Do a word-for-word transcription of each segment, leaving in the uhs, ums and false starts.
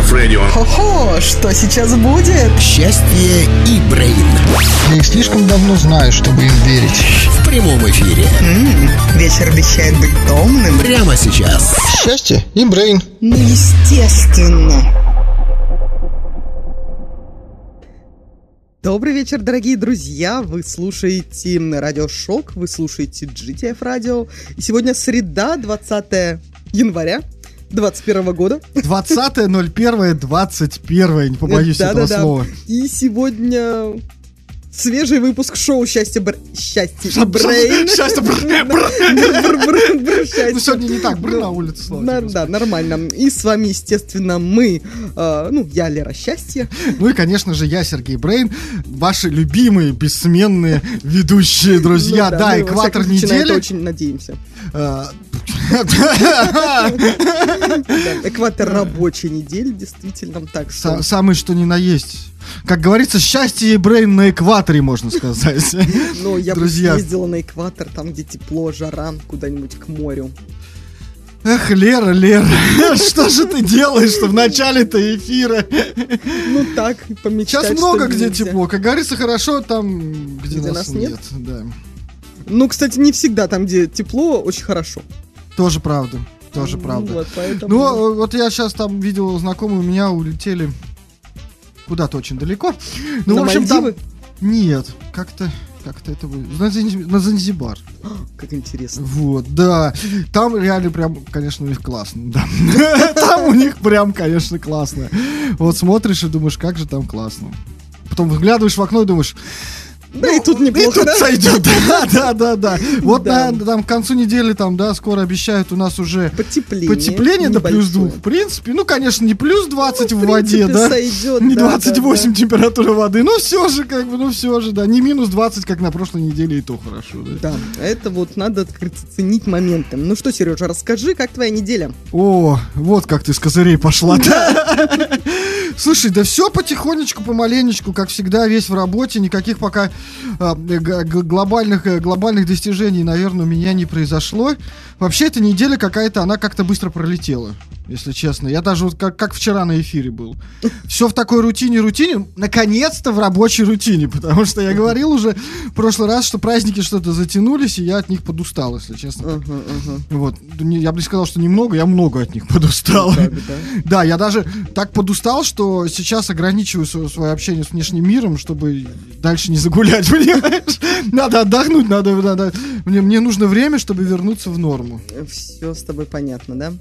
эф Radio. Хо-хо, что сейчас будет? Счастье и Брейн. Я их слишком давно знаю, чтобы им верить. В прямом эфире. М-м, вечер обещает быть томным. Прямо сейчас. Счастье и Брейн. Ну, естественно. Добрый вечер, дорогие друзья. Вы слушаете Радио Шок, вы слушаете джи ти эф Radio. И сегодня среда, двадцатое января двадцать первого года. двадцатое ноль первое двадцать первое, не побоюсь да, этого да, да. слова. И сегодня свежий выпуск шоу «Счастье Бр... Счастье и Брейн». Счастье Брейн. Ну, сегодня не так, Брейн на улице, слава. Да, нормально. И с вами, естественно, мы, ну, я, Лера Счастье. Ну и, конечно же, я, Сергей Брейн, ваши любимые, бессменные ведущие друзья. Да, экватор недели. Очень надеемся. Экватор рабочей недели, действительно, так что... Самый что ни на есть. Как говорится, счастье и Брейн на экваторе, можно сказать. Ну, я бы Друзья. съездила на экватор, там, где тепло, жара, куда-нибудь к морю. Эх, Лера, Лера, что же ты делаешь-то в начале-то эфира? Ну так, помечтать. Сейчас много где нельзя. тепло. Как говорится, хорошо там, где, Где нас, нас нет? нет. Да. Ну, кстати, не всегда там, где тепло, очень хорошо. Тоже правда. Тоже Ну, правда. вот, поэтому... Ну, вот я сейчас там видел, знакомые у меня улетели куда-то очень далеко. Ну, На в общем, там... Мальдивы? Нет, как-то... Как-то это вы... На, Занзи- на Занзибар. Как интересно. Вот, да. Там реально прям, конечно, у них классно. Да. Там у них прям, конечно, классно. Вот смотришь и думаешь, как же там классно. Потом выглядываешь в окно и думаешь... Да и тут неплохо, И тут да? сойдет, да, да, да, да. Вот Да. на, там к концу недели, там, да, скоро обещают у нас уже Потепление. потепление до плюс небольшое. двух. В принципе, ну, конечно, не плюс двадцать Ну, в воде, принципе, да. сойдет, Не да, двадцать да, восемь да. температура воды. Ну, все же, как бы, ну, все же, да. Не минус двадцать, как на прошлой неделе, и то хорошо, да. Да, это вот надо, как говорится, ценить моменты. Ну что, Сережа, расскажи, как твоя неделя? О, вот как ты с козырей пошла. Слушай, да все потихонечку, помаленечку, как всегда, весь в работе, никаких пока а, г- г- глобальных, э, глобальных достижений, наверное, у меня не произошло. Вообще, эта неделя какая-то, она как-то быстро пролетела, если честно. Я даже вот как, как вчера на эфире был. Все в такой рутине-рутине, наконец-то в рабочей рутине, потому что я говорил уже в прошлый раз, что праздники что-то затянулись, и я от них подустал, если честно. Ага, ага. Вот. Не- Я бы не сказал, что немного, я много от них подустал. Так, да. Да, я даже так подустал, что сейчас ограничиваю свое, свое общение с внешним миром, чтобы дальше не загулять, понимаешь? Надо отдохнуть, надо, надо. Мне, мне нужно время, чтобы вернуться в норму. Все с тобой понятно, да?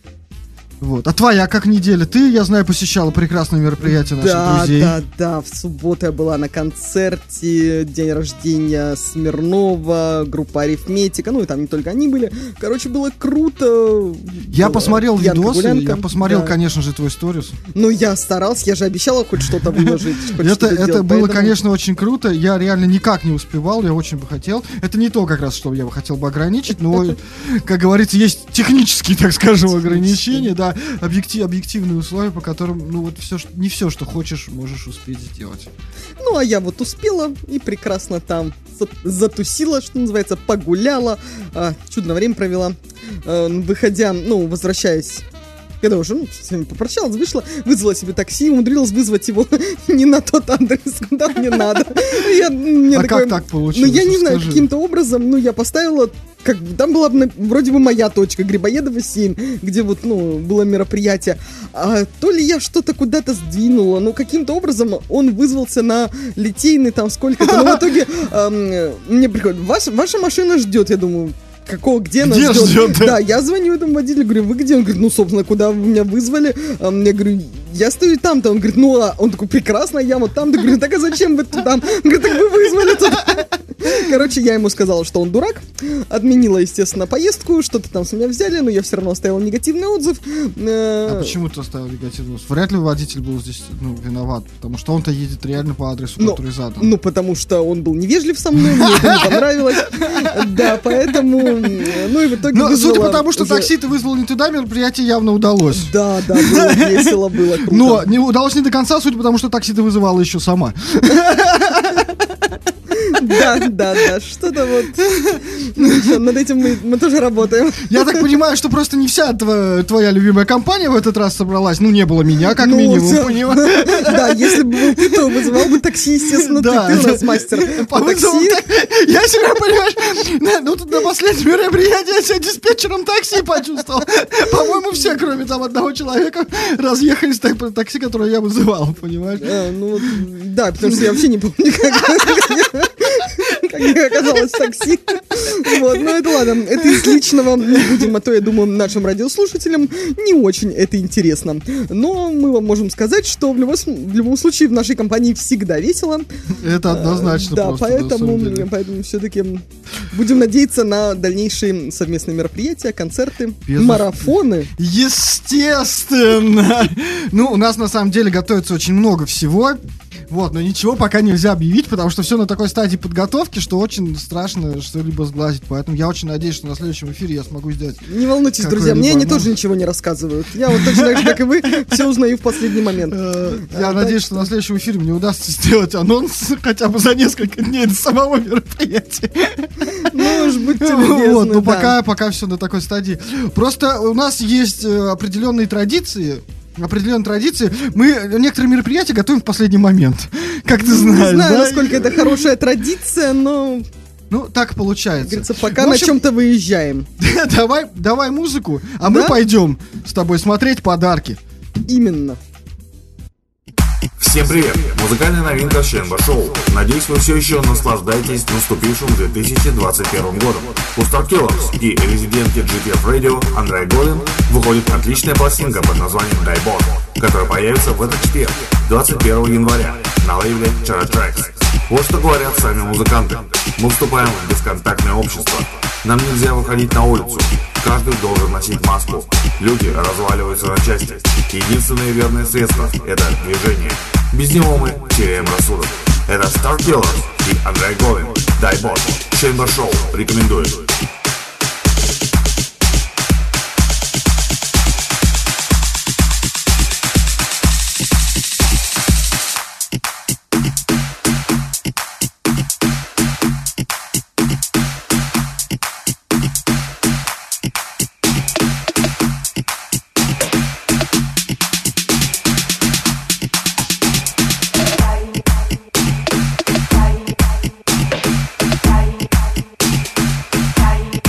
Вот. А твоя как неделя? Ты, я знаю, посещала прекрасное мероприятие наших Да, друзей. да, да, в субботу я была на концерте, день рождения Смирнова, группа Арифметика, ну и там не только они были. Короче, было круто. Я Была посмотрел пьянка, видосы, гулянка. я посмотрел, Да. конечно же, твой сторис. Ну, я старался, я же обещала хоть что-то выложить. хоть Это, что-то это сделать, было, поэтому- конечно, очень круто. Я реально никак не успевал, я очень бы хотел. Это не то, как раз, что я бы хотел бы ограничить, но, как говорится, есть технические, так скажем, ограничения, да, объектив, объективные условия, по которым, ну, вот все, не все, что хочешь, можешь успеть сделать. Ну, а я вот успела и прекрасно там за- затусила, что называется, погуляла, а, чудное время провела. А, выходя, ну, возвращаясь, когда уже, ну, с вами попрощалась, вышла, вызвала себе такси, умудрилась вызвать его не на тот адрес, куда мне надо. Я, мне А такое- как так получилось? Ну, я не знаю, Расскажи. каким-то образом, ну, я поставила, как бы, там была на- вроде бы моя точка, Грибоедова семь, где вот, ну, было мероприятие. А то ли я что-то куда-то сдвинула, но каким-то образом он вызвался на Литейный там сколько-то. Но в итоге эм, мне приходит, ваша, ваша машина ждет, я думаю... Какого, где нас Где ждет? ждет, да? Да, я звоню этому водителю, говорю, вы где? Он говорит, ну, собственно, куда вы меня вызвали? А я говорю, я стою там-то. Он говорит, ну, а он такой, прекрасно, я вот там-то. Говорю, так а зачем вы туда? Он говорит, так вы вызвали туда. Короче, я ему сказала, что он дурак. Отменила, естественно, поездку, что-то там с меня взяли, но я все равно оставила негативный отзыв. А почему ты оставил негативный отзыв? Вряд ли водитель был здесь, ну, виноват, потому что он-то едет реально по адресу, Ну, который задан. Ну, потому что он был невежлив со мной, мне это не понравилось. Да, поэтому... Ну, и в итоге Но, судя вызвала по тому, что уже- такси ты вызвал не туда, мероприятие явно удалось. Да, да, было весело, было круто. Но не удалось не до конца, судя по тому, что такси ты вызывала еще сама. Да, да, да, что-то вот. Ну, ничего, над этим мы, мы тоже работаем. Я так понимаю, что просто не вся твоя, твоя любимая компания в этот раз собралась. Ну, не было меня, как Ну, минимум, всё. понимаешь? Да, если бы был ты, то вызывал бы такси, естественно, ты, Да. ты у нас мастер По по вызову такси. так- Я себя, понимаешь, на- ну тут на последнем мероприятии я себя диспетчером такси почувствовал. По-моему, все, кроме там одного человека, разъехались так по такси, которое я вызывал, понимаешь? А, ну, вот, да, потому что я вообще не помню, как, как я оказалась в такси. Вот, ну это ладно, это из личного не будем, а то, я думаю, нашим радиослушателям не очень это интересно. Но мы вам можем сказать, что в любом, в любом случае в нашей компании всегда весело. Это однозначно Да, просто, на поэтому, самом деле. поэтому все-таки будем надеяться на дальнейшие совместные мероприятия, концерты, Без- марафоны. Естественно! Ну, у нас на самом деле готовится очень много всего. Вот, но ничего пока нельзя объявить, потому что все на такой стадии подготовки, что очень страшно что-либо сглазить. Поэтому я очень надеюсь, что на следующем эфире я смогу сделать. Не волнуйтесь, друзья, Какой-либо мне они анонс. тоже ничего не рассказывают. Я вот точно так же, как и вы, все узнаю в последний момент. Э, Я А, надеюсь, так что на следующем эфире мне удастся сделать анонс хотя бы за несколько дней до самого мероприятия. Ну уж будьте любезны, Вот, ну да. пока, пока все на такой стадии. Просто у нас есть э, определенные традиции. Определенные традиции. Мы некоторые мероприятия готовим в последний момент. Как ты Не знаешь, знаю, да? насколько это хорошая традиция, но, Ну, так как получается. говорится, пока В на общем, чем-то выезжаем. давай, давай музыку, а мы Да? пойдем с тобой смотреть подарки. Именно. Всем привет! Музыкальная новинка Шенба Шоу. Надеюсь, вы все еще наслаждаетесь наступившим две тысячи двадцать первым годом. У Starkillers и резидентки джи ти эф Radio Андрей Голин выходит отличная пластинка под названием Дай Бог, которая появится в этот четверг, двадцать первого января, на лейбле Chara Tracks. Вот что говорят сами музыканты. Мы вступаем в бесконтактное общество. Нам нельзя выходить на улицу. Каждый должен носить маску. Люди разваливаются на части. Единственное верное средство – это движение. Без него мы теряем рассудок. Это Starkillers и Андрей Голин. Дай Бог. Шенба Шоу. Рекомендую. Bye.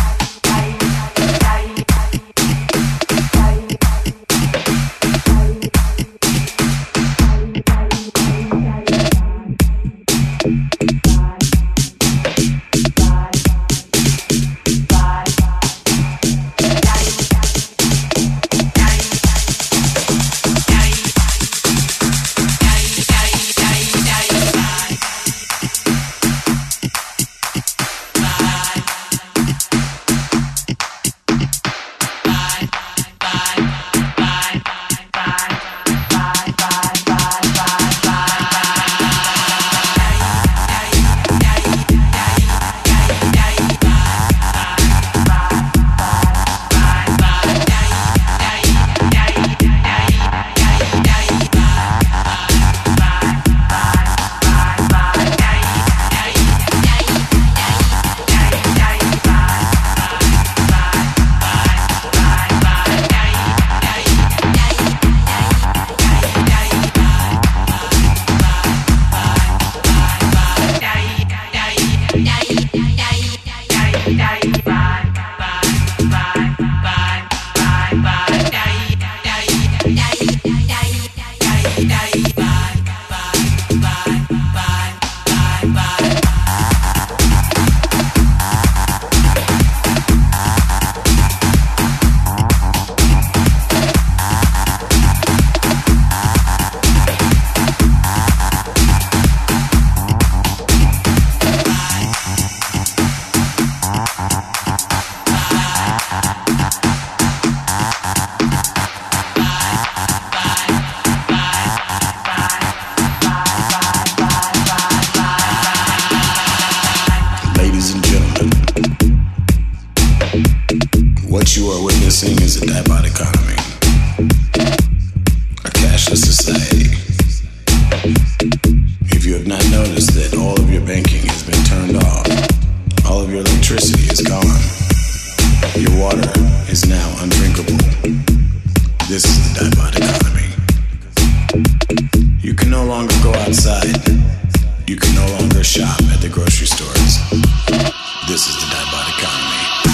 shop at the grocery stores. This is the Dinebot economy.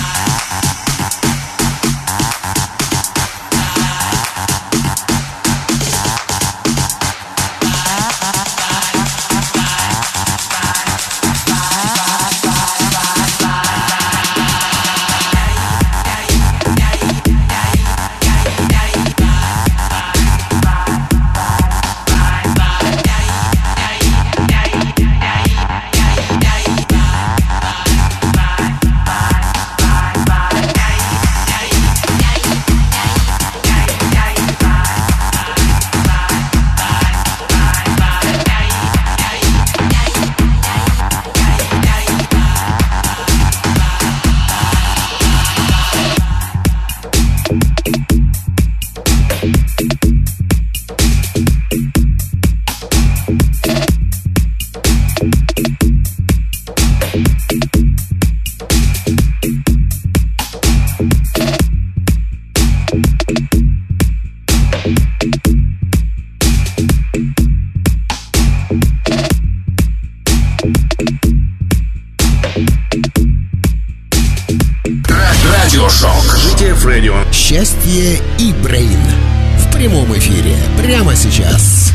Счастье и Брейн в прямом эфире прямо сейчас.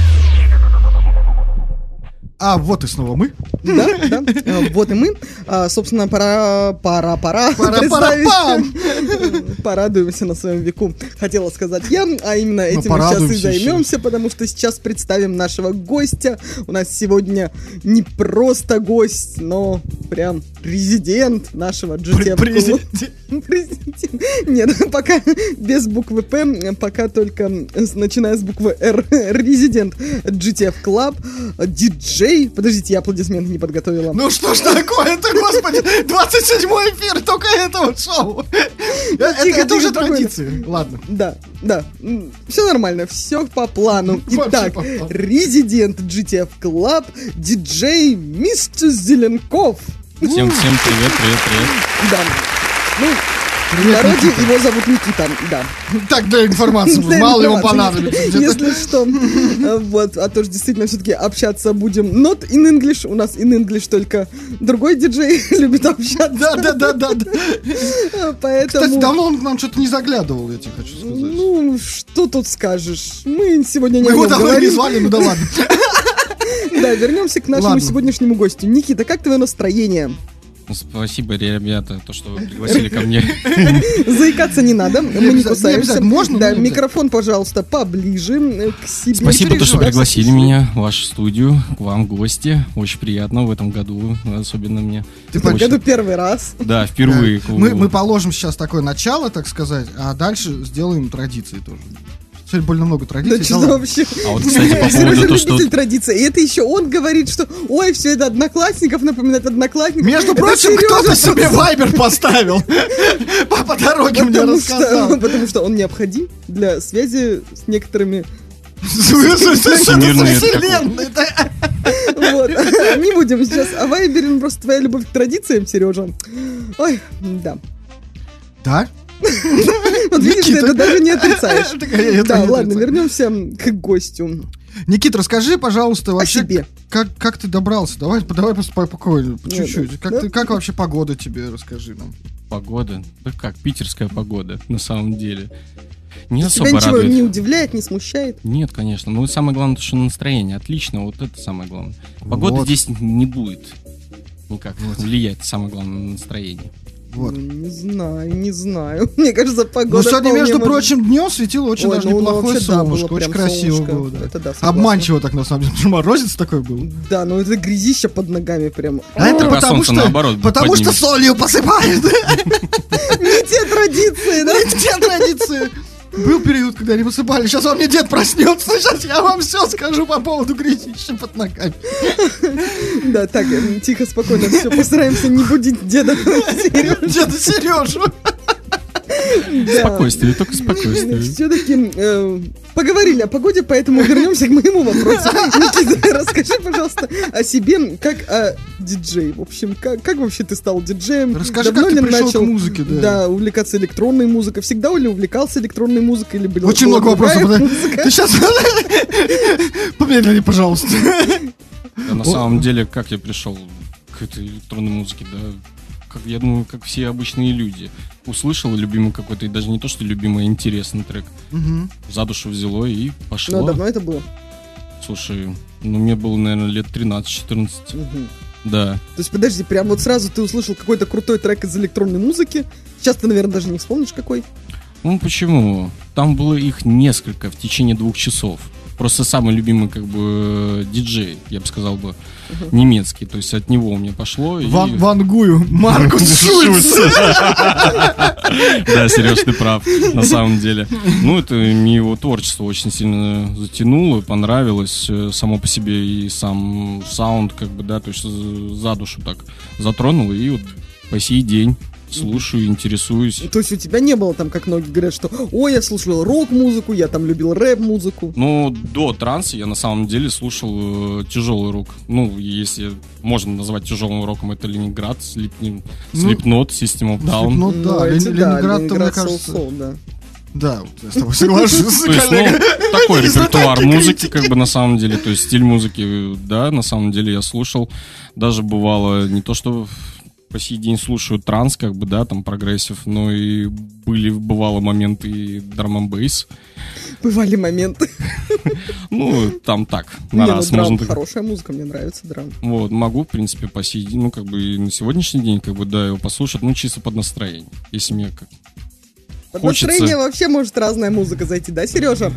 А вот и снова мы. Да, да. А, вот и мы. А, собственно, пора, пора, пора. Пора, пора, пам! Порадуемся на своем веку. Хотела сказать я, а именно Ну, этим мы сейчас и порадуемся займемся, еще. потому что сейчас представим нашего гостя. У нас сегодня не просто гость, но прям резидент нашего джи ти эф клуба. Президент. Нет, пока без буквы П, пока только с- начиная с буквы Р. Резидент джи ти эф Club, диджей. Подождите, я аплодисменты не подготовила. Ну что ж такое-то, господи, двадцать седьмой эфир только этого шоу. Это тихо, это уже тихо, спокойно. традиция. Ладно. Да, да, все нормально, все по плану. Вообще Итак, по плану. резидент джи ти эф Club, диджей мистер Зеленков. Всем, всем привет, привет, привет. Да. Ну, в Привет, народе Никита. его зовут Никита, да. Так, для информации, Для мало ему информации, понадобится если- где-то. Если что. А, Вот, а то ж действительно все-таки общаться будем. Not in English, у нас in English только другой диджей любит общаться. Да, да, да, да, да. Поэтому... Кстати, давно он к нам что-то не заглядывал, я тебе хочу сказать. Ну, что тут скажешь? Мы сегодня не Мы о его нем давно не говорим. звали, ну да ладно. Да, вернемся к нашему Ладно. сегодняшнему гостю. Никита, как твое настроение? Ну, спасибо, ребята, то, что вы пригласили ко мне. Заикаться не надо, мы не обязательно, не кусаемся. обязательно. Можно, Да, но не микрофон, пожалуйста, поближе э, к себе. Спасибо, то, что переживай, пригласили меня в вашу студию, к вам в гости. Очень приятно в этом году, особенно мне. Ты В этом Очень- году первый раз. Да, впервые. к- Мы, мы положим сейчас такое начало, так сказать, а дальше сделаем традиции тоже. Сегодня больно много Да традиций. что ладно. вообще? А вот, кстати, по Сережа поводу то, что... любитель традиций. И это еще он говорит, что ой, все это одноклассников напоминает одноклассников. Между Это прочим, Сережа кто-то просто- себе вайбер поставил. По по дороге мне Потому что, рассказал. потому что он необходим для связи с некоторыми. Всемирный Вселенной, да. Вот. Не будем сейчас о Вайбере, ну, просто твоя любовь к традициям, Сережа. Ой, да. Да? Вот видишь, ты Никита. это даже не отрицаешь. Так, я это Да, не ладно, отрицаю. вернемся к гостю. Никит, расскажи, пожалуйста, вообще, себе. Как, как ты добрался? Давай, давай просто по, по, по чуть-чуть. да. Как, Да. ты, как вообще погода тебе, расскажи нам. Погода. Да как, питерская погода, на самом деле. Не Тебя особо ничего радует. не удивляет, не смущает? Нет, конечно. Ну, самое главное, то, что настроение отлично. Вот это самое главное. Погода Вот. здесь не будет никак влиять, самое главное, на настроение. Вот. Ну, Не знаю, не знаю. Мне кажется, погода Ну, сегодня, вполне между может- прочим, днем светило очень Ой, даже ну, ну, неплохое вообще, да, было солнышко. Очень прям красиво солнышко. было, да. Это да, согласна. Обманчиво так, на самом деле, потому что морозец такой был. Да, ну это грязища под ногами прям. А это Про потому солнце, что, наоборот, потому что поднимется. солью посыпают. Не те традиции, да? Где традиции? Был период, когда они высыпали. Сейчас во мне дед проснется. Сейчас я вам все скажу по поводу грязища под ногами. Да, так, м, тихо, спокойно, все, постараемся не будить деда Сережу. Деда Сережу. Спокойствие, только спокойствие. Все-таки поговорили о погоде, поэтому вернемся к моему вопросу. Никита, расскажи, пожалуйста, о себе как о диджее. В общем, как, как вообще ты стал диджеем? Расскажи, Давно как ты ли пришел начал, к музыке, да. Да, увлекаться электронной музыкой. Всегда ли увлекался электронной музыкой? Или была Очень много другая вопросов. музыка? Ты сейчас... Помедленнее, пожалуйста. Да, на самом деле, как я пришел какой-то электронной музыки, да. Как, я думаю, как все обычные люди. Услышал любимый какой-то, и даже не то, что любимый, а интересный трек. Угу. За душу взяло и пошло. Ну, давно это было? Слушай, ну мне было, наверное, лет тринадцать-четырнадцать. Угу. Да. То есть, подожди, прям вот сразу ты услышал какой-то крутой трек из электронной музыки. Сейчас ты, наверное, даже не вспомнишь, какой. Ну почему? Там было их несколько в течение двух часов. Просто самый любимый, как бы, диджей, я бы сказал бы, uh-huh. немецкий. То есть от него у меня пошло. Ван, и... Вангую, Маркус Шульц. Да, Сереж, ты прав, на самом деле. Ну, это мне его творчество очень сильно затянуло, понравилось само по себе и сам саунд, как бы, да, то есть за душу так затронул, и вот по сей день слушаю, интересуюсь. То есть у тебя не было там, как многие говорят, что ой, я слушал рок-музыку, я там любил рэп-музыку. Ну, до транса я на самом деле слушал э, тяжелый рок. Ну, если можно назвать тяжелым роком, это Ленинград, Slipknot, Ну, System of Down. Ну Ну, да, эти, Лен- да, Ленинград, Ленинград мне кажется... Soul Soul, да. Да, вот я с тобой соглашусь, То есть, коллега. ну, такой Эти репертуар знатоки музыки, критики. как бы, на самом деле, то есть стиль музыки, да, на самом деле я слушал. Даже бывало не то, что по сей день слушаю транс, как бы, да, там, прогрессив, но и были, бывало, моменты и драм-н-бейс. Бывали моменты. Ну, там так, Не, на ну, раз драм, можно так. хорошая музыка, мне нравится драм. Вот, могу, в принципе, по сей день, ну, как бы, и на сегодняшний день, как бы, да, его послушать, ну, чисто под настроение. Если мне как... Под Хочется. настроение вообще может разная музыка зайти, да, Сережа?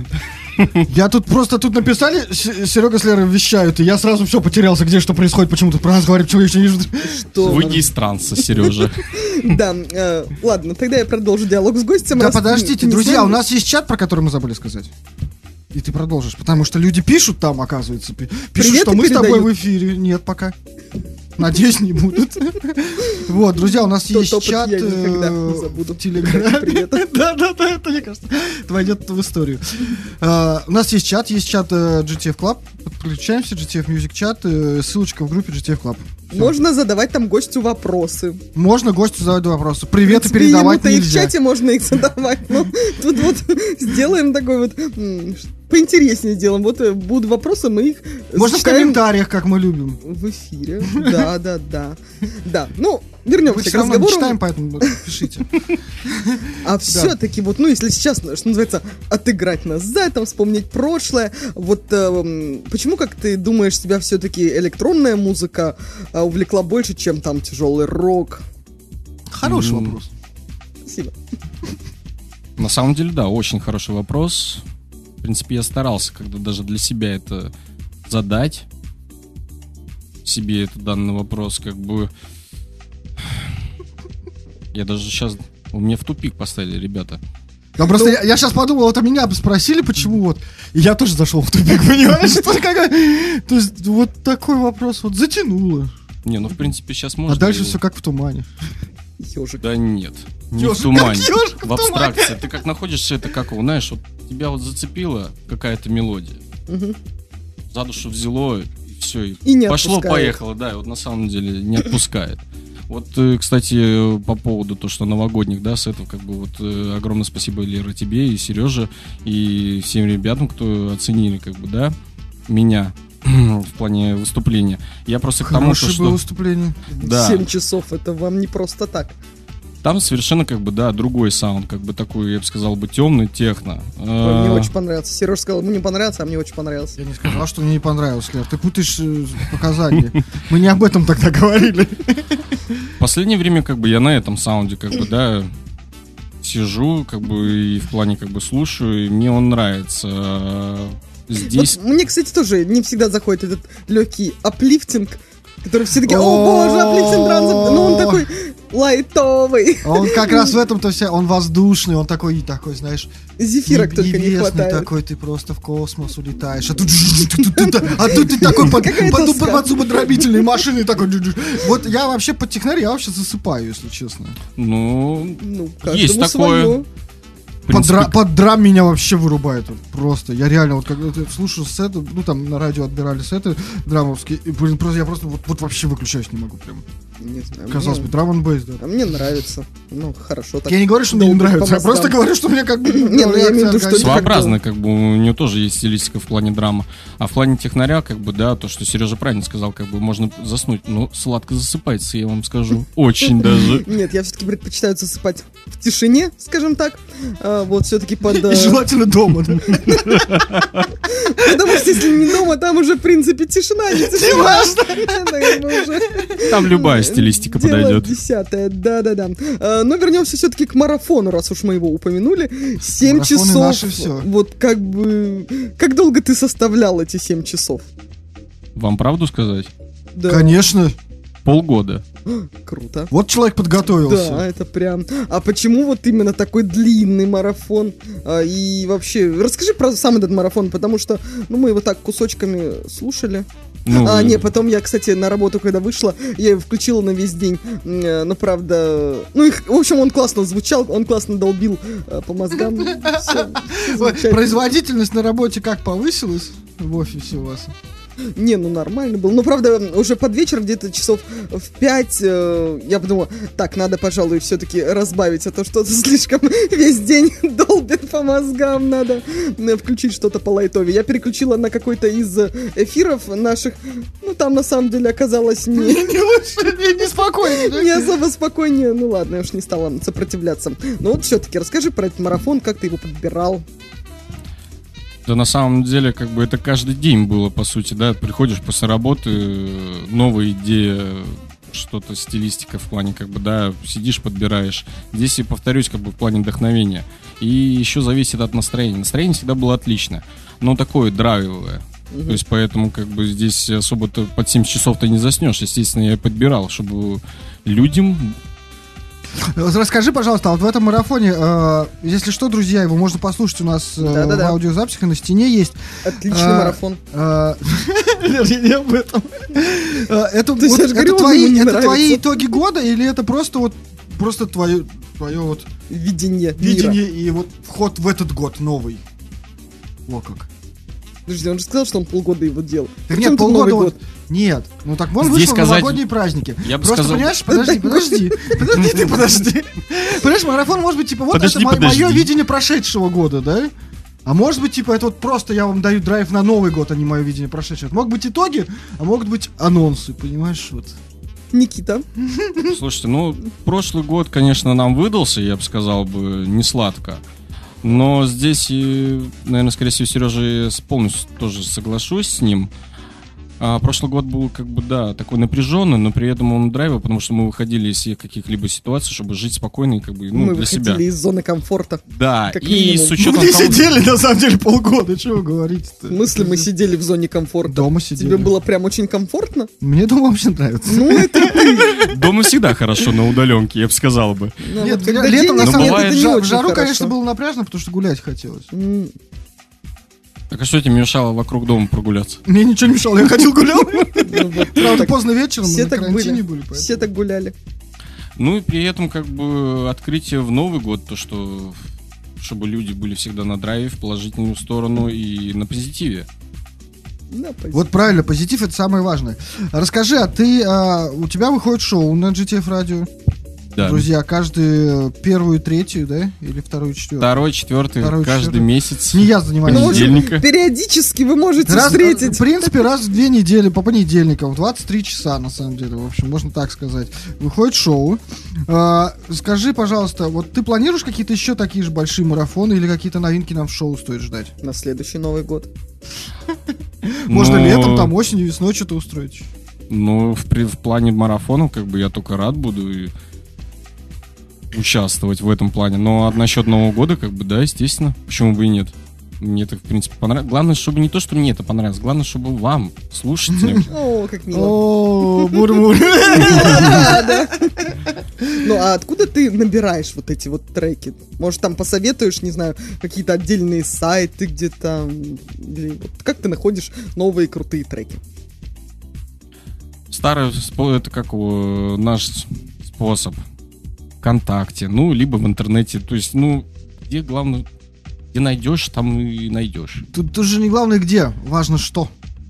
Я тут просто тут написали, С- Серега с Лерой вещают, и я сразу все потерялся, где что происходит, почему тут про нас говорят, почему я еще не вижу. Что? Выйди из транса, Сережа. Да, э, ладно, тогда я продолжу диалог с гостем. Да раз подождите, не друзья, знаем- у нас есть чат, про который мы забыли сказать. И ты продолжишь, потому что люди пишут там, оказывается, пи- пишут, Приветы что мы с тобой передают. в эфире. Нет пока. Надеюсь, не будут. Вот, друзья, у нас Тот есть опыт чат я никогда э, не забуду. в Телеграме. Привет. Да, да, да, это, мне кажется, это войдет в историю. Э, У нас есть чат, есть чат э, джи ти эф Club. Подключаемся, джи ти эф Music чат, э, ссылочка в группе джи ти эф Club. Всё. Можно задавать там гостю вопросы. Можно гостю задавать вопросы. В Привет и принципе, передавать ему-то и в нельзя. чате можно их задавать. Но тут вот сделаем такой вот м, поинтереснее сделаем. Вот э, будут вопросы, мы их Можно в зачитаем комментариях, как мы любим. в эфире. Да, да, да. Да, ну, вернемся Мы к все равно не разговору. читаем, поэтому пишите. А все-таки вот, ну, если сейчас, что называется, отыграть назад, там, вспомнить прошлое, вот эм, почему, как ты думаешь, тебя все-таки электронная музыка э, увлекла больше, чем там тяжелый рок? Хороший М. вопрос. Спасибо. На самом деле, да, очень хороший вопрос. В принципе, я старался, когда даже для себя это задать, себе этот данный вопрос, как бы... Я даже сейчас... У меня в тупик поставили, ребята. Да просто я, я сейчас подумал, вот а меня бы спросили, почему вот, и я тоже зашел в тупик, понимаешь? Что какая- То есть вот такой вопрос вот затянуло. Не, ну, в принципе, сейчас можно... А дальше и- все как в тумане. Ежик. Да нет, не Ёжик, в тумане, как ёжик в в абстракции. Ты как находишься, это как, его, знаешь, вот тебя вот зацепила какая-то мелодия, Мгм. за душу взяло, и все, и, И не пошло, отпускает. поехало, да, и вот на самом деле не отпускает. Вот, э, кстати, по поводу то, что новогодних, да, сетов, как бы вот э, огромное спасибо, Лера, тебе и Сереже, и всем ребятам, кто оценили, как бы, да, меня в плане выступления. Я просто к тому, что, Хорошее было что выступление. да, Семь часов, это вам не просто так. там совершенно, как бы, да, другой саунд, как бы такой, я бы сказал бы, темный техно. Ой, Мне А, очень понравился. Сереж сказал, ему не понравился, а мне очень понравился. Я не сказал, что мне не понравилось, Лер. Ты путаешь э, показания. Мы не об этом тогда говорили. В последнее время, как бы, я на этом саунде, как бы, да, сижу, как бы, и в плане, как бы, слушаю, и мне он нравится. А, Здесь... Вот мне, кстати, тоже не всегда заходит этот легкий аплифтинг, который все таки, о О. боже, аплифтинг транс, но он такой лайтовый. А он как раз в этом-то вся, он воздушный, он такой, такой, знаешь, Зефирок неб- только не небесный хватает. такой, ты просто в космос улетаешь, а тут, а тут ты такой под, Какая под, тоска. под зубодробительной машиной такой. Вот я вообще под технарь, я вообще засыпаю, если честно. Ну, Ну, Есть каждому такое. своё. в Под, принципе, дра- под драм меня вообще вырубает вот, просто. Я реально вот когда вот слушаю сеты, ну там на радио отбирали сеты драмовские, и, блин, просто я просто вот, вот вообще выключаюсь не могу прям. Не знаю. Казалось мне- бы, драм н бейс, да. А мне нравится. Ну, хорошо так. Я не говорю, что мне не долбит по нравится, я мозгам. просто говорю, что мне как бы... Не, ну, я имею в виду, что это- Своеобразно, как бы у нее тоже есть стилистика в плане драма. А в плане технаря, как бы, да, то, что Сережа правильно сказал, как бы можно заснуть. Ну, сладко засыпается, я вам скажу. Очень даже. Нет, я все-таки предпочитаю засыпать в тишине, скажем так. А, вот все-таки под... И э, желательно дома, да. Потому что если не дома, там уже, в принципе, тишина, не тишина. Это как бы уже Там любая стилистика дело подойдет. десятое, да-да-да. А, Но вернемся все-таки к марафону, раз уж мы его упомянули. Семь Марафоны часов. наши всё. Вот как бы... Как долго ты составлял эти семь часов? Вам правду сказать? Да. Конечно. Полгода. Круто. Вот человек подготовился. Да, это прям. А почему вот именно такой длинный марафон? А, и вообще, расскажи про сам этот марафон, потому что, ну, мы его так кусочками слушали. Ну, А, не, потом я, кстати, на работу, когда вышла, я его включила на весь день. М, э, Но, правда... Ну, их, в общем, он классно звучал, он классно долбил э, по мозгам. Всё, всё Вот, замечательно. производительность на работе как повысилась в офисе у вас? Не, ну нормально было. Ну, правда, уже под вечер, где-то часов в пять, э, я подумала, так, надо, пожалуй, все-таки разбавить, а то что-то слишком весь день долбит по мозгам, надо э, включить что-то по лайтове. Я переключила на какой-то из эфиров наших, ну, там на самом деле оказалось не, Не лучше, не, неспокойно, да? не особо спокойнее. Ну ладно, я уж не стала сопротивляться. Но вот все-таки расскажи про этот марафон, как ты его подбирал. Да на самом деле, как бы это каждый день было, по сути, да, приходишь после работы, э, новая идея, что-то стилистика в плане, как бы, да, сидишь, подбираешь. Здесь, и повторюсь, как бы в плане вдохновения. И еще зависит от настроения. Настроение всегда было отлично, но такое драйвовое. Мгм. То есть, поэтому, как бы, здесь особо-то под семь часов ты не заснешь. Естественно, я и подбирал, чтобы людям... Вот расскажи, пожалуйста, а вот в этом марафоне, э, если что, друзья, его можно послушать у нас э, Да-да-да. в аудиозаписях, и на стене есть. Отличный А, марафон. э, Не об этом. Э, Это То есть вот- я же говорю, это он ему твои не это твои нравится. итоги года, или это просто вот просто твое твое вот Видение мира. видение и вот вход в этот год новый? О как. Подожди, он же сказал, что он полгода его делал. Так Причем нет, тут полгода Новый вот. год? Нет, ну так он Здесь вышел в сказать- новогодние праздники. Я бы Просто, сказал- понимаешь, подожди, подожди. Подожди, ты подожди. Понимаешь, марафон может быть, типа, вот Подожди, это мое подожди. видение прошедшего года, да? А может быть, типа, это вот просто я вам даю драйв на Новый год, а не мое видение прошедшего. Это могут быть итоги, а могут быть анонсы, понимаешь, вот. Никита. Слушайте, ну, прошлый год, конечно, нам выдался, я бы сказал бы, не сладко. Но здесь, и, наверное, скорее всего, Сережа полностью тоже соглашусь с ним. А прошлый год был, как бы, да, такой напряженный, но при этом он драйвер, потому что мы выходили из всех каких-либо ситуаций, чтобы жить спокойно и, как бы, ну, Мы для выходили себя. из зоны комфорта. Да, как и минимум. с учетом Мы того... сидели, на самом деле, полгода, что вы говорите-то? В смысле, мы сидели в зоне комфорта? Дома сидели. Тебе было прям очень комфортно? Мне дома вообще нравится. Ну, это... Дома всегда хорошо на удаленке, я бы сказал бы. ну, Нет, вот когда летом, на денег самом нет, бывает это деле, не в жа- в очень жару, хорошо. конечно, было напряжно, потому что гулять хотелось. М, Так а что тебе мешало вокруг дома прогуляться? Мне ничего не мешало, я ходил гулял. ну, вот Правда, так. поздно вечером, мы Все на так карантине были. были. поэтому. Все так гуляли. Ну и при этом, как бы, открытие в Новый год, то, что чтобы люди были всегда на драйве, в положительную сторону и на позитиве. Да, позитив. Вот правильно, позитив — это самое важное. Расскажи, а ты, а, у тебя выходит шоу на джи ти эф радио? Да. Друзья, каждую первую, третью, да? Или вторую, четвертую? Второй, четвертый, Второй, каждый четвертый. месяц. Не я занимаюсь. Ну, в общем, понедельника. периодически вы можете Раз, встретить. в принципе, раз в две недели по понедельникам, двадцать три часа, на самом деле, в общем, можно так сказать. Выходит шоу. А, скажи, пожалуйста, вот ты планируешь какие-то еще такие же большие марафоны или какие-то новинки нам в шоу стоит ждать? На следующий Новый год. Можно Но- летом, там, осенью, весной что-то устроить? Ну, в, при- в плане марафонов, как бы, я только рад буду и участвовать в этом плане. Но от насчет Нового года, как бы, да, естественно. Почему бы и нет? Мне это, в принципе, понравилось. Главное, чтобы не то, что мне это понравилось, главное, чтобы вам, слушателям. О, как мило. О, мур-мур. Да, да. Ну, а откуда ты набираешь вот эти вот треки? Может, там посоветуешь, не знаю, какие-то отдельные сайты, где там... Или вот как ты находишь новые крутые треки? Старый спо- это как его, наш способ. ВКонтакте, ну, либо в интернете. То есть, ну, где главное, где найдешь, там и найдешь. Тут, тут же не главное где, важно что.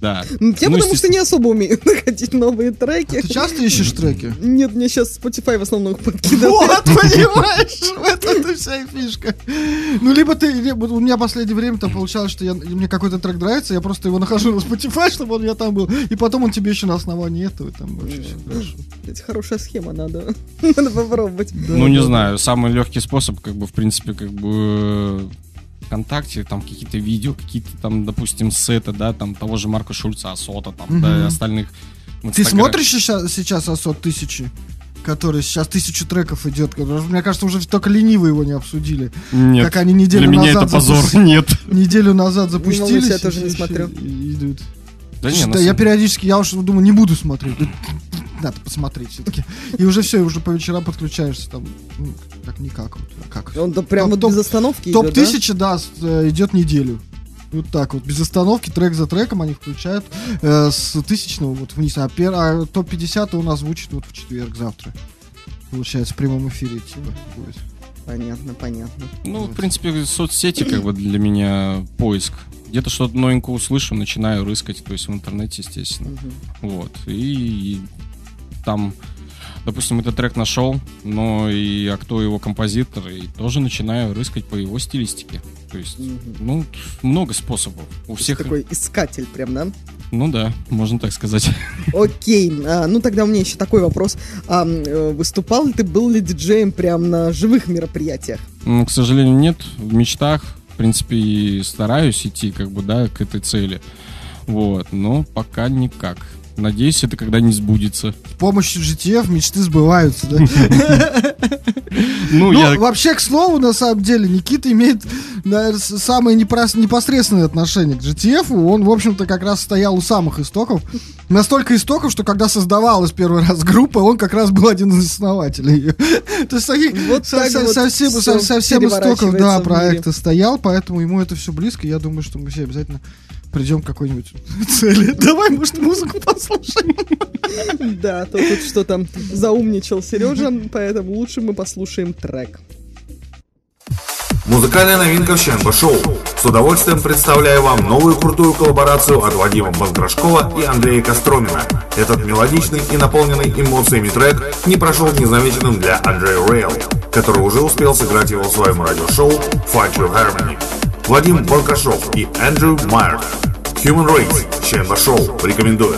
Да. Ну, Я Ну, потому что не особо умею находить новые треки. Ты часто ищешь треки? Нет, мне сейчас Spotify в основном их подкидывает. Вот, понимаешь, в этом вся и фишка. Ну, либо ты, либо у меня в последнее время там получалось, что я, мне какой-то трек нравится, я просто его нахожу на Spotify, чтобы он у меня там был, и потом он тебе еще на основании этого, и там вообще все хорошо. Это хорошая схема, надо, надо попробовать. Ну, не знаю, самый легкий способ, как бы, в принципе, как бы ВКонтакте, там какие-то видео, какие-то там, допустим, сеты, да, там того же Марка Шульца, Асота, там, Мгм. да, и остальных. в Ты Инстаграме. смотришь сейчас, сейчас Асот тысячи? Который сейчас тысячу треков идет. который, Мне кажется, уже только ленивые его не обсудили. Нет, Как они неделю для меня назад это позор, запустили. нет. Неделю назад Не волнуйся, запустились. я тоже и не еще смотрю. и идут. Да Слушай, не, да, на я самом- периодически, я уж думаю, не буду смотреть. Да, надо посмотреть все-таки. И уже все, уже по вечерам подключаешься там. Ну, как никак. Вот, а как. Он да прям Топ- вот топ- без остановки Топ идет, да? тысяча, да, с- э, идет неделю. Вот так вот, без остановки, трек за треком они включают э, с тысячного вот вниз. А, пер, а топ пятьдесят у нас звучит вот в четверг завтра. Получается, в прямом эфире идти будет. Понятно, понятно. Ну, в принципе, соцсети, как бы, для меня поиск. Где-то что-то новенькое услышу, начинаю рыскать, то есть в интернете, естественно. Мгм. Вот. И там, допустим, этот трек нашел, но и а кто его композитор, и тоже начинаю рыскать по его стилистике. То есть, Мгм. ну, много способов. У всех... Такой искатель прям, да? Ну да, можно так сказать. Окей, а, ну тогда у меня еще такой вопрос. А, м, э, выступал ли ты, был ли диджеем прям на живых мероприятиях? Ну, к сожалению, нет. В мечтах, в принципе, и стараюсь идти, как бы, да, к этой цели. Вот, но пока никак. Надеюсь, это когда-нибудь сбудется. С помощью джи ти эф мечты сбываются, да? Ну, Ну, я... вообще, к слову, на самом деле, Никита имеет, наверное, с- самое непрос- непосредственное отношение к джи ти эф. Он, в общем-то, как раз стоял у самых истоков. Настолько истоков, что когда создавалась первый раз группа, он как раз был один из основателей ее. То есть таких Вот со- так со- вот совсем всё со- совсем истоков, переворачивается да, в проекта стоял, поэтому ему это все близко. Я думаю, что мы все обязательно придем к какой-нибудь цели. Давай, может, музыку послушаем. Да, то тут что-то заумничал Сережа, поэтому лучше мы послушаем трек. Музыкальная новинка в ЧНБ Шоу. С удовольствием представляю вам новую крутую коллаборацию от Вадима Базграшкова и Андрея Костромина. Этот мелодичный и наполненный эмоциями трек не прошел незамеченным для Андрея Рейл, который уже успел сыграть его в своем радиошоу Fight Your Harmony. Вадим Базграшков и Эндрю Майер. Human Race. ЧНБ Шоу. Рекомендую.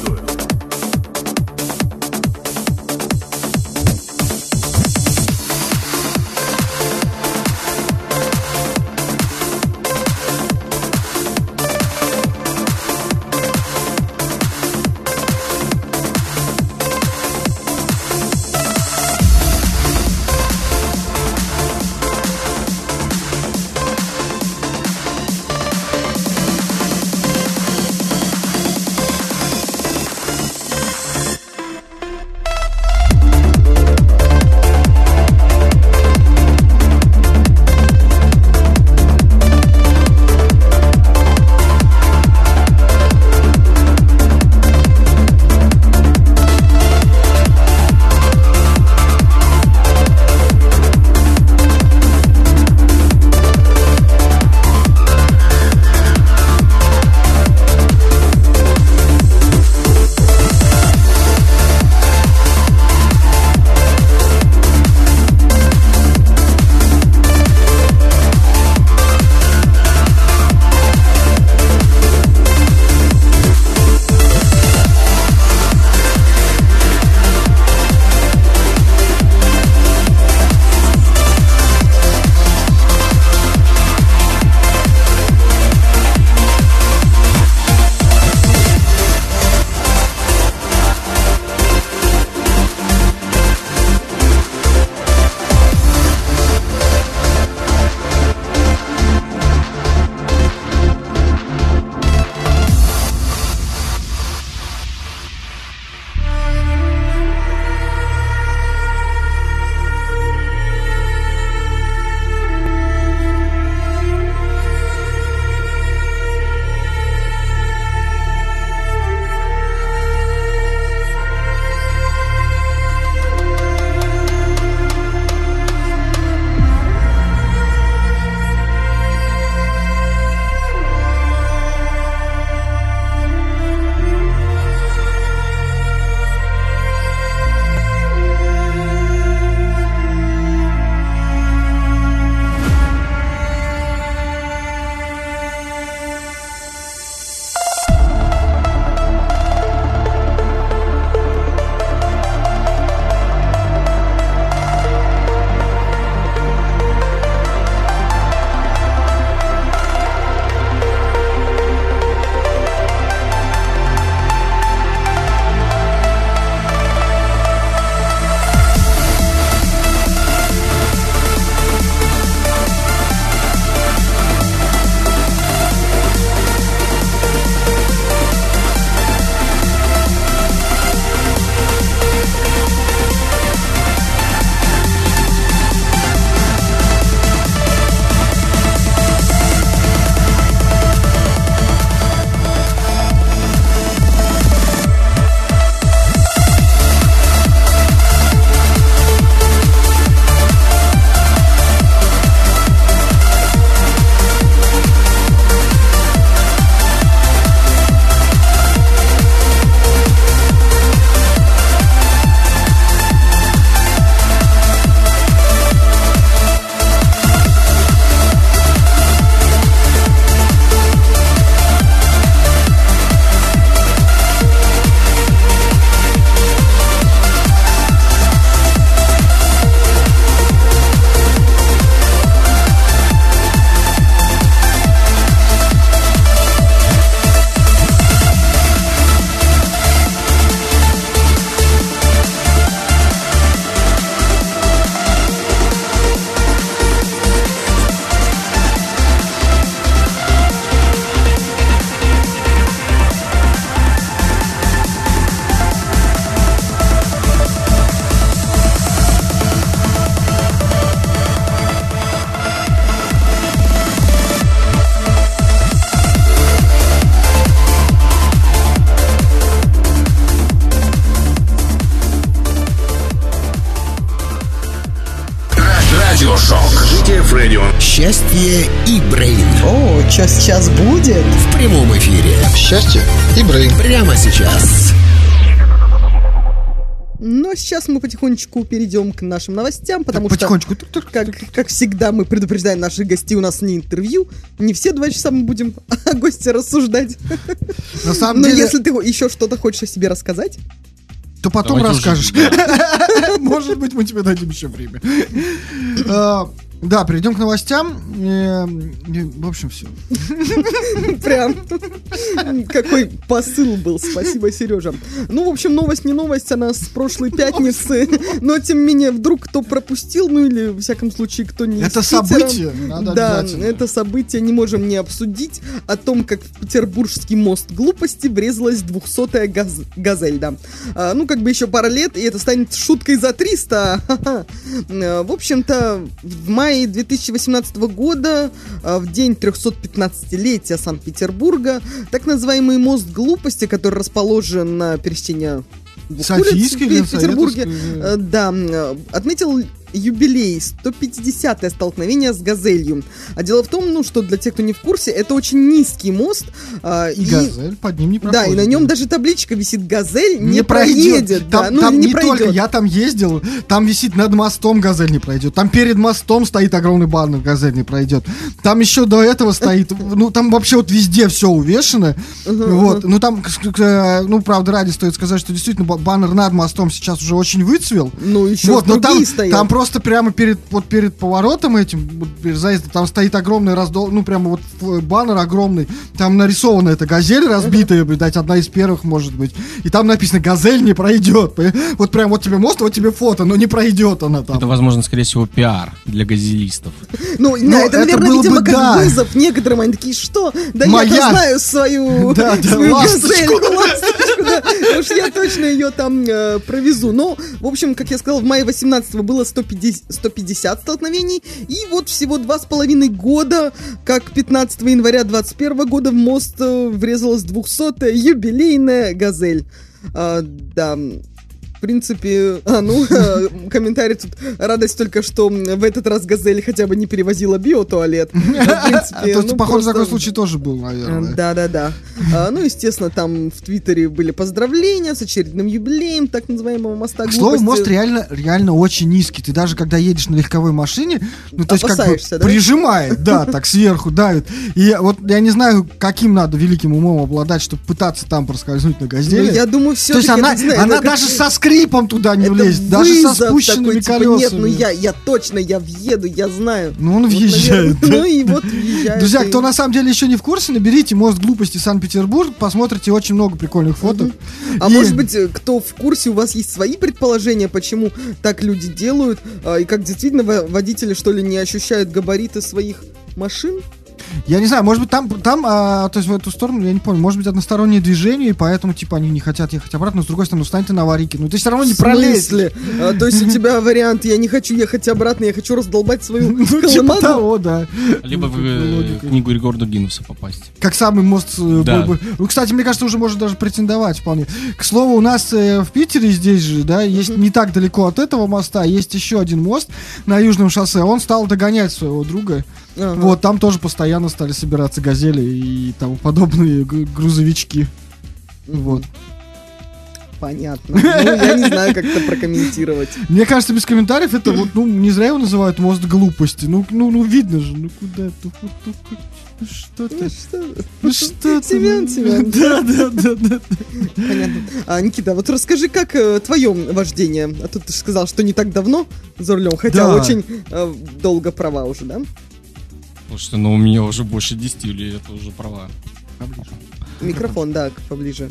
Счастье и Брейн. О, что сейчас будет? В прямом эфире. Счастье и Брейн. Прямо сейчас. Ну, а сейчас мы потихонечку перейдем к нашим новостям, потому Так, что, потихонечку. как, как всегда, мы предупреждаем наших гостей, у нас не интервью, не все два часа мы будем о госте рассуждать. На самом Но деле, если ты еще что-то хочешь о себе рассказать, то потом Давайте уже, расскажешь. да. Может быть, мы тебе дадим еще время. А, Да, перейдем к новостям. Э, э, В общем, все. прям какой посыл был, спасибо, Сережа. Ну, в общем, новость не новость, она с прошлой пятницы, но тем не менее, вдруг кто пропустил, ну или, в всяком случае, кто не из Это Питера. событие, надо Да, обязательно. это событие не можем не обсудить. О том, как в Петербургский мост глупости врезалась двухсотая газ- газель, да. А, ну, как бы еще пара лет, и это станет шуткой за триста. Ха-ха. А, В общем-то, в мае две тысячи восемнадцатого года, а, в день трехсот-пятнадцатилетия Санкт-Петербурга, так называемый мост глупости, который расположен на пересечении двух улиц Софийский или в Петербурге, Советовский? э, да, э, отметил юбилей, сто пятидесятое столкновение с «Газелью». А дело в том, ну, что для тех, кто не в курсе, это очень низкий мост. а, И газель под ним не проходит. Да, и на нем даже табличка висит «Газель не, не проедет». да, Там, ну, там не, не пройдет. только, я там ездил, там висит над мостом «Газель не пройдет». Там перед мостом стоит огромный баннер «Газель не пройдет». Там еще до этого стоит, ну там вообще вот везде все увешано. Вот, ну там, к- к- ну правда ради стоит сказать, что действительно ба- баннер над мостом сейчас уже очень выцвел. Ну, еще Вот, но там, другие стоят. там просто прямо перед, вот перед поворотом этим, вот перед заездом, там стоит огромный раздол, ну прямо вот ф- баннер огромный, там нарисована эта газель разбитая, видать, одна из первых, может быть, и там написано «Газель не пройдет». Вот прям вот тебе мост, вот тебе фото, но не пройдет она там. Это, возможно, скорее всего, пиар для газелистов. Ну, Ну, да, это, это наверное, было видимо, бы как да. вызов некоторым. Они такие, что? Да Моя. я знаю свою, Да, да, свою ласточку. газельку, ласточку, да. Уж я точно ее там э, провезу. Но, в общем, как я сказал, в мае восемнадцатого было сто пятьдесят, сто пятьдесят столкновений. И вот всего два с половиной года, как пятнадцатого января двадцать первого года в мост э, врезалась двухсотая юбилейная газель. А, да... В принципе, а, ну, э, комментарий тут, радость только, что в этот раз «Газель» хотя бы не перевозила биотуалет. А, в принципе, То есть, ну, похоже, просто- такой случай тоже был, наверное. Да-да-да. А, ну, естественно, там в Твиттере были поздравления с очередным юбилеем так называемого моста К слову, глупости. мост реально, реально очень низкий. Ты даже когда едешь на легковой машине, ну то есть как бы Опасаешься, да? прижимает, да, так сверху давит. И вот я не знаю, каким надо великим умом обладать, чтобы пытаться там проскользнуть на Ну, газели. я думаю, То все есть она, она даже со скрипом туда не влезет, даже со спущенными колесами. Нет, ну я, я точно, я въеду, я знаю. Ну он Вот, въезжает. наверное, да. Ну и вот въезжает. Друзья, и- кто на самом деле еще не в курсе, наберите «Мост глупости Санкт-Петербург», посмотрите очень много прикольных фото. А И- может быть, э, кто в курсе, у вас есть свои предположения, почему так люди делают, а, и как действительно во- водители, что ли, не ощущают габариты своих машин? Я не знаю, может быть, там, там а, то есть в эту сторону, я не помню, может быть, одностороннее движение, и поэтому, типа, они не хотят ехать обратно, но с другой стороны, ну, встань ты на аварийке, ну, ты все равно не В пролезешь. смысле? А, то есть у тебя вариант, я не хочу ехать обратно, я хочу раздолбать свою Ну, типа колымагу? того, да. Либо в Ну, э, логика. книгу Ригорда Гиннесса попасть. Как самый мост... э, Да. бой- бой- Ну, кстати, мне кажется, уже может даже претендовать вполне. К слову, у нас э, в Питере здесь же, да, есть не так далеко от этого моста, есть еще один мост на Южном шоссе. Он стал догонять своего друга. Ага. Вот, там тоже постоянно стали собираться газели и тому подобные г- грузовички. Вот. Понятно. Ну, я не знаю, как это прокомментировать. Мне кажется, без комментариев это вот, ну, не зря его называют мост глупости. Ну, ну, ну видно же, ну куда ты, ну, ну, ну, что Ну ты, что? ну что ты. Семен, Семен. Да, да, да, да. Понятно. А, Никита, вот расскажи, как э, твое вождение? А тут ты же сказал, что не так давно за рулем, хотя Да. очень э, долго права уже, да? Слушайте, ну у меня уже больше десяти лет, это уже права. Микрофон, да, к- поближе.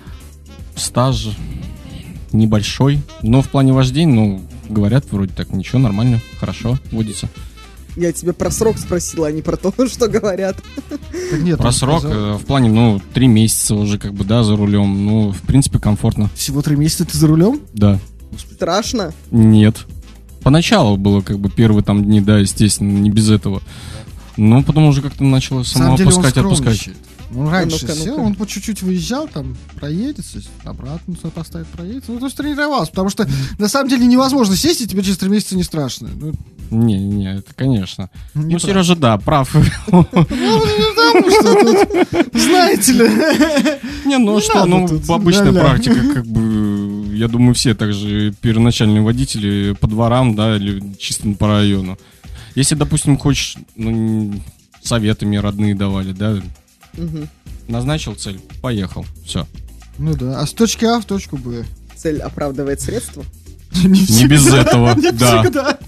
Стаж небольшой, но в плане вождения, ну, говорят, вроде так ничего, нормально, хорошо, водится. Я тебя про срок спросила, а не про то, что говорят. Так нет, Про он срок, сказал. э, в плане, ну, три месяца уже как бы, да, за рулем, ну, в принципе, комфортно, Всего три месяца ты за рулем? да. Страшно? Нет. Поначалу было как бы первые там дни, да, естественно, не без этого. Но потом уже как-то начало На самом само деле он опускать, отпускать. скромничает. Ну, раньше ну-ка, сел, ну-ка. он по чуть-чуть выезжал, там, проедется, обратно сюда поставит, проедется. Ну, то есть тренировался, потому что, на самом деле, невозможно сесть, и тебе через три месяца не страшно. Ну, Не, не, это конечно. Не Ну, прав. Сережа, да, прав. потому что тут, знаете ли... Не, ну Не что, надо ну, тут, обычная ля-ля. практика, как бы, я думаю, все также первоначальные водители по дворам, да, или чисто по району. Если, допустим, хочешь, ну, н- советами родные давали, да, Мгм. назначил цель, поехал, все. Ну да, а с точки А в точку Б. Цель оправдывает средства. Не без этого, Не да. всегда.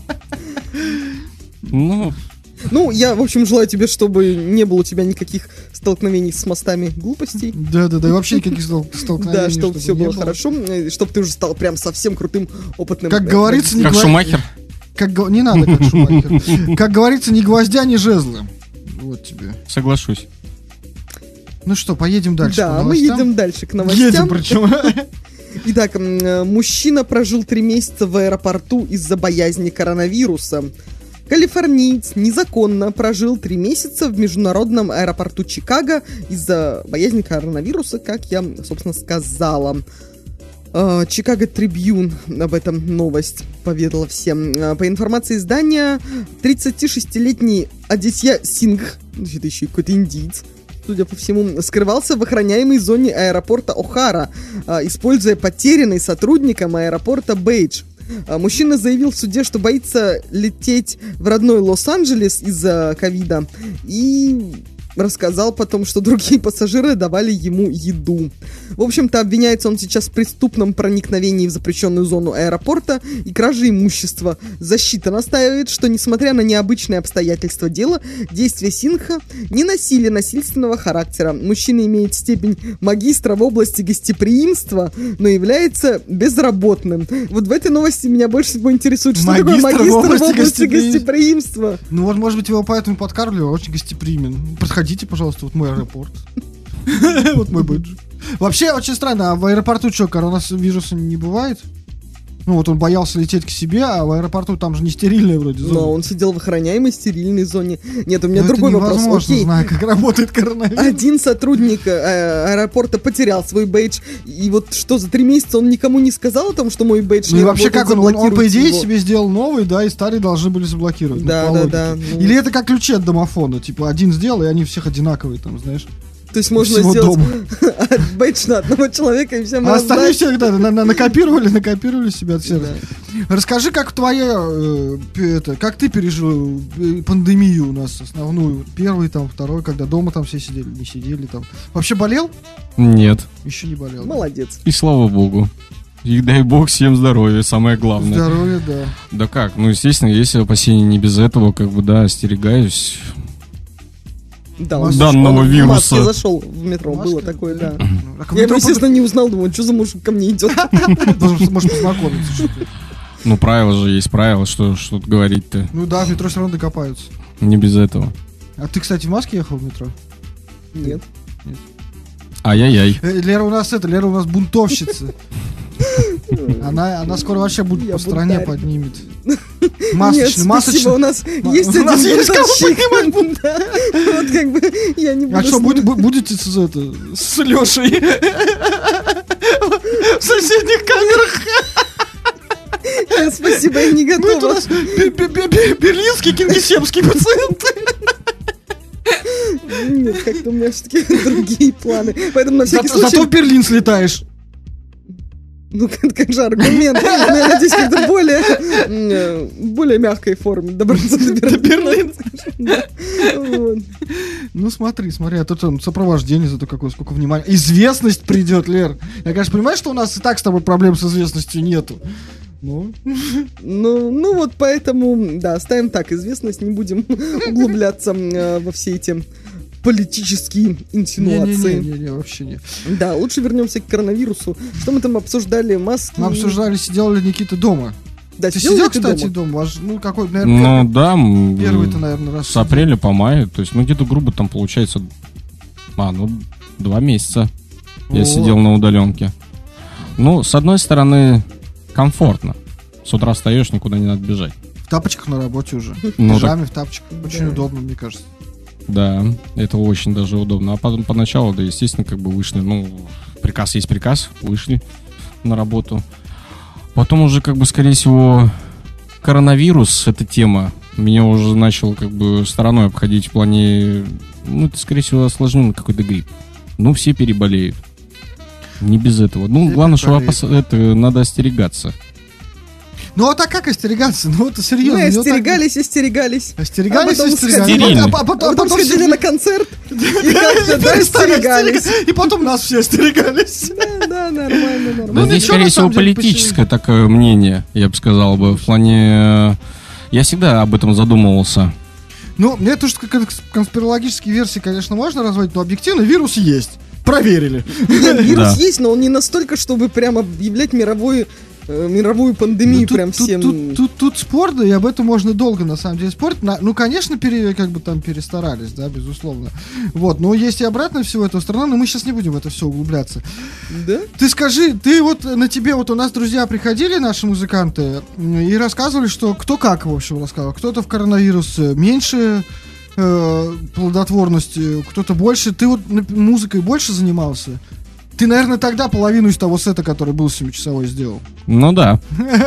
Ну, Ну, я, в общем, желаю тебе, чтобы не было у тебя никаких столкновений с мостами глупостей. Да-да-да, и вообще никаких стол- столкновений. Да, чтобы все не было хорошо, чтобы ты уже стал прям совсем крутым, опытным. Как э, говорится, не как гва- Шумахер. Как го- Не надо как Шумахер. Как говорится, ни гвоздя, ни жезла. Вот тебе. Соглашусь. Ну что, поедем дальше. Да, по мы новостям? едем дальше к новостям. Едем, причем. Итак, м, э, мужчина прожил три месяца в аэропорту из-за боязни коронавируса. Калифорниец незаконно прожил три месяца в международном аэропорту Чикаго из-за боязни коронавируса, как я, собственно, сказала. Э, Чикаго Трибьюн об этом новость поведала всем. Э, По информации издания, тридцатишестилетний Адитья Сингх, ну, это еще и какой-то индиец, судя по всему, скрывался в охраняемой зоне аэропорта О'Хара, э, используя потерянный сотрудником аэропорта бейдж. Э, Мужчина заявил в суде, что боится лететь в родной Лос-Анджелес из-за ковида, и рассказал потом, что другие пассажиры давали ему еду. В общем-то, обвиняется он сейчас в преступном проникновении в запрещенную зону аэропорта и краже имущества. Защита настаивает, что, несмотря на необычные обстоятельства дела, действия Сингха не носили насильственного характера. Мужчина имеет степень магистра в области гостеприимства, но является безработным. Вот в этой новости меня больше всего интересует, что такое Магистр в магистр в области области гостеприимства. гостеприимства. Ну вот, может быть, его поэтому подкармливали, очень гостеприимен. Подходите, пожалуйста, вот мой аэропорт. Вот мой бэдж. Вообще, очень странно, а в аэропорту что, коронавируса не бывает? Ну вот он боялся лететь к себе, а в аэропорту там же не стерильная вроде зона. Но он сидел в охраняемой стерильной зоне. Нет, у меня Ну, другой это вопрос. невозможно, Окей, зная, как работает коронавирус. один сотрудник э, аэропорта потерял свой бейдж, и вот что, за три месяца он никому не сказал о том, что мой бейдж Ну не и вообще, работает, как он, он, он, по заблокируйте идее, его. себе сделал новый, да, и старый должны были заблокировать. ну, Да, по да, логике. да, ну. Или это как ключи от домофона, типа один сделал, и они у всех одинаковые, там, знаешь. То есть можно всего сделать дома. бейдж на одного человека и всем А остальные раздать. все да, на- на- накопировали, накопировали себя от всех. Да. Расскажи, как твоя, э, п- это, как ты пережил э, пандемию у нас основную, первый, там, второй, когда дома там все сидели, не сидели там. Вообще болел? Нет. Еще не болел. Молодец. И слава богу. И дай бог всем здоровья, самое главное. Здоровье, да. Да как, ну, естественно, если опасения не без этого, как бы, да, остерегаюсь. Да, Масочку. Данного он в вируса. маске зашел в метро, Маска? было такое, да. А как Я его, метро естественно, не узнал, думаю, что за мужик ко мне идет. под- должен- Можешь познакомиться. что ты. Ну, правила же есть правила, что, что тут говорить-то. Ну да, в метро все равно докопаются. Не без этого. А ты, кстати, в маске ехал в метро? Нет. Ай-яй-яй. Э, Лера у нас это, Лера у нас бунтовщица. Она, она скоро вообще будет Я по стране бунтарь. поднимет. Нет, Масочный, спасибо, у масочный. нас Ма- есть у один нас есть кого бунтовщик. Да. Вот как бы я не буду А что, с ним- будет- бу- будете с, это, с Лешей в соседних камерах? Э, Спасибо, я не Ну, это у готова. нас бе- бе- бе- бе- берлинский кингисеппский пациент. Нет, как-то у меня все-таки другие планы. Поэтому на всякий Зато зато в случай... Берлин слетаешь. Ну, как, как же аргумент. Но я надеюсь, как-то более, э, более мягкой форме добраться до Берлина. Да. Вот. Ну смотри, смотри, а тут там сопровождение, зато какое, сколько внимания. Известность придет, Лер. Я, конечно, понимаю, что у нас и так с тобой проблем с известностью нету. Ну, Ну, ну вот поэтому, да, оставим так, известность, не будем углубляться э, во все эти политические инсинуации. не-не-не, вообще не. Да, лучше вернемся к коронавирусу. Что мы там обсуждали? Маски? Мы обсуждали, сидел ли Никита дома. Да, Ты сидел сидел, ли ты кстати, дома? дома? Ваш- Ну, какой, наверное, Ну, да. м, первый-то, наверное, раз. С апреля по май, то есть, ну, где-то грубо там получается, а, ну, два месяца я О. сидел на удаленке. Ну, с одной стороны, комфортно. С утра встаешь, никуда не надо бежать. В тапочках на работе уже. В Ну, пижаме, в тапочках. Очень Да. удобно, мне кажется. Да, это очень даже удобно. А потом поначалу, да, естественно, как бы вышли, ну, приказ есть приказ, вышли на работу. Потом уже, как бы, скорее всего, коронавирус, эта тема, меня уже начал, как бы, стороной обходить в плане, ну, это, скорее всего, осложненный какой-то грипп. Ну, все переболеют. Не без этого. Ну, Все главное, что переболеют. опас- это, надо остерегаться. Ну а так как остерегаться? Ну это серьезно. Мы ну, так- остерегались, остерегались. Остерегались, А потом остерегались. сходили. А, а- а потом, А потом потом сходили все- на концерт и как-то, да, перестали остерегались. остерегаться. И потом нас все остерегались. Да, да, нормально, Да, нормально. здесь, ничего, скорее на всего, самом деле, политическое такое мнение, я бы сказал бы, в плане... э, Я всегда об этом задумывался. Ну, мне тоже как конспирологические версии, конечно, можно разводить, но объективно вирус есть. Проверили. Нет, вирус Да. есть, но он не настолько, чтобы прям объявлять мировую, э, мировую пандемию Ну, тут, прям тут, всем. тут, тут, тут спор, да, и об этом можно долго, на самом деле, спорить. На- ну, конечно, пере, как бы там перестарались, да, безусловно. Вот, но есть и обратная всего этого сторона, но мы сейчас не будем в это все углубляться. Да? Ты скажи, ты вот на тебе, вот у нас друзья приходили, наши музыканты, м, и рассказывали, что кто как, в общем, рассказывал. Кто-то в коронавирус э, меньше э, плодотворности, кто-то больше. Ты вот на- музыкой больше занимался? Ты, наверное, тогда половину из того сета, который был семичасовой, сделал. Ну да.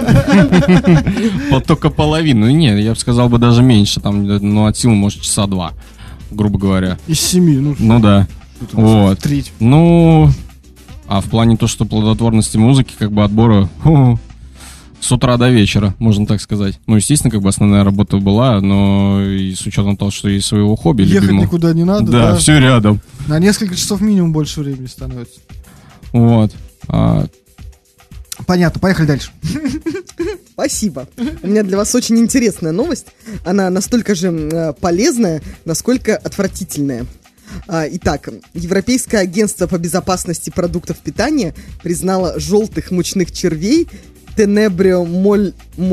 Вот только половину. Не, я бы сказал бы даже меньше. Там, ну, от силы, может, часа два, грубо говоря. Из семи, ну, Ну да. что там, Вот. треть. Ну, а в плане то, что плодотворности музыки, как бы отбора, ху, с утра до вечера, можно так сказать. Ну, естественно, как бы основная работа была, но и с учетом того, что и своего хобби Ехать любимого. никуда не надо, Да, да? все рядом. На несколько часов минимум больше времени становится. Вот. А, Понятно, поехали дальше. Спасибо. У меня для вас очень интересная новость. Она настолько же э, полезная, насколько отвратительная. А, Итак, Европейское агентство по безопасности продуктов питания признало желтых мучных червей Tenebrio mol-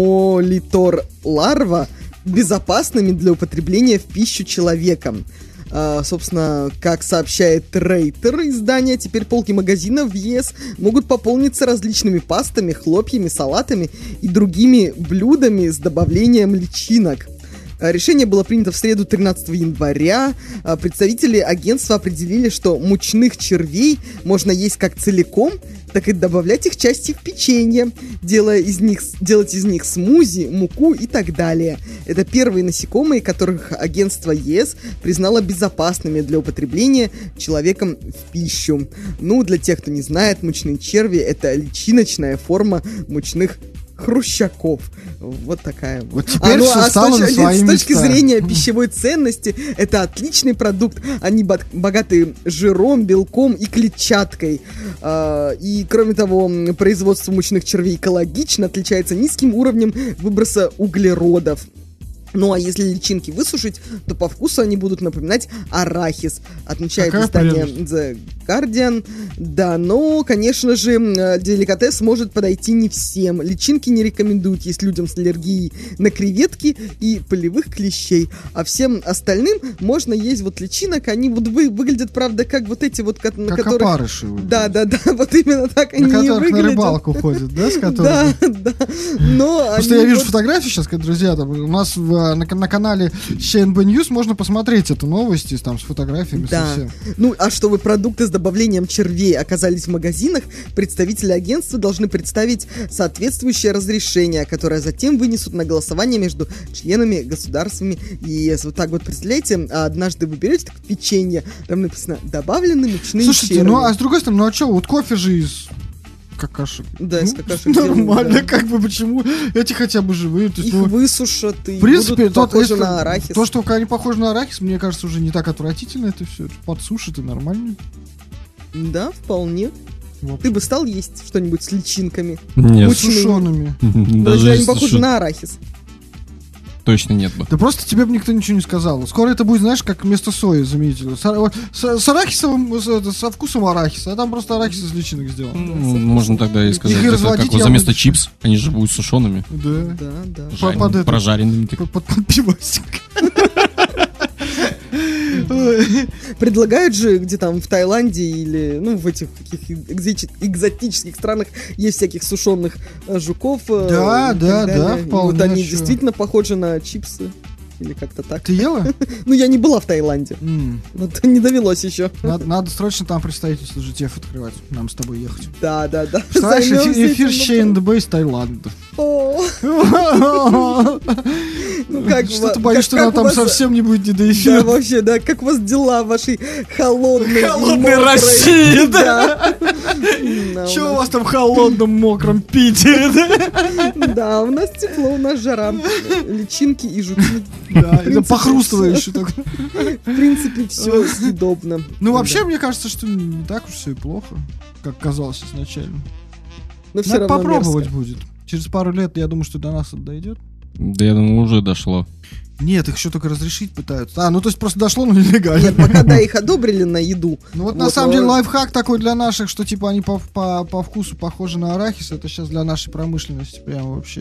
molitor larva безопасными для употребления в пищу человеком. А, собственно, как сообщает Рейтер издание, теперь полки магазинов в ЕС могут пополниться различными пастами, хлопьями, салатами и другими блюдами с добавлением личинок. А, Решение было принято в среду тринадцатого января. А, Представители агентства определили, что мучных червей можно есть как целиком, так и добавлять их части в печенье, делая из них, делать из них смузи, муку и так далее. Это первые насекомые, которых агентство ЕС признало безопасными для употребления человеком в пищу. Ну, для тех, кто не знает, мучные черви — это личиночная форма мучных хрущаков. Вот такая вот. Вот теперь всё а с стало на точки- свои с точки места. зрения пищевой ценности, это отличный продукт. Они бо- богаты жиром, белком и клетчаткой. А, И, кроме того, м, производство мучных червей экологично, отличается низким уровнем выброса углеродов. Ну а если личинки высушить, то по вкусу они будут напоминать арахис, отмечает Какая издание прелесть. The Guardian. Да, но, конечно же, м, деликатес может подойти не всем. Личинки не рекомендуют есть людям с аллергией на креветки и полевых клещей. А всем остальным можно есть вот личинок. Они вот вы, выглядят, правда, как вот эти вот, ко- на Как которых... опарыши. вот. Да, да, да, вот именно так На они и которых на выглядят. рыбалку ходят, да, с которыми? Да, да. Но Просто они я вижу вот- фотографии сейчас, как друзья, там, у нас в, на, на канале си эн би News можно посмотреть эту новость там, с фотографиями, Да. со всем. Ну, а чтобы продукты с добавлением червей оказались в магазинах, представители агентства должны представить соответствующее разрешение, которое затем вынесут на голосование между членами государствами ЕС. Вот так вот, представляете, а однажды вы берете так печенье, там написано «добавлены мучные Слушайте, черви». ну а с другой стороны, ну а что, вот кофе же из какашек. Да, из Ну, какашек делают, Нормально, да. как бы, почему? Эти хотя бы живые. То есть, Их ну, высушат и в принципе, будут тот, похожи если- на арахис. то, что они похожи на арахис, мне кажется, уже не так отвратительно это все. Подсушит и нормально. Да, вполне. Вот. Ты бы стал есть что-нибудь с личинками? Нет, Мучные. Сушеными. Даже даже они если похожи что, на арахис. точно нет бы. Да просто тебе бы никто ничего не сказал. Скоро это будет, знаешь, как вместо сои заменитель. С, ара- с- с арахисовым, с- это, со вкусом арахиса, а там просто арахис из личинок сделан. Ну, можно тогда и сказать, Их это разводить как вот я за место буду. чипс, они же будут сушеными, Да. Да, да. Под- под это. прожаренными. так. Под, под, под пивасик. Предлагают же, где там в Таиланде или, ну, в этих таких экзоти- экзотических странах есть всяких сушеных э, жуков. э, Да, и так да, далее. да, И вполне, вот они чё. действительно похожи на чипсы Или как-то так. Ты ела? Ну, я не была в Таиланде. М. Вот не довелось еще. Надо, надо срочно там представительство джи ти эф открывать. Нам с тобой ехать. Да, да, да. Представляешь, Займемся эфир, эфир этим, Shane the Base Таиланда. О, ну как Что-то ва- боюсь, как- что нам как у там вас- совсем не будет не до Да, эфира. вообще, да, как у вас дела в вашей холодной, Холодной мокрой- России, да. Да, Че у у нас- вас там в холодном, мокром Питере? да? Да, у нас тепло, у нас жара. Личинки и жуки. Да, это принципе, похрустываешь всё. еще так. В принципе, все съедобно. Ну, Да. вообще, мне кажется, что не так уж все и плохо, как казалось изначально. Но все Надо равно попробовать мерзко. будет. Через пару лет, я думаю, что до нас это дойдет. Да я думаю, уже дошло. Нет, их еще только разрешить пытаются. А, ну то есть просто дошло, но нелегально. Нет, пока да, их одобрили на еду. Ну вот, на Вот, самом но- деле лайфхак такой для наших, что типа они по, по, по вкусу похожи на арахис, это сейчас для нашей промышленности прямо вообще.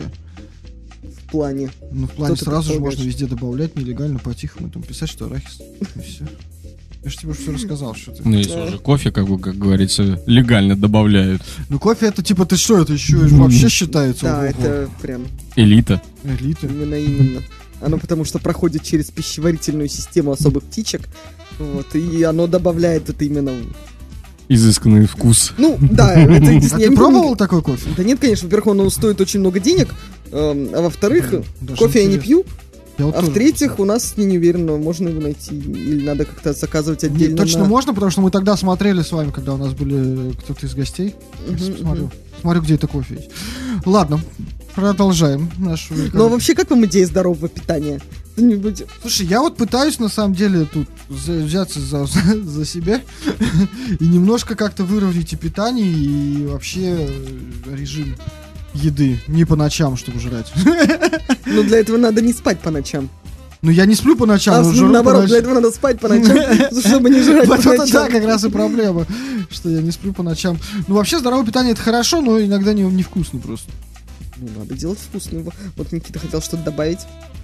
В плане. Ну в плане Что ты сразу же предполагаешь? можно везде добавлять нелегально, по-тихому, там писать, что арахис. И все. Я же тебе все рассказал, что ты. Ну, если Да. уже кофе, как бы, как говорится, легально добавляют. Ну кофе это типа ты что, это еще вообще считается? Да, ого-го. это прям Элита. Элита. именно именно. Оно потому что проходит через пищеварительную систему особых птичек. Вот, и оно добавляет это именно... Изысканный вкус. Ну, да, это А единственное. я ты не помню, пробовал такой кофе? Да нет, конечно, во-первых, он стоит очень много денег, эм, а во-вторых, Блин, даже кофе я не интересно. пью, Я вот а тоже в-третьих, у нас не, не уверен, можно его найти, или надо как-то заказывать Не, отдельно. точно на- можно, потому что мы тогда смотрели с вами, когда у нас были кто-то из гостей. Мгм, Сейчас мгм. посмотрю. Смотрю, где это кофе есть. Ладно, продолжаем нашу... Но вообще, как вам идея здорового питания? Кто-нибудь- Слушай, я вот пытаюсь на самом деле тут за- взяться за, за, за себя и немножко как-то выровнять и питание, и вообще э, режим еды. Не по ночам, чтобы жрать. Ну, для этого надо не спать по ночам. Ну, я не сплю по ночам, А, но ну, жру по наоборот, ночам. для этого надо спать по ночам, чтобы не жрать по Вот это да, ночам. как раз и проблема, что я не сплю по ночам. Ну, вообще, здоровое питание это хорошо, но иногда не, невкусно просто. Ну, надо делать вкусно. Вот Никита хотел что-то добавить.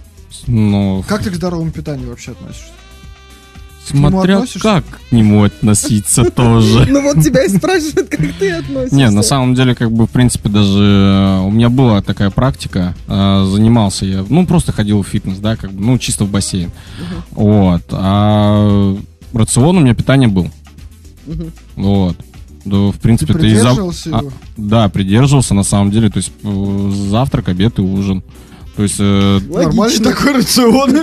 Но Как ты к здоровому питанию вообще относишься? К нему смотря относишься? как к нему относиться тоже. Ну вот тебя и спрашивают, как ты относишься. Не, на самом деле, как бы, в принципе, даже э, у меня была такая практика, э, занимался я, ну, просто ходил в фитнес, да, как бы, ну, чисто в бассейн. Вот. А рацион у меня питания был. Мгм. Вот. Да, в Ты принципе, ты и за- придерживался а, его? Да, придерживался, на самом деле, то есть э, завтрак, обед и ужин. То есть, э, Нормальный Логично. такой рацион.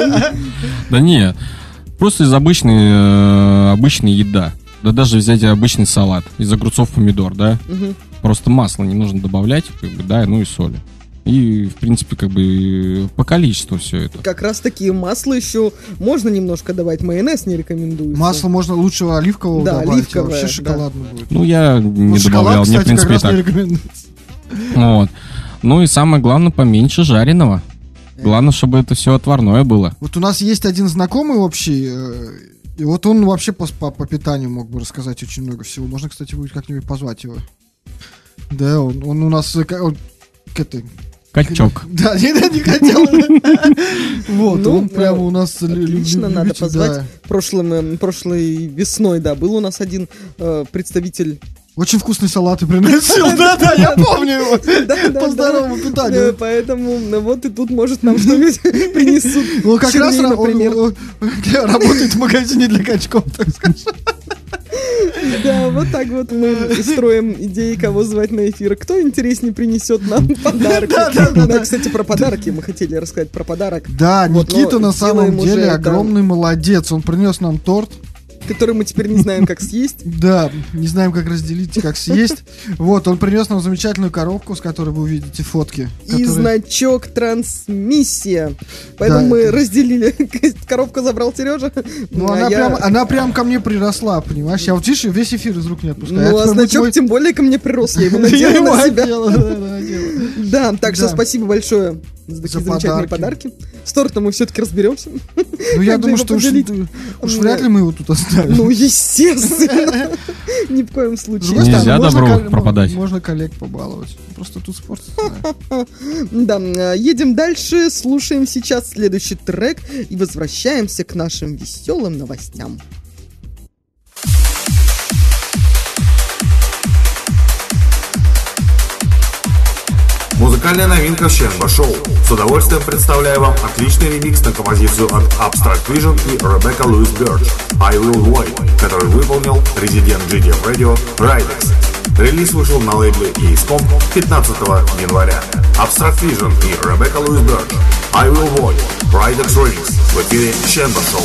да не, просто из обычной, э, обычной еда. Да даже взять обычный салат из огурцов, помидор, да. Мгм. Просто масло не нужно добавлять, как бы, да, ну и соли. И, в принципе, как бы по количеству все это. Как раз таки масло еще можно немножко давать, майонез не рекомендуется. Масло можно лучше оливкового Да, добавить, а оливковое, вообще да. шоколадно будет. Ну, я не Ну, шоколад, добавлял, мне, в кстати, как принципе, и раз не так. рекомендуется. Вот. Ну и самое главное, поменьше жареного. Главное, чтобы это все отварное было. Вот у нас есть один знакомый общий, э, и вот он вообще по, по, по питанию мог бы рассказать очень много всего. Можно, кстати, будет как-нибудь позвать его. Да, он, он у нас... э, ка- он, к этой- Качок. Да, не, да, не хотел. Вот, Ну, он прямо у нас... лю- лю- Отлично, надо любитель, позвать. да. Прошлым, эм, прошлой весной, да, был у нас один э, представитель. Очень вкусный салат и приносил. Да-да, я помню его. Да, да, По да. здоровому Э, питанию. Поэтому ну, вот и тут, может, нам что-нибудь принесут. Ну, как раз Червей, ра- он- например. он- он работает в магазине для качков, так скажем. Да, вот так вот мы строим идеи, кого звать на эфир. Кто интереснее принесет нам подарки. Да, да, да, да. Кстати, про подарки мы хотели рассказать про подарок, Да, Вот, Никита но на самом сделаем деле уже, да. огромный молодец. Он принес нам торт. который мы теперь не знаем, как съесть. Да, не знаем, как разделить, как съесть. Вот, он принес нам замечательную коробку, с которой вы увидите фотки. И которые- значок трансмиссия. Поэтому Да, мы это- разделили. Коробку забрал Сережа. Ну, а она, я- прям, она прям ко мне приросла, понимаешь? Я вот, видишь, весь эфир из рук не отпускаю. Ну, Это а будет значок мой- тем более ко мне прирос. Я его Я надела его на себя. одела, да, да, одела. Да, так что Да. спасибо большое за такие За замечательные подарки. С тортом мы все-таки разберемся. Ну, я Как же думаю, его что уж, поделить? уж Мне- вряд ли мы его тут оставим. Ну, естественно. Ни в коем С случае. другой Нельзя стороны, можно добро кол- пропадать. Можно коллег побаловать. Просто тут спорт. Да, э, едем дальше, слушаем сейчас следующий трек и возвращаемся к нашим веселым новостям. Музыкальная новинка Shenba Show. С удовольствием представляю вам отличный ремикс на композицию от Abstract Vision и Rebecca Louise Birch I Will Void, который выполнил резидент джи ти эф Radio Rydex. Релиз вышел на лейбле и икс ком пятнадцатого января. Abstract Vision и Rebecca Louise Birch I Will Void, Rydex Remix в эфире Shenba Show.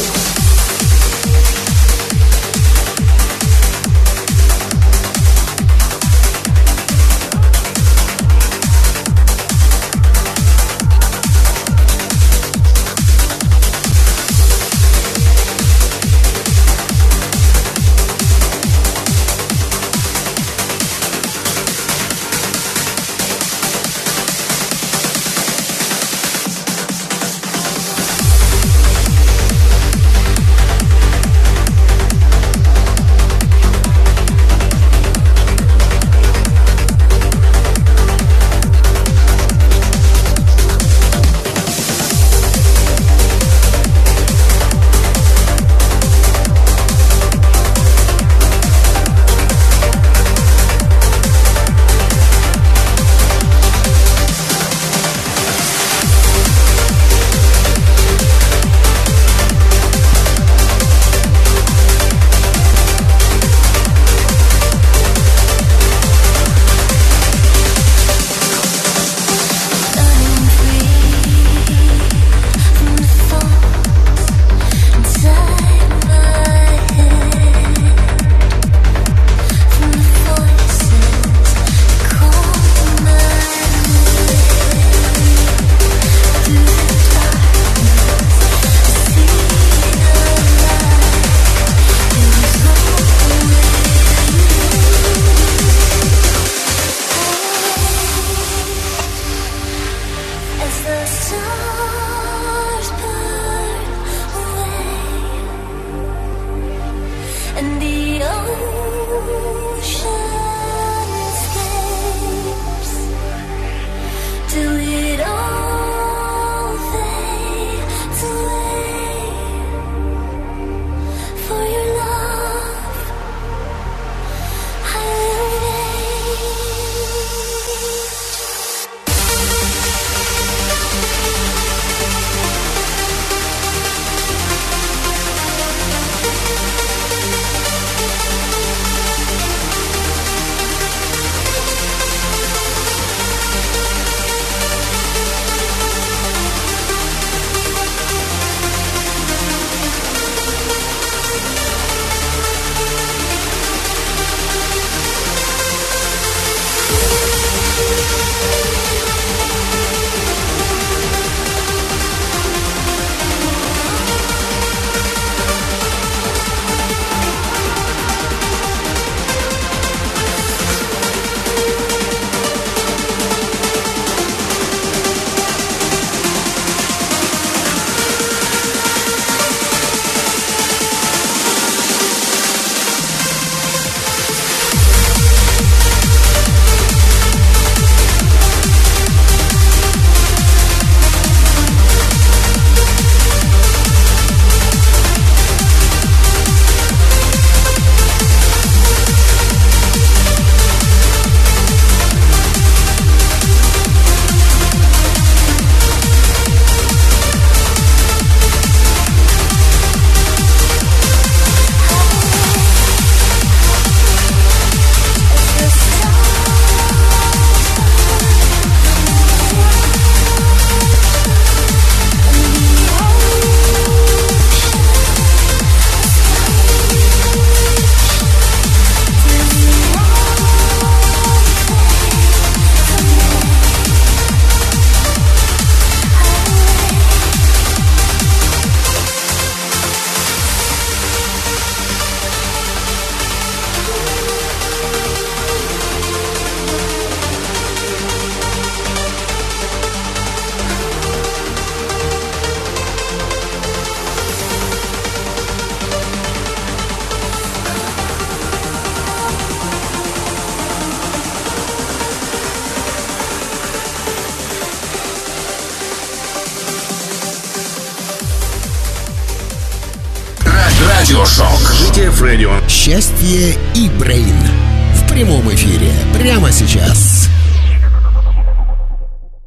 Радиошок. джи ти эф Radio. Счастье и Брейн. В прямом эфире. Прямо сейчас.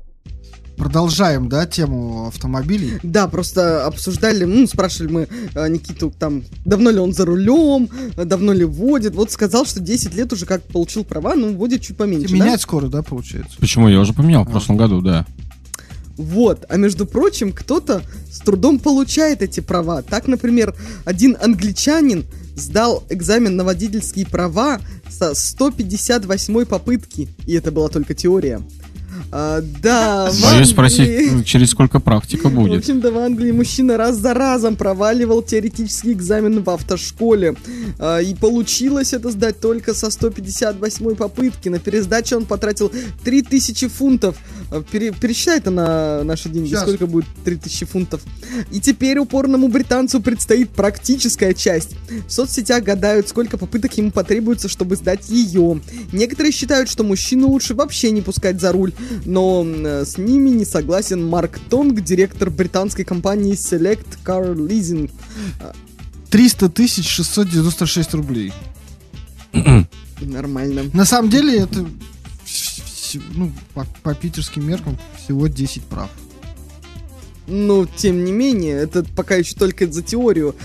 продолжаем, да, тему автомобилей. Да, просто обсуждали, ну, спрашивали мы э, Никиту, там, давно ли он за рулем, э, давно ли водит. Вот сказал, что десять лет уже как получил права, ну, водит чуть поменьше, да? Менять скоро, да, получается? Почему? Я уже поменял в прошлом году, да. Вот, а между прочим, кто-то с трудом получает эти права. Так, например, один англичанин сдал экзамен на водительские права со сто пятьдесят восьмой попытки, и это была только теория. А, да, в Боюсь Англии... спросить, через сколько практика В будет. общем-то, в Англии мужчина раз за разом проваливал теоретический экзамен в автошколе. А, и получилось это сдать только со сто пятьдесят восьмой попытки. На пересдачу он потратил три тысячи фунтов. А, пере, пересчитай это на наши деньги. Сейчас. Сколько будет три тысячи фунтов? И теперь упорному британцу предстоит практическая часть. В соцсетях гадают, сколько попыток ему потребуется, чтобы сдать ее. Некоторые считают, что мужчину лучше вообще не пускать за руль. Но э, с ними не согласен Марк Тонг, директор британской компании Select Car Leasing. триста тысяч шестьсот девяносто шесть рублей. Нормально. На самом деле это, вс- вс- ну, по, по питерским меркам всего десять прав. Но, тем не менее, это пока еще только за теорию.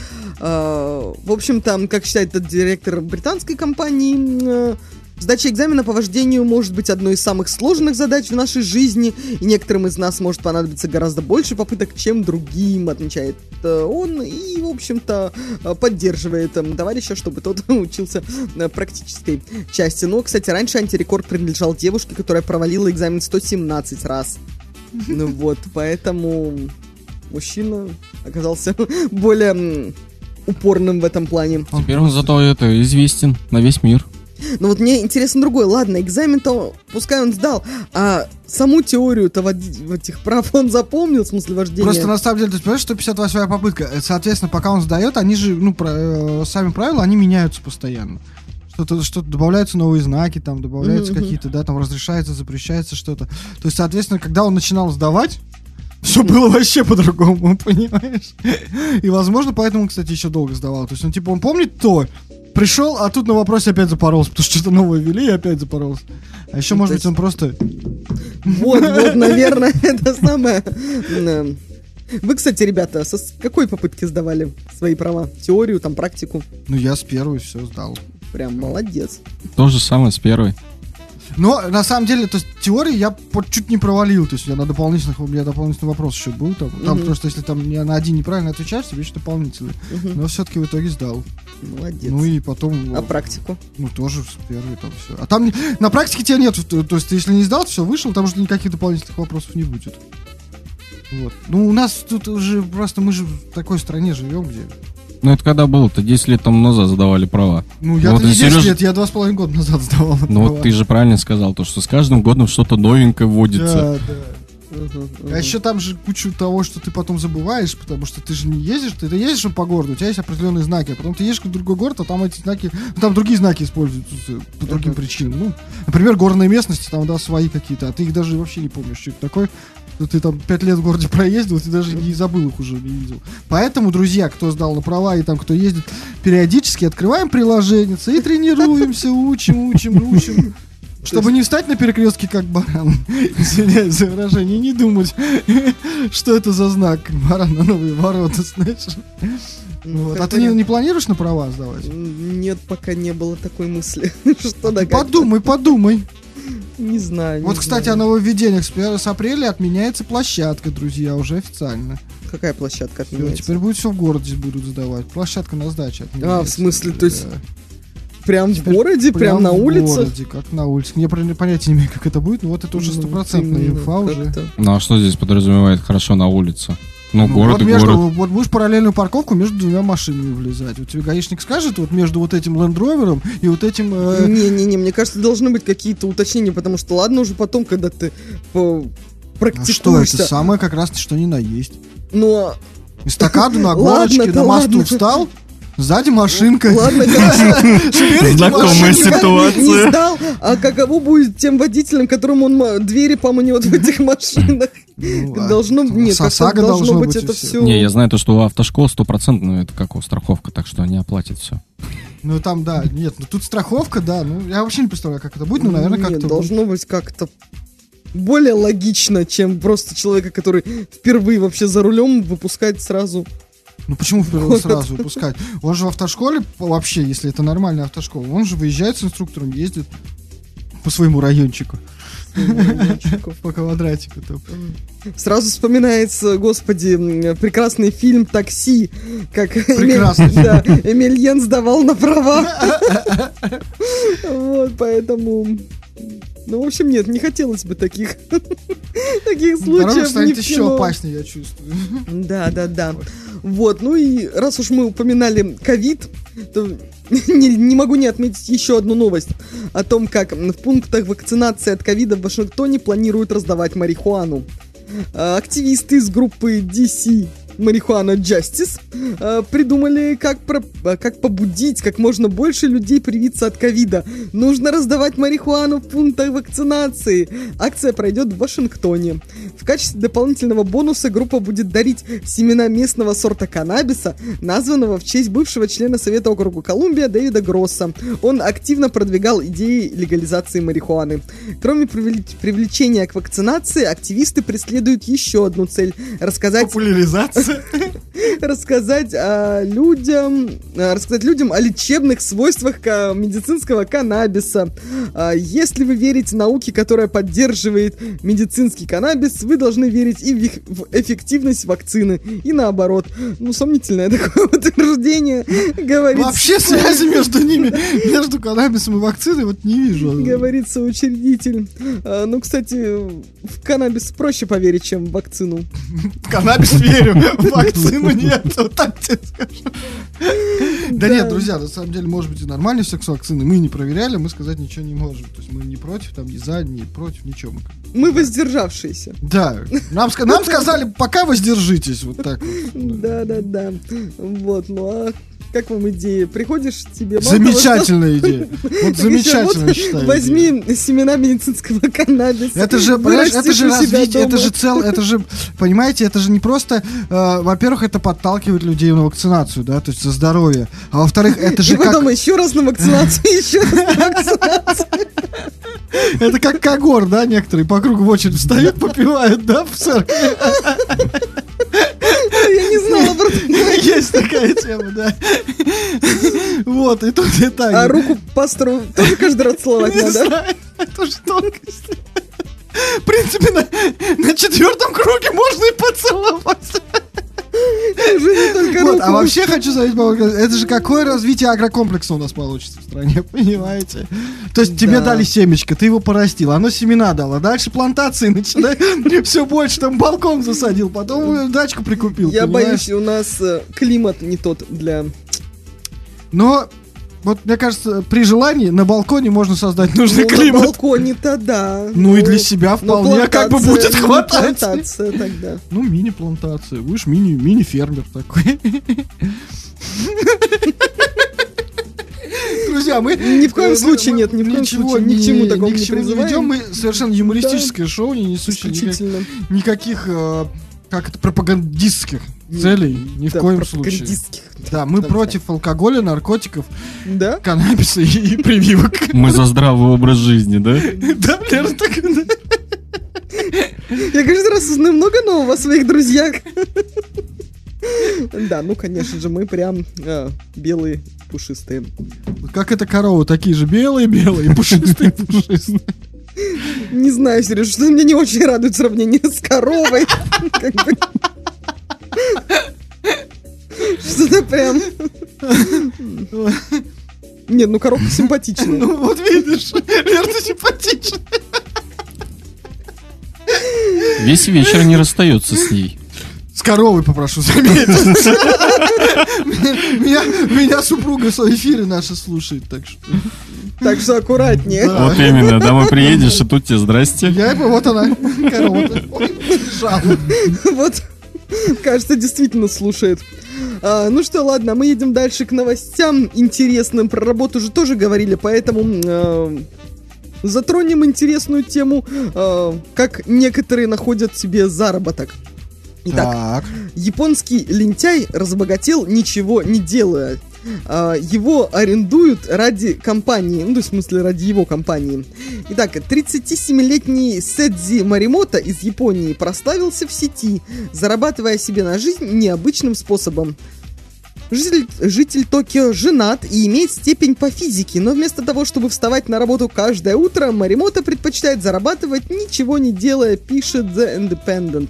А, в общем-то, как считает этот директор британской компании, э, сдача экзамена по вождению может быть одной из самых сложных задач в нашей жизни, и некоторым из нас может понадобиться гораздо больше попыток, чем другим, отмечает э, он, и, в общем-то, э, поддерживает э, товарища, чтобы тот учился э, практической части. Но, кстати, раньше антирекорд принадлежал девушке, которая провалила экзамен сто семнадцать раз. Ну вот, поэтому мужчина оказался более м, упорным в этом плане. Теперь он зато это известен на весь мир. Но вот мне интересно другое. Ладно, экзамен-то пускай он сдал, а саму теорию-то води- этих прав он запомнил, в смысле вождения? Просто на самом деле, ты понимаешь, сто пятьдесят восьмая попытка. Это, соответственно, пока он сдает, они же, ну, про, э, сами правила, они меняются постоянно. Что-то, что-то добавляются новые знаки, там добавляются Мгм. какие-то, да, там разрешается, запрещается что-то. То есть, соответственно, когда он начинал сдавать, все было вообще по-другому, понимаешь? И, возможно, поэтому он, кстати, еще долго сдавал. То есть, он, типа, он помнит то, пришел, а тут на вопросе опять запоролся, потому что что-то новое ввели, и опять запоролся. А еще, Ну, может то быть, он просто... Вот, вот, наверное, это самое. М, Вы, кстати, ребята, со с какой попытки сдавали свои права? Теорию, там, практику? Ну, я с первой все сдал. Прям молодец. То же самое с первой. Но, на самом деле, то есть, теории я по- чуть не провалил. То есть, у меня на дополнительных, у меня дополнительный вопрос еще был. Там, там Мгм. потому что если там не на один неправильно отвечаешь, тебе еще дополнительный. Мгм. Но все-таки в итоге сдал. Молодец. Ну и потом, А практику? ну, тоже с первой там все. А там не- на практике тебя нет. То, то есть, ты, если не сдал, все, вышел, там уже никаких дополнительных вопросов не будет. Вот. Ну, у нас тут уже просто, мы же в такой стране живем, где... Ну это когда было-то? десять лет тому назад задавали права. Ну, я-то Вот не и десять Серёж- лет, я два с половиной года назад сдавал. Ну вот ты же правильно сказал, то, что с каждым годом что-то новенькое вводится. Да, да. А еще там же кучу того, что ты потом забываешь, потому что ты же не ездишь, ты, ты ездишь по городу, у тебя есть определенные знаки, а потом ты едешь в другой город, а там эти знаки, ну, там другие знаки используются по другим причинам. Ну, например, горные местности, там, да, свои какие-то, а ты их даже вообще не помнишь, что это такое. Что ты там пять лет в городе проездил, ты даже не забыл их уже, не видел. Поэтому, друзья, кто сдал на права и там кто ездит, периодически открываем приложение и тренируемся, учим, учим, учим. Чтобы не встать на перекрестке как баран, извиняюсь за выражение, и не думать, что это за знак, как баран на новые ворота, знаешь. Вот. А ты не, не планируешь на права сдавать? Нет, пока не было такой мысли. Что да, как? Подумай, подумай. Не знаю. Вот, не кстати, знаю. о нововведениях. С первого апреля отменяется площадка, друзья, уже официально. Какая площадка Всё, отменяется? теперь будет все в городе будут сдавать. Площадка на сдаче отменяется. А, в смысле, то есть Да. Прям в Теперь городе, прям на в улице? городе, как на улице. Я про- понятия не имею, как это будет, но вот это уже Ну, стопроцентная именно, инфа уже. как-то. Ну а что здесь подразумевает хорошо на улице? Ну, Ну, город вот, и между, город. вот будешь параллельную парковку между двумя машинами влезать. Вот тебе гаишник скажет, вот между вот этим Land Rover'ом и вот этим... э, Не-не-не, мне кажется, должны быть какие-то уточнения, потому что ладно уже потом, когда ты по- а что практикуешься. это самое как раз что ни на есть. Но Эстакаду на Ладно, горочке, да на мосту ладно. встал, сзади машинка. ладно, хорошо. Знакомая ситуация. Не сдал, а каково будет тем водителям, которым он м- двери помнет в этих машинах? Ну, а Должно, нет, как-то САСАГО должно должно быть быть и это всё. все. Не, я знаю то, что у автошкол стопроцентно это как у страховка, так что они оплатят все. Ну там, да, нет, ну тут страховка, да, ну я вообще не представляю, как это будет, ну, наверное, Нет, как-то... должно быть как-то более логично, чем просто человека, который впервые вообще за рулем, выпускать сразу. Ну почему впервые сразу выпускать? Он же в автошколе, вообще, если это нормальная автошкола, он же выезжает с инструктором, ездит по своему райончику. По квадратику. Сразу вспоминается, господи, прекрасный фильм «Такси», как Прекрасный Эмиль, да, Эмильен сдавал на права. Вот, поэтому... Ну, в общем, нет, не хотелось бы таких таких случаев. Дорога станет ни в еще кино. опаснее, я чувствую. Да, да, да. Вот, ну и раз уж мы упоминали ковид, то не, не могу не отметить еще одну новость о том, как в пунктах вакцинации от ковида в Вашингтоне планируют раздавать марихуану. А, активисты из группы ди си Marijuana Justice э, придумали, как, про, как побудить как можно больше людей привиться от ковида. Нужно раздавать марихуану в пунктах вакцинации. Акция пройдет в Вашингтоне. В качестве дополнительного бонуса группа будет дарить семена местного сорта каннабиса, названного в честь бывшего члена Совета округа Колумбия Дэвида Гросса. Он активно продвигал идеи легализации марихуаны. Кроме привлечения к вакцинации, активисты преследуют еще одну цель – рассказать... Популяризация. Рассказать о людям, рассказать людям о лечебных свойствах медицинского каннабиса. Если вы верите науке, которая поддерживает медицинский каннабис, вы должны верить и в эффективность вакцины, и наоборот. Ну, сомнительное такое утверждение. Говорит, вообще связи между ними, между каннабисом и вакциной, вот не вижу. Говорит соучредитель. Ну, кстати, в каннабис проще поверить, чем в вакцину. В каннабис верю. Вакцину нет, вот так тебе скажу. Да нет, друзья, на самом деле, может быть и нормальный все с вакциной. Мы не проверяли, мы сказать ничего не можем. То есть мы не против, там, ни за, ни против, ничего. Мы воздержавшиеся. Да, нам, нам сказали, пока воздержитесь, вот так вот. Да-да-да. Вот, ну а как вам идея? Приходишь, тебе... Замечательная идея. Вот замечательно, считаю. Возьми семена медицинского каннабиса. Это же, понимаешь, это же развитие, это же цел, это же, понимаете, это же не просто, э, во-первых, это подталкивает людей на вакцинацию, да, то есть за здоровье, а во-вторых, это же и потом как... еще раз на вакцинацию, еще раз на вакцинацию. Это как когор, да, некоторые по кругу в очередь встают, попивают, да, в церкви. Я не знала про это. Есть такая тема, да. Вот, и тут и так. А руку пастору тоже каждый раз целовать надо? Это же тонкость. В принципе, на, на четвертом круге можно и поцеловать. Уже не только вот, руку. А вообще хочу заметить, это же какое развитие агрокомплекса у нас получится в стране, понимаете? То есть да. Тебе дали семечко, ты его порастил, оно семена дало, дальше плантации начинай, все больше, там балкон засадил, потом дачку прикупил. Я понимаешь? боюсь, у нас климат не тот для... Но... Вот, мне кажется, при желании на балконе можно создать нужный ну, климат. На балконе-то да. Ну, ну и для себя вполне как бы будет хватать. Плантация тогда. Ну, мини-плантация. Будешь мини, мини-фермер такой. Друзья, мы... Ни в коем случае нет, ни в коем случае ни к чему такому не призываем. Мы совершенно юмористическое шоу, не несущее никаких... Как это, пропагандистских целей, ни в да, коем случае. Да, мы так, против да. алкоголя, наркотиков, да? каннабиса и, и прививок. Мы за здравый образ жизни, да? Да, наверное, так. Я каждый раз узнаю много нового о своих друзьях. Да, ну, конечно же, мы прям белые, пушистые. Как это коровы, такие же белые-белые, пушистые, пушистые. Не знаю, Сереж, что меня не очень радует сравнение с коровой. Что-то прям... Нет, ну коровка симпатичная. Ну вот видишь, верно симпатичная. Весь вечер не расстается с ней. С коровой попрошу заметить. Меня, меня супруга в эфире наша слушает, так что... Так что аккуратнее. Да. Вот именно, домой приедешь, и тут тебе здрасте. Я, вот она, корова-то. Вот, кажется, действительно слушает. А, ну что, ладно, мы едем дальше к новостям интересным. Про работу уже тоже говорили, поэтому... А... Затронем интересную тему, э, как некоторые находят себе заработок. Итак, так. Японский лентяй разбогател, ничего не делая. А, его арендуют ради компании, ну, то есть, в смысле, ради его компании. Итак, тридцатисемилетний Сэдзи Моримото из Японии прославился в сети, зарабатывая себе на жизнь необычным способом. Житель, житель Токио женат и имеет степень по физике, но вместо того, чтобы вставать на работу каждое утро, Моримото предпочитает зарабатывать, ничего не делая, пишет The Independent.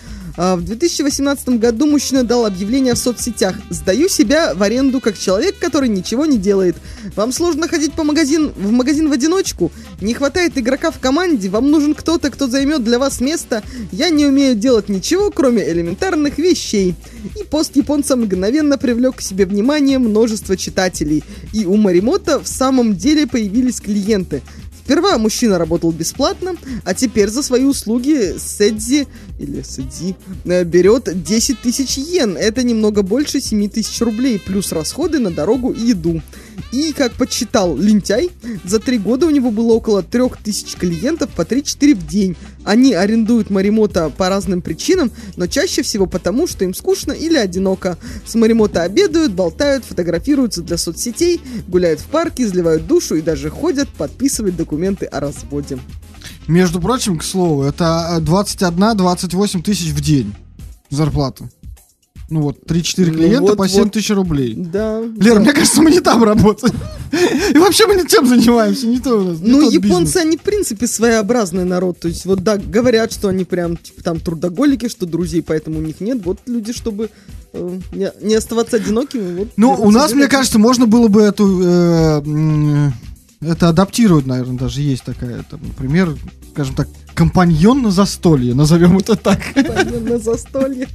В две тысячи восемнадцатом году мужчина дал объявление в соцсетях: «Сдаю себя в аренду как человек, который ничего не делает. Вам сложно ходить по магазин, в магазин в одиночку? Не хватает игрока в команде? Вам нужен кто-то, кто займет для вас место? Я не умею делать ничего, кроме элементарных вещей». И пост японца мгновенно привлек к себе внимание множество читателей. И у Моримото в самом деле появились клиенты. Сперва мужчина работал бесплатно, а теперь за свои услуги Сэдзи, или Сэдзи, берет десять тысяч йен. Это немного больше семь тысяч рублей, плюс расходы на дорогу и еду. И, как подсчитал лентяй, за три года у него было около трех тысяч клиентов по три-четыре в день. Они арендуют Моримото по разным причинам, но чаще всего потому, что им скучно или одиноко. С Моримото обедают, болтают, фотографируются для соцсетей, гуляют в парке, изливают душу и даже ходят подписывать документы о разводе. Между прочим, к слову, это двадцать один - двадцать восемь тысяч в день зарплата. Ну вот, три-четыре клиента ну вот, по семь вот. тысяч рублей. Да. Лера, мне кажется, мы не там работаем. И вообще мы не тем занимаемся, не то у нас. Ну, японцы, они, в принципе, своеобразный народ. То есть, вот, да, говорят, что они прям, типа, там, трудоголики, что друзей поэтому у них нет. Вот люди, чтобы э, не, не оставаться одинокими. Вот, ну, у нас, себе, мне кажется, можно было бы эту... Э, э, это адаптировать, наверное, даже есть такая, там, например, скажем так, компаньон на застолье, назовем это так. Компаньон на застолье.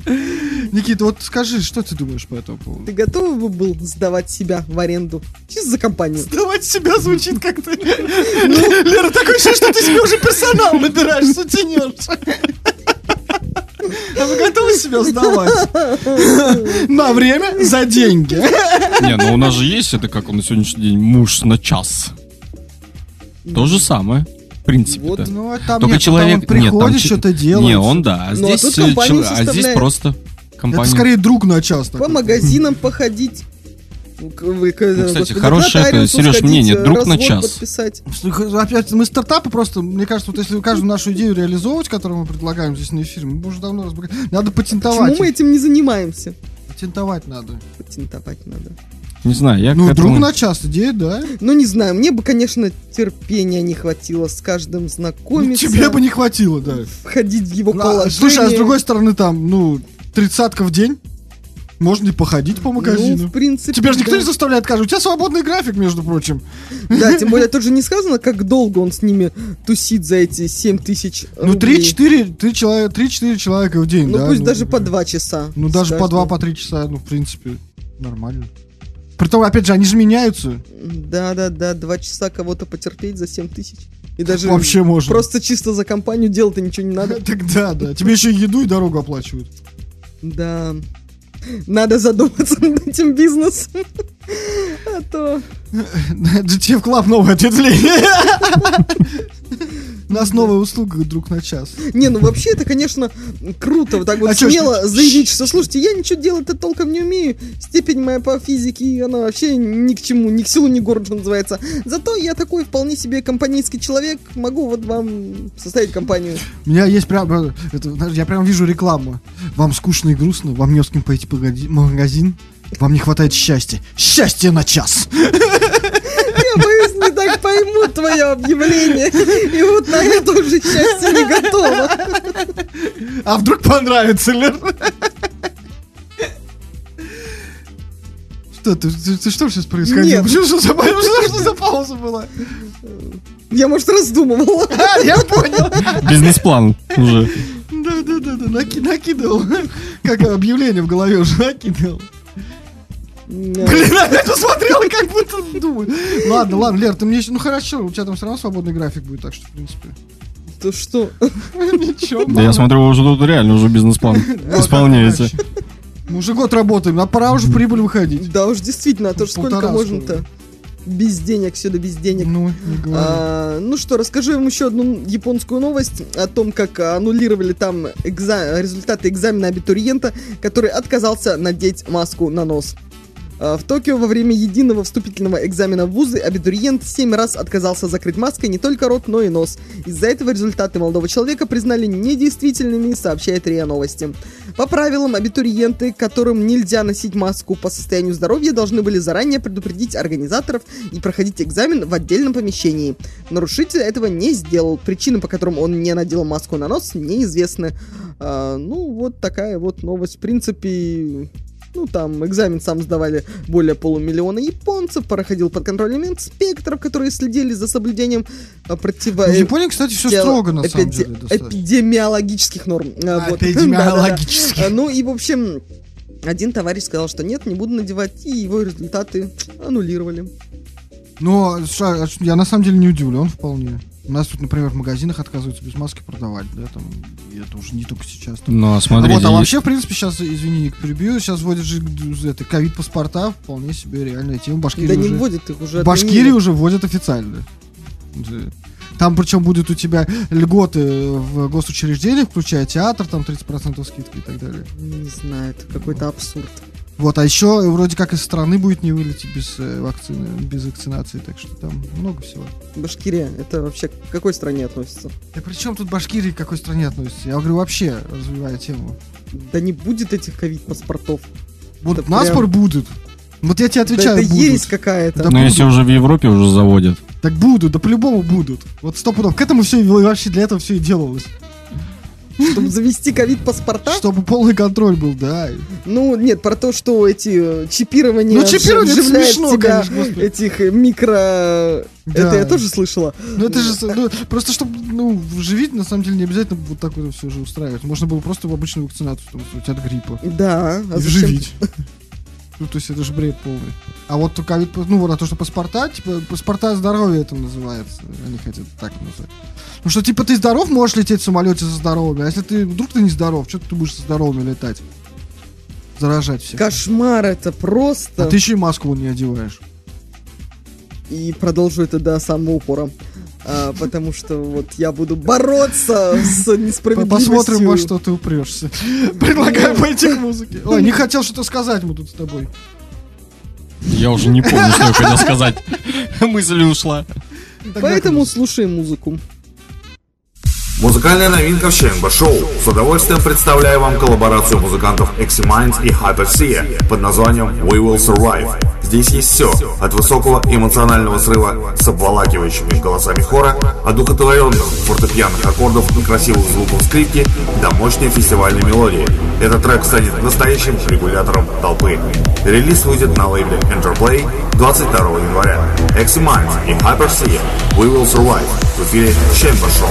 Никита, вот скажи, что ты думаешь по этому поводу? Ты готов бы был сдавать себя в аренду? Чисто за компанию. Сдавать себя звучит как-то... Лера, такое ощущение, что ты себе уже персонал набираешь, сутенешь. А вы готовы себя сдавать? На время, за деньги. Не, ну у нас же есть это, как он на сегодняшний день, муж на час. То же самое. В принципе, Вот, да. Ну, а там Только нет, человек там он приходит, нет, там что-то че- делает. Не, он да. А Ну, а здесь, тут э, компанию чел- а здесь составляет. просто компания. Это скорее друг на час. По такой. магазинам походить. Ну, к- вы, к- Ну, кстати, господи, хорошее это, нотариусу Сереж, сходить, мнение, друг на развод час. подписать. Слушай, опять, мы стартапы просто, мне кажется, вот если каждую нашу идею реализовывать, которую мы предлагаем здесь на эфире, мы уже давно разбогатели. Надо патентовать. Почему мы этим не занимаемся? Патентовать надо. Патентовать надо. Не знаю, я Ну, к друг этому- на час, идея, да? Ну, не знаю, мне бы, конечно, терпения не хватило с каждым Ну, знакомиться. тебе бы не хватило, да. Входить в его Ну, а, положение. слушай, а с другой стороны, там, ну, тридцатка в день, можно и походить по магазину. Ну, в принципе, Тебя же никто да. не заставляет, кажется, у тебя свободный график, между прочим. Да, тем более тут же не сказано, как долго он с ними тусит за эти семь тысяч Ну, рублей. три-четыре три человека, три-четыре человека в день, Ну, да. пусть даже по два часа. Ну, с даже по каждого. два, по три часа, ну, в принципе, нормально. Притом, опять же, они же меняются. Да-да-да, два часа кого-то потерпеть за семь тысяч. И даже Вообще можно. просто чисто за компанию делать-то ничего не надо. Тогда, да. Тебе еще и еду и дорогу оплачивают. Да. Надо задуматься над этим бизнесом. А то... джи ти эф Club новое ответвление. У нас новая услуга друг на час. Не, ну вообще это, конечно, круто. Вот так вот А чё ж- смело заявить, что, слушайте, я ничего делать-то толком не умею. Степень моя по физике, она вообще ни к чему, ни к силу, ни к городу, что называется. Зато я такой вполне себе компанейский человек. Могу вот вам составить компанию. У меня есть прям, это, знаешь, я прям вижу рекламу. Вам скучно и грустно, вам не с кем пойти в магазин, вам не хватает счастья. Счастье на час! Я боюсь, не так поймут твое объявление. И вот на это уже счастье не готово. А вдруг понравится, Лер? Что ты, ты, ты что сейчас происходило? Нет. Что, что, за, что, что за пауза была? Я, может, раздумывала. А, я понял. Бизнес-план уже. Да-да-да, наки, накидывал. Как объявление в голове уже накидывал. Блин, опять посмотрел и как будто думаю. Ладно, ладно, Лер, ты мне еще... Ну хорошо, у тебя там все равно свободный график будет, так что, в принципе... То что? Ничего. Да я смотрю, вы уже тут реально уже бизнес-план исполняете. Мы уже год работаем, а пора уже в прибыль выходить. Да уж, действительно, а то ж сколько Полтора можно-то? Без денег, сюда без денег. Ну, не говори. А, ну что, расскажу вам еще одну японскую новость о том, как аннулировали там экза- результаты экзамена абитуриента, который отказался надеть маску на нос. В Токио во время единого вступительного экзамена в вузы абитуриент семь раз отказался закрыть маской не только рот, но и нос. Из-за этого результаты молодого человека признали недействительными, сообщает РИА Новости. По правилам, абитуриенты, которым нельзя носить маску по состоянию здоровья, должны были заранее предупредить организаторов и проходить экзамен в отдельном помещении. Нарушитель этого не сделал. Причины, по которым он не надел маску на нос, неизвестны. А, ну, вот такая вот новость. В принципе... Ну, там, экзамен сам сдавали более полумиллиона японцев, проходил под контролем инспекторов, которые следили за соблюдением противо... В Японии, кстати, все строго, на самом деле. Эпидемиологических норм. А, вот. Эпидемиологических. Да-да. Ну, и, в общем, один товарищ сказал, что нет, не буду надевать, и его результаты аннулировали. Но я, на самом деле, не удивлен вполне. У нас тут, например, в магазинах отказываются без маски продавать, да, там, и это уже не только сейчас. Там. Ну, а смотрите... А, вот, а вообще, в принципе, сейчас, извини, не перебью, сейчас вводят же это, ковид-паспорта, вполне себе реальная тема. Башкирии да уже... не вводят их уже. В Башкирии уже вводят официально. Там, причем, будут у тебя льготы в госучреждениях, включая театр, там тридцать процентов скидки и так далее. Не знаю, это какой-то абсурд. Вот, а еще вроде как из страны будет не вылететь без э, вакцины, без вакцинации, так что там много всего. Башкирия, это вообще к какой стране относится? Да при чем тут Башкирия к какой стране относится? Я говорю, вообще, развивая тему. Да не будет этих ковид-паспортов. Вот это наспор прям... будут. Вот я тебе отвечаю, да это будут. ересь какая-то. Да Но будут. если уже в Европе уже заводят. Так будут, да по-любому будут. Вот сто пудов. К этому все, вообще для этого все и делалось. Чтобы завести ковид-паспорта? Чтобы полный контроль был, да. Ну, нет, про то, что эти чипирования ну, чипирование вживляют смешно, в тебя конечно, этих микро... Да. Это я тоже слышала. Ну, это же, ну, просто чтобы, ну, вживить, на самом деле, не обязательно вот так вот все же устраивать. Можно было просто в обычную вакцинацию там, устроить от гриппа. Да. А и вживить. Ну, то есть это же бред полный. А вот ковид, ну, вот, а то, что паспорта, типа, паспорта здоровья это называется. Они хотят так назвать. Ну, что, типа, ты здоров, можешь лететь в самолете со здоровыми, а если ты, вдруг ты не здоров, что ты будешь со здоровыми летать? Заражать всех. Кошмар это просто. А ты еще и маску не одеваешь. И продолжу это до самого упора. А, потому что вот я буду бороться с несправедливостью. Посмотрим, во что ты упрешься. Предлагаю пойти к музыке. Ой, не хотел что-то сказать мы тут с тобой. Я уже не помню, что я хотел сказать. Мысль ушла. Поэтому слушаем музыку. Музыкальная новинка в Ченба Шоу. С удовольствием представляю вам коллаборацию музыкантов Eximinds и Hypersia под названием We Will Survive. Здесь есть все, от высокого эмоционального срыва с обволакивающими голосами хора, одухотворенных фортепианных аккордов и красивых звуков скрипки до мощной фестивальной мелодии. Этот трек станет настоящим регулятором толпы. Релиз выйдет на лейбле Interplay двадцать второго января. Eximinds и Hypersia We Will Survive в эфире Ченба Шоу.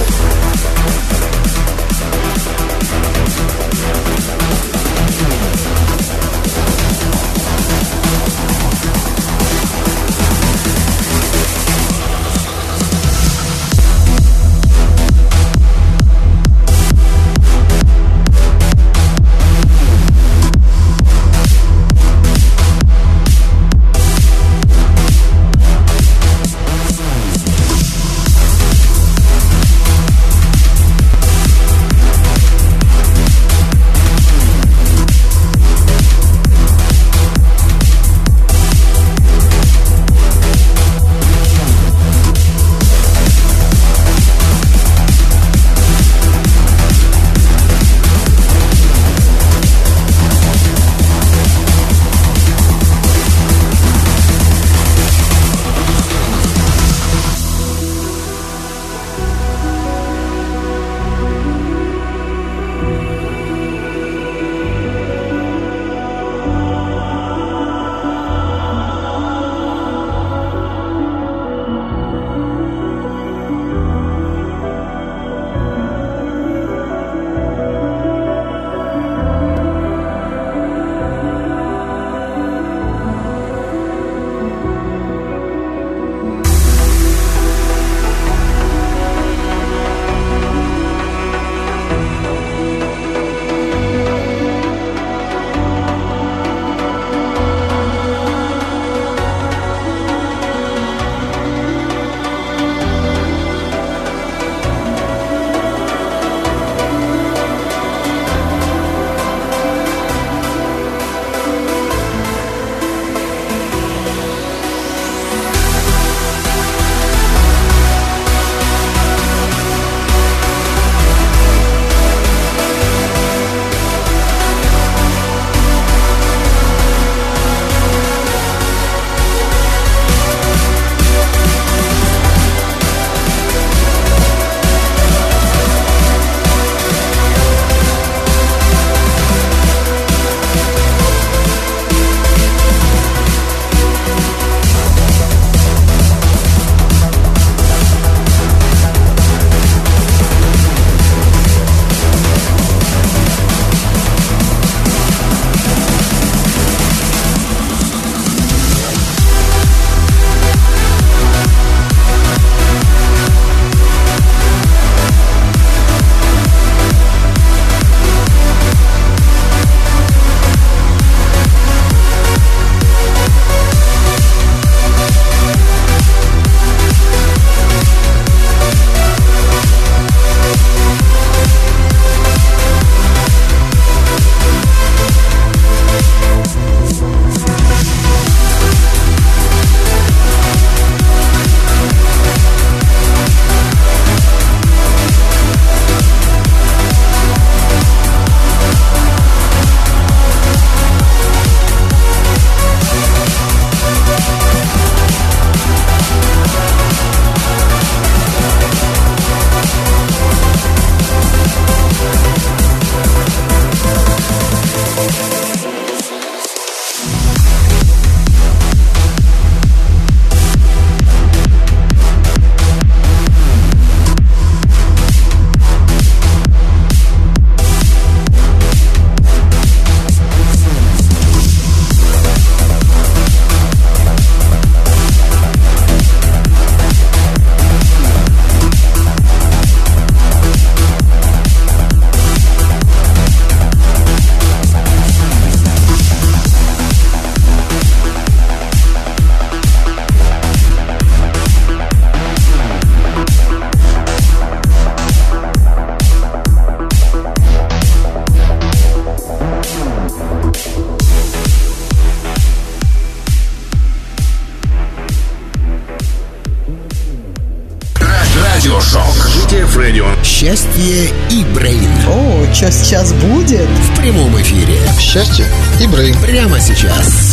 Электрошок. джи ти эф Radio. Счастье и Брейн. О, что сейчас будет? В прямом эфире. Счастье и Брейн. Прямо сейчас.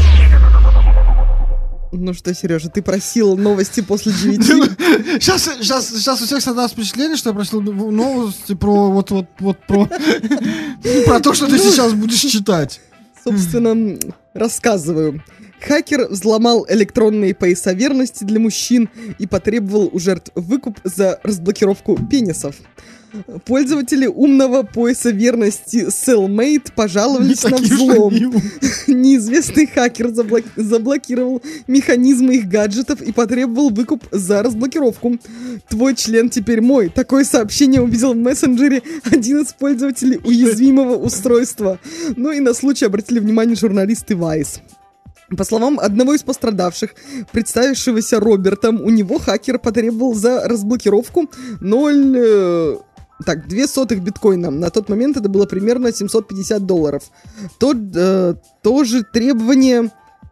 Ну что, Сережа, ты просил новости после девяти. Сейчас, сейчас, сейчас у всех создалось впечатление, что я просил новости про вот, вот, вот про, про то, что ты сейчас будешь читать. Собственно, рассказываю. Хакер взломал электронные пояса верности для мужчин и потребовал у жертв выкуп за разблокировку пенисов. Пользователи умного пояса верности Cellmate пожаловались на взлом. Неизвестный хакер заблок... заблокировал механизмы их гаджетов и потребовал выкуп за разблокировку. Твой член теперь мой. Такое сообщение увидел в мессенджере один из пользователей уязвимого устройства. Ну и на случай обратили внимание журналисты Vice. По словам одного из пострадавших, представившегося Робертом, у него хакер потребовал за разблокировку ноль... Так, две сотых биткоина. На тот момент это было примерно семьсот пятьдесят долларов. То, э, то же требование...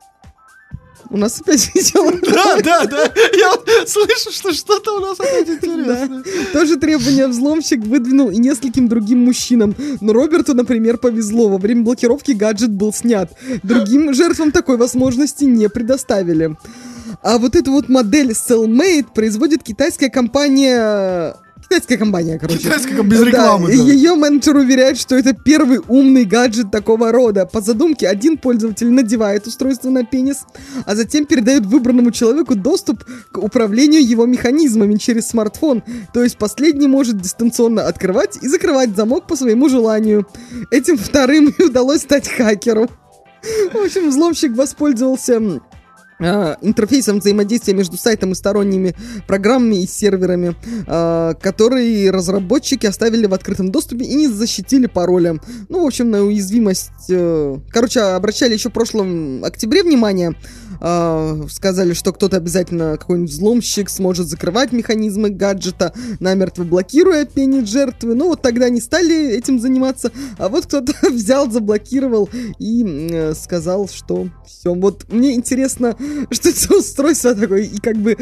У нас опять весело. Да, да, да. Я вот слышу, что что-то у нас опять интересное. Да. То же требование взломщик выдвинул и нескольким другим мужчинам. Но Роберту, например, повезло. Во время блокировки гаджет был снят. Другим жертвам такой возможности не предоставили. А вот эту вот модель Cellmate производит китайская компания... Китайская компания, короче. Китайская, без рекламы, да. Да. Ее менеджер уверяет, что это первый умный гаджет такого рода. По задумке, один пользователь надевает устройство на пенис, а затем передает выбранному человеку доступ к управлению его механизмами через смартфон. То есть последний может дистанционно открывать и закрывать замок по своему желанию. Этим вторым и удалось стать хакеру. В общем, взломщик воспользовался... Uh, интерфейсом взаимодействия между сайтом и сторонними программами и серверами, uh, которые разработчики оставили в открытом доступе и не защитили паролем. Ну, в общем, на уязвимость... Uh, короче, обращали еще в прошлом октябре внимание. Uh, сказали, что кто-то обязательно, какой-нибудь взломщик, сможет закрывать механизмы гаджета, намертво блокируя пенис жертвы. Ну, вот тогда не стали этим заниматься. А вот кто-то взял, заблокировал и uh, сказал, что все. Вот мне интересно, что это за устройство такое, и как бы...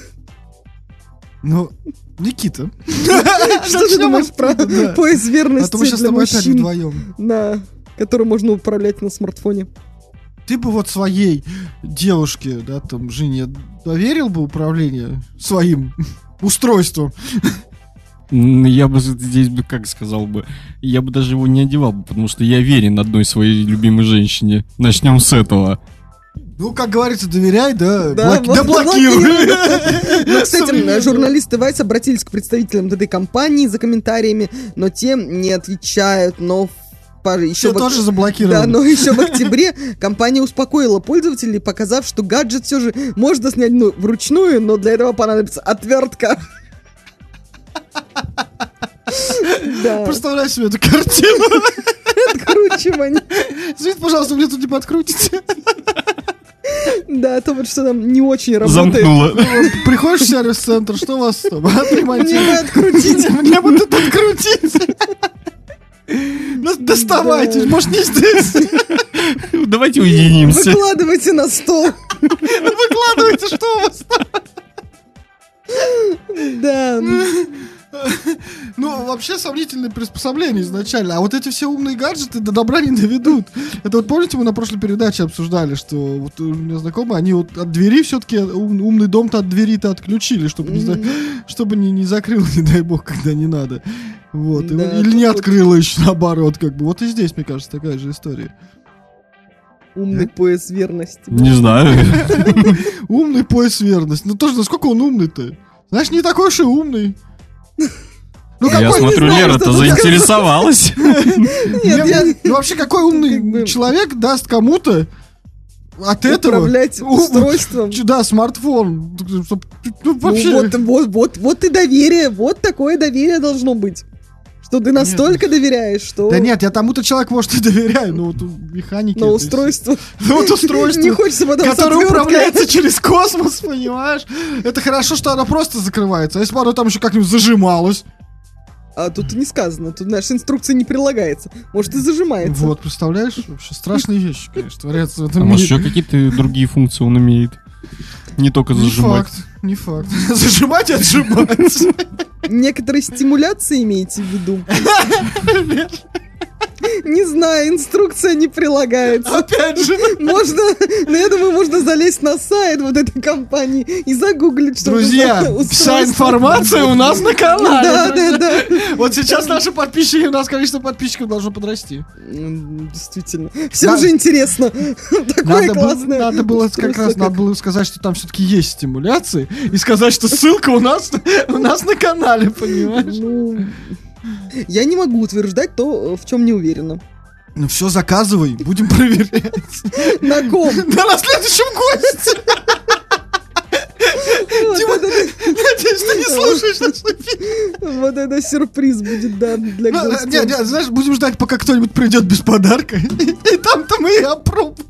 Ну, Никита. Что ты думаешь про пояс верности для мужчин, которым можно управлять на смартфоне? Ты бы вот своей девушке, да, там, жене, доверил бы управление своим устройством? Я бы здесь, как сказал бы, я бы даже его не одевал, потому что я верен одной своей любимой женщине. Начнем с этого. Ну, как говорится, доверяй, да, да, блоки... да блокируй. Ну, кстати, журналисты Vice обратились к представителям этой компании за комментариями, но те не отвечают, но... Еще в... тоже заблокировали. Да, но еще в октябре компания успокоила пользователей, показав, что гаджет все же можно снять ну, вручную, но для этого понадобится отвертка. Представляю себе эту картину. Откручивание. Извините, пожалуйста, мне тут не подкрутите. Да, то вот что там не очень работает. Замкнуло. Приходишь в сервис-центр, что у вас там? Отремонтируйте. Мне бы открутить. Мне бы тут открутить. Ну, доставайте, да. Может, не здесь. Давайте уединимся. Выкладывайте на стол. Выкладывайте, что у вас там. Да. Ну, вообще сомнительные приспособления изначально. А вот эти все умные гаджеты до добра не доведут. Это вот помните, мы на прошлой передаче обсуждали, что вот у меня знакомые, они вот от двери все-таки, ум, умный дом-то от двери-то отключили, чтобы, mm-hmm. не, чтобы не, не закрыл, не дай бог, когда не надо. Вот. Да, или не открыла еще наоборот, как бы. Вот и здесь, мне кажется, такая же история. Умный пояс верности. Не знаю. Умный пояс верности. Ну тоже, насколько он умный-то? Знаешь, не такой уж и умный. Ну, я смотрю, Лера-то заинтересовалась. Ну вообще, какой умный человек даст кому-то от этого управлять устройством? Да, смартфон. Ну вообще. Вот, вот и доверие, вот такое доверие должно быть. Что ты настолько нет, доверяешь, что... Да нет, я тому-то человеку, может, и доверяю, но вот механики... Но устройство... Ну вот устройство, не хочется потом которое управляется через космос, понимаешь? Это хорошо, что оно просто закрывается, а если бы оно там еще как-нибудь зажималось... А тут не сказано, тут наша инструкция не прилагается. Может, и зажимается. Вот, представляешь? Вообще страшные вещи, конечно, творятся в этом а мире. Может, еще какие-то другие функции он имеет? Не только Не зажимать. факт, не факт. Зажимать и отжимать. Некоторые стимуляции имеете в виду? Не знаю, инструкция не прилагается. Опять же. Можно, ну я думаю, можно залезть на сайт вот этой компании и загуглить, что Друзья, это за вся устройство. информация у нас на канале. Да, друзья. да, да. Вот сейчас наши подписчики, у нас количество подписчиков должно подрасти. М, Действительно. Все Надо- уже интересно. Такое Надо, было, классное. надо было как устройство, раз надо было сказать, что там все-таки есть стимуляции, и сказать, что ссылка у нас у нас на канале, понимаешь? Ну, я не могу утверждать то, в чем не уверена. Ну все, заказывай, будем проверять. На ком? Да на следующем госте. Вот Дима, это- надеюсь, ты не слушаешь наш эфир. Вот это сюрприз будет, да, для Ну, гостя. не, не, знаешь, будем ждать, пока кто-нибудь придет без подарка. И там-то мы и опробуем.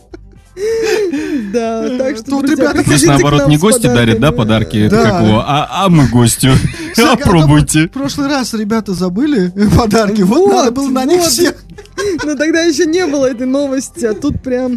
Да, так что, Тут друзья, ребята Здесь приходите к наоборот нам не с гости дарят, да, подарками. подарки? Это Да. как его? А, а мы гостю. Кстати, а то Попробуйте. В прошлый раз ребята забыли подарки. Вот, Вот, надо было на них вот. всех. Но тогда еще не было этой новости, а тут прям...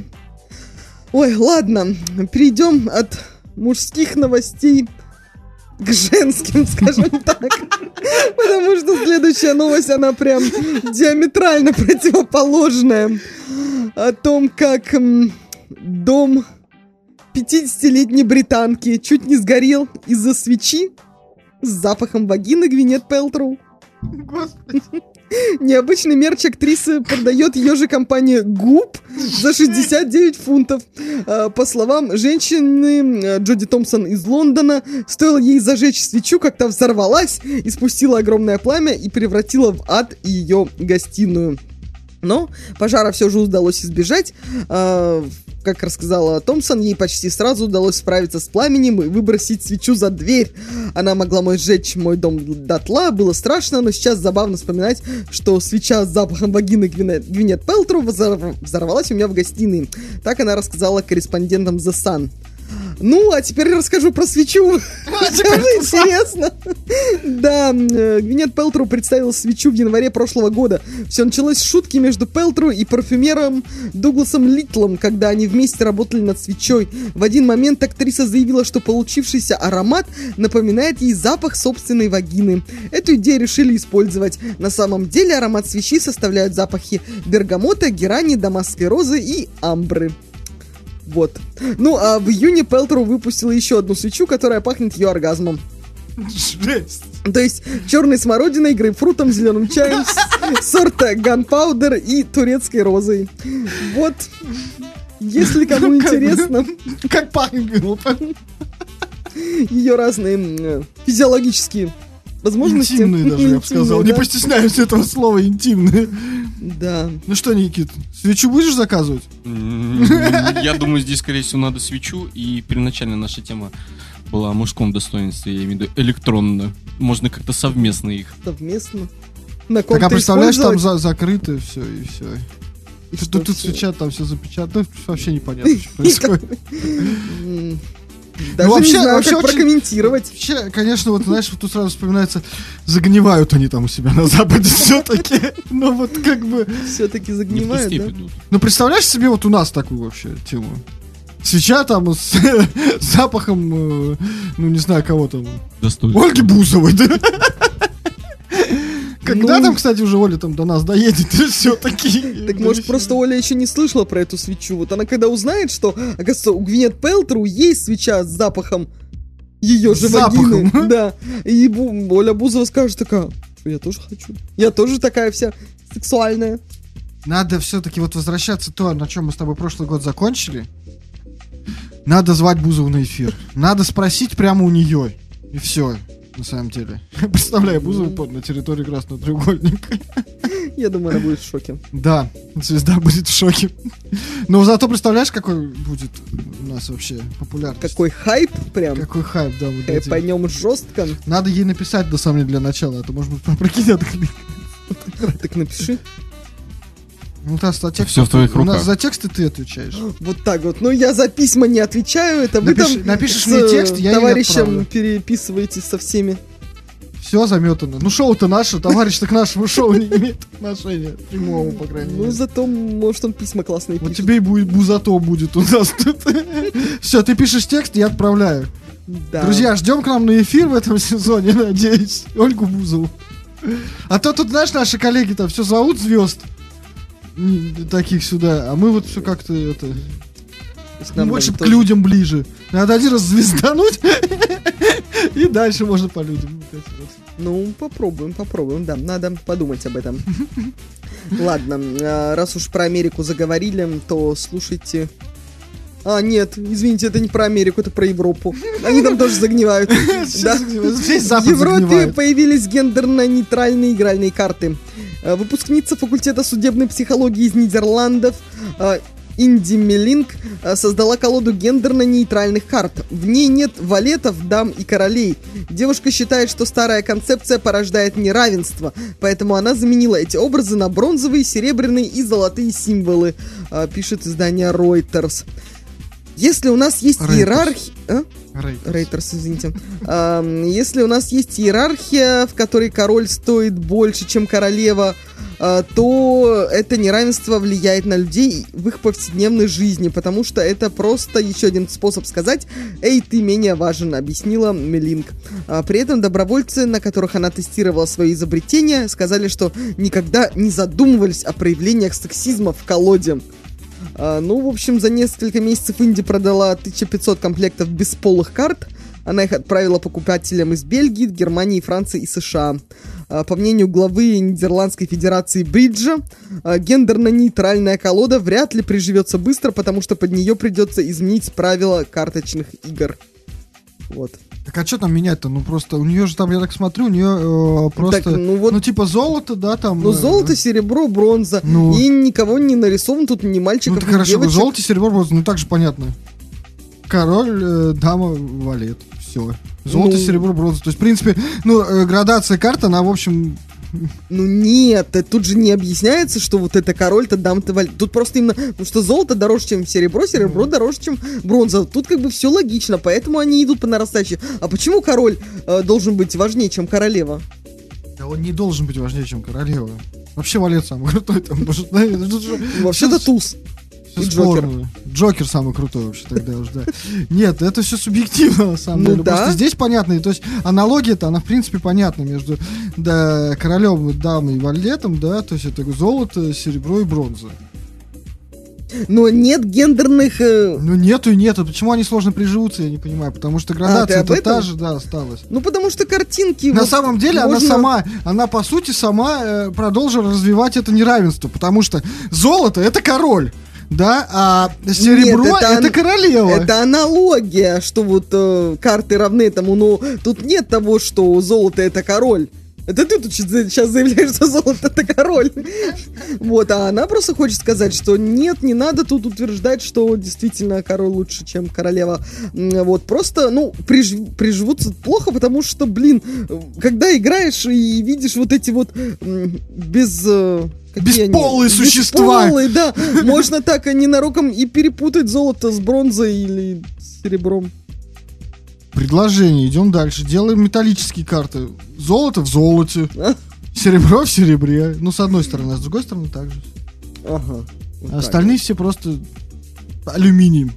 Ой, ладно, перейдем от мужских новостей к женским, скажем так. Потому что следующая новость, она прям диаметрально противоположная. О том, как м, дом пятидесятилетней британки чуть не сгорел из-за свечи с запахом вагины Гвинет Пэлтроу. Господи. Необычный мерч актрисы продает ее же компания Goop за шестьдесят девять фунтов. А, По словам женщины, э, Джоди Томпсон из Лондона, стоило ей зажечь свечу, как та взорвалась и спустила огромное пламя и превратила в ад ее гостиную. Но пожара все же удалось избежать. А, Как рассказала Томпсон, ей почти сразу удалось справиться с пламенем и выбросить свечу за дверь. Она могла мой сжечь мой дом дотла, было страшно, но сейчас забавно вспоминать, что свеча с запахом вагины Гвинет, Гвинет Пэлтроу взор- взорвалась у меня в гостиной. Так она рассказала корреспондентам The Sun. Ну, а теперь расскажу про свечу. Тоже интересно. Да, э, Гвинет Пэлтроу представила свечу в январе прошлого года. Все началось с шутки между Пэлтроу и парфюмером Дугласом Литлом, когда они вместе работали над свечой. В один момент актриса заявила, что получившийся аромат напоминает ей запах собственной вагины. Эту идею решили использовать. На самом деле аромат свечи составляют запахи бергамота, герани, дамасской розы и амбры. Вот. Ну, а в июне Пэлтроу выпустила еще одну свечу, которая пахнет ее оргазмом. Жесть. То есть черной смородиной, грейпфрутом, зеленым чаем, с- сорта ганпаудер и турецкой розой. Вот. Если кому Ну, как бы. интересно, Как пахнет Гвинет. ее разные м, э, физиологические возможности. Интимные даже, я бы Интимные, сказал. Не да. постесняюсь этого слова, интимные. Да. Ну что, Никит, свечу будешь заказывать? М, Я думаю, здесь, скорее всего, надо свечу. И первоначально наша тема была о мужском достоинстве, я имею в виду электронно. Можно как-то совместно их. Совместно. На Так, а ком-то представляешь, там использовать. за- закрыто все и все. И Тут, что тут всё? свеча, там все запечатано. Ну, вообще непонятно, что происходит. М, Даже вообще- не знаю, вообще как очень- прокомментировать. Вообще, конечно, вот, знаешь, вот тут сразу вспоминается, загнивают они там у себя на Западе все-таки. Ну вот как бы... Все-таки Не в ту загнивают, степь да? идут. Ну представляешь себе вот у нас такую вообще тему? Свеча там с запахом, э, ну не знаю кого там, Достоинство. Ольги Бузовой, да? Когда Ну. там, кстати, уже Оля там до нас доедет все-таки? Так может просто Оля еще не слышала про эту свечу. Вот она когда узнает, что, оказывается, у Гвинет Пэлтроу есть свеча с запахом ее же С вагины. запахом. Да. И Бу- Оля Бузова скажет такая, «Что, я тоже хочу. Я тоже такая вся сексуальная. Надо все-таки вот возвращаться то, на чем мы с тобой прошлый год закончили. Надо звать Бузову на эфир. Надо спросить прямо у нее. И все, на самом деле. Представляю Бузову под- на территории Красного треугольника. Я думаю, она будет в шоке. Да, звезда будет в шоке. Но зато представляешь, какой будет у нас вообще популярность. Какой хайп прям. Какой хайп, да, вот эти. Хайпанем жестко. Надо ей написать, на самом деле, для начала, а то, может быть, прокинет. Так напиши. Ну, та, за текст- Всё в твоих у нас руках. за тексты ты отвечаешь. Вот так вот. Ну, я за письма не отвечаю. Это вы Напиши- там напишешь с мне текст, я ей товарищем отправлю. переписываетесь со всеми. Все заметано. Ну, шоу-то наше, товарищ-то к нашему шоу не имеет отношения. Прямого, по крайней мере. Ну, зато, может, он письма классные Вот пишет. тебе и будет бузато будет у нас тут. Все, ты пишешь текст, я отправляю. Да. Друзья, ждем к нам на эфир в этом сезоне, надеюсь. Ольгу Бузову. А то тут, знаешь, наши коллеги там все зовут звезд не- таких сюда, а мы вот все как-то это... Ну, больше к людям ближе. Надо один раз звездануть, и дальше можно по людям. Ну, попробуем, попробуем, да, надо подумать об этом. Ладно, а, раз уж про Америку заговорили, то слушайте... А, нет, извините, это не про Америку, это про Европу. Они там тоже загнивают. Да. Весь В Запад Европе загнивает. появились гендерно-нейтральные игральные карты. А, Выпускница факультета судебной психологии из Нидерландов а, Инди Мелинг а, создала колоду гендерно-нейтральных карт. В ней нет валетов, дам и королей. Девушка считает, что старая концепция порождает неравенство, поэтому она заменила эти образы на бронзовые, серебряные и золотые символы, а, пишет издание Reuters. Если у нас есть Reuters. иерархия... А? Reuters. Рейтерс, извините. Ам, Если у нас есть иерархия, в которой король стоит больше, чем королева, а, то это неравенство влияет на людей в их повседневной жизни, потому что это просто еще один способ сказать: «Эй, ты менее важен», объяснила Мелинг. А, При этом добровольцы, на которых она тестировала свои изобретения, сказали, что никогда не задумывались о проявлениях сексизма в колоде. А, ну, в общем, за несколько месяцев Инди продала тысяча пятьсот комплектов бесполых карт. Она их отправила покупателям из Бельгии, Германии, Франции и США. А, по мнению главы Нидерландской федерации Бриджа, а, гендерно-нейтральная колода вряд ли приживется быстро, потому что под нее придется изменить правила карточных игр. Вот. Так а что там менять-то? Ну просто у нее же там, я так смотрю, у нее просто, Так, ну вот- ну типа золото, да, там. Ну, э, золото, серебро, бронза. Ну. И никого не нарисован тут, ни Ну мальчиков, так ни хорошо, девочек. золото, серебро, бронза, ну так же понятно. Король, э, дама, валет, все. Золото, Ну. серебро, бронза. То есть, в принципе, ну, э, градация карт, она, в общем, Ну нет, э, тут же не объясняется, что вот это король-то, дам-то валет. Тут просто именно, ну что золото дороже, чем серебро, серебро дороже, чем бронза. Тут как бы все логично, поэтому они идут по нарастающей. А почему король э, должен быть важнее, чем королева? да, он не должен быть важнее, чем королева. Вообще валет самый крутой там, может, да, тут же Вообще-то всё- туз. всё и Джокер. спорно. Джокер самый крутой вообще тогда уже, да. Нет, это все субъективно, на самом Ну деле. да. Просто здесь понятно, и то есть аналогия-то, она в принципе понятна между да, королем, дамой и валетом, да, то есть это золото, серебро и бронза. Но нет гендерных... э, Ну нету и нету. Почему они сложно приживутся, я не понимаю. Потому что А, градация ты об то та этом? же, да, осталась. Ну потому что картинки... На вот самом деле она можно- сама, она по сути сама э, продолжила развивать это неравенство. Потому что золото это король, да, а серебро Нет, это, ан- королева. Это аналогия, что вот э, карты равны этому, но тут нет того, что золото это король. Это ты тут сейчас заявляешь, что золото это король. Вот, а она просто хочет сказать, что нет, не надо тут утверждать, что действительно король лучше, чем королева. М, Вот, просто, ну, приж- приживутся плохо, потому что, блин, э, когда играешь и видишь вот эти вот м, без... э, какие они? Бесполые существа. Бесполые, да. Можно так а, ненароком и перепутать золото с бронзой или с серебром. Предложение, идем дальше. Делаем металлические карты. Золото в золоте, А? серебро в серебре. Ну, с одной стороны, а с другой стороны так же. Ага. Вот А так. остальные все просто алюминием.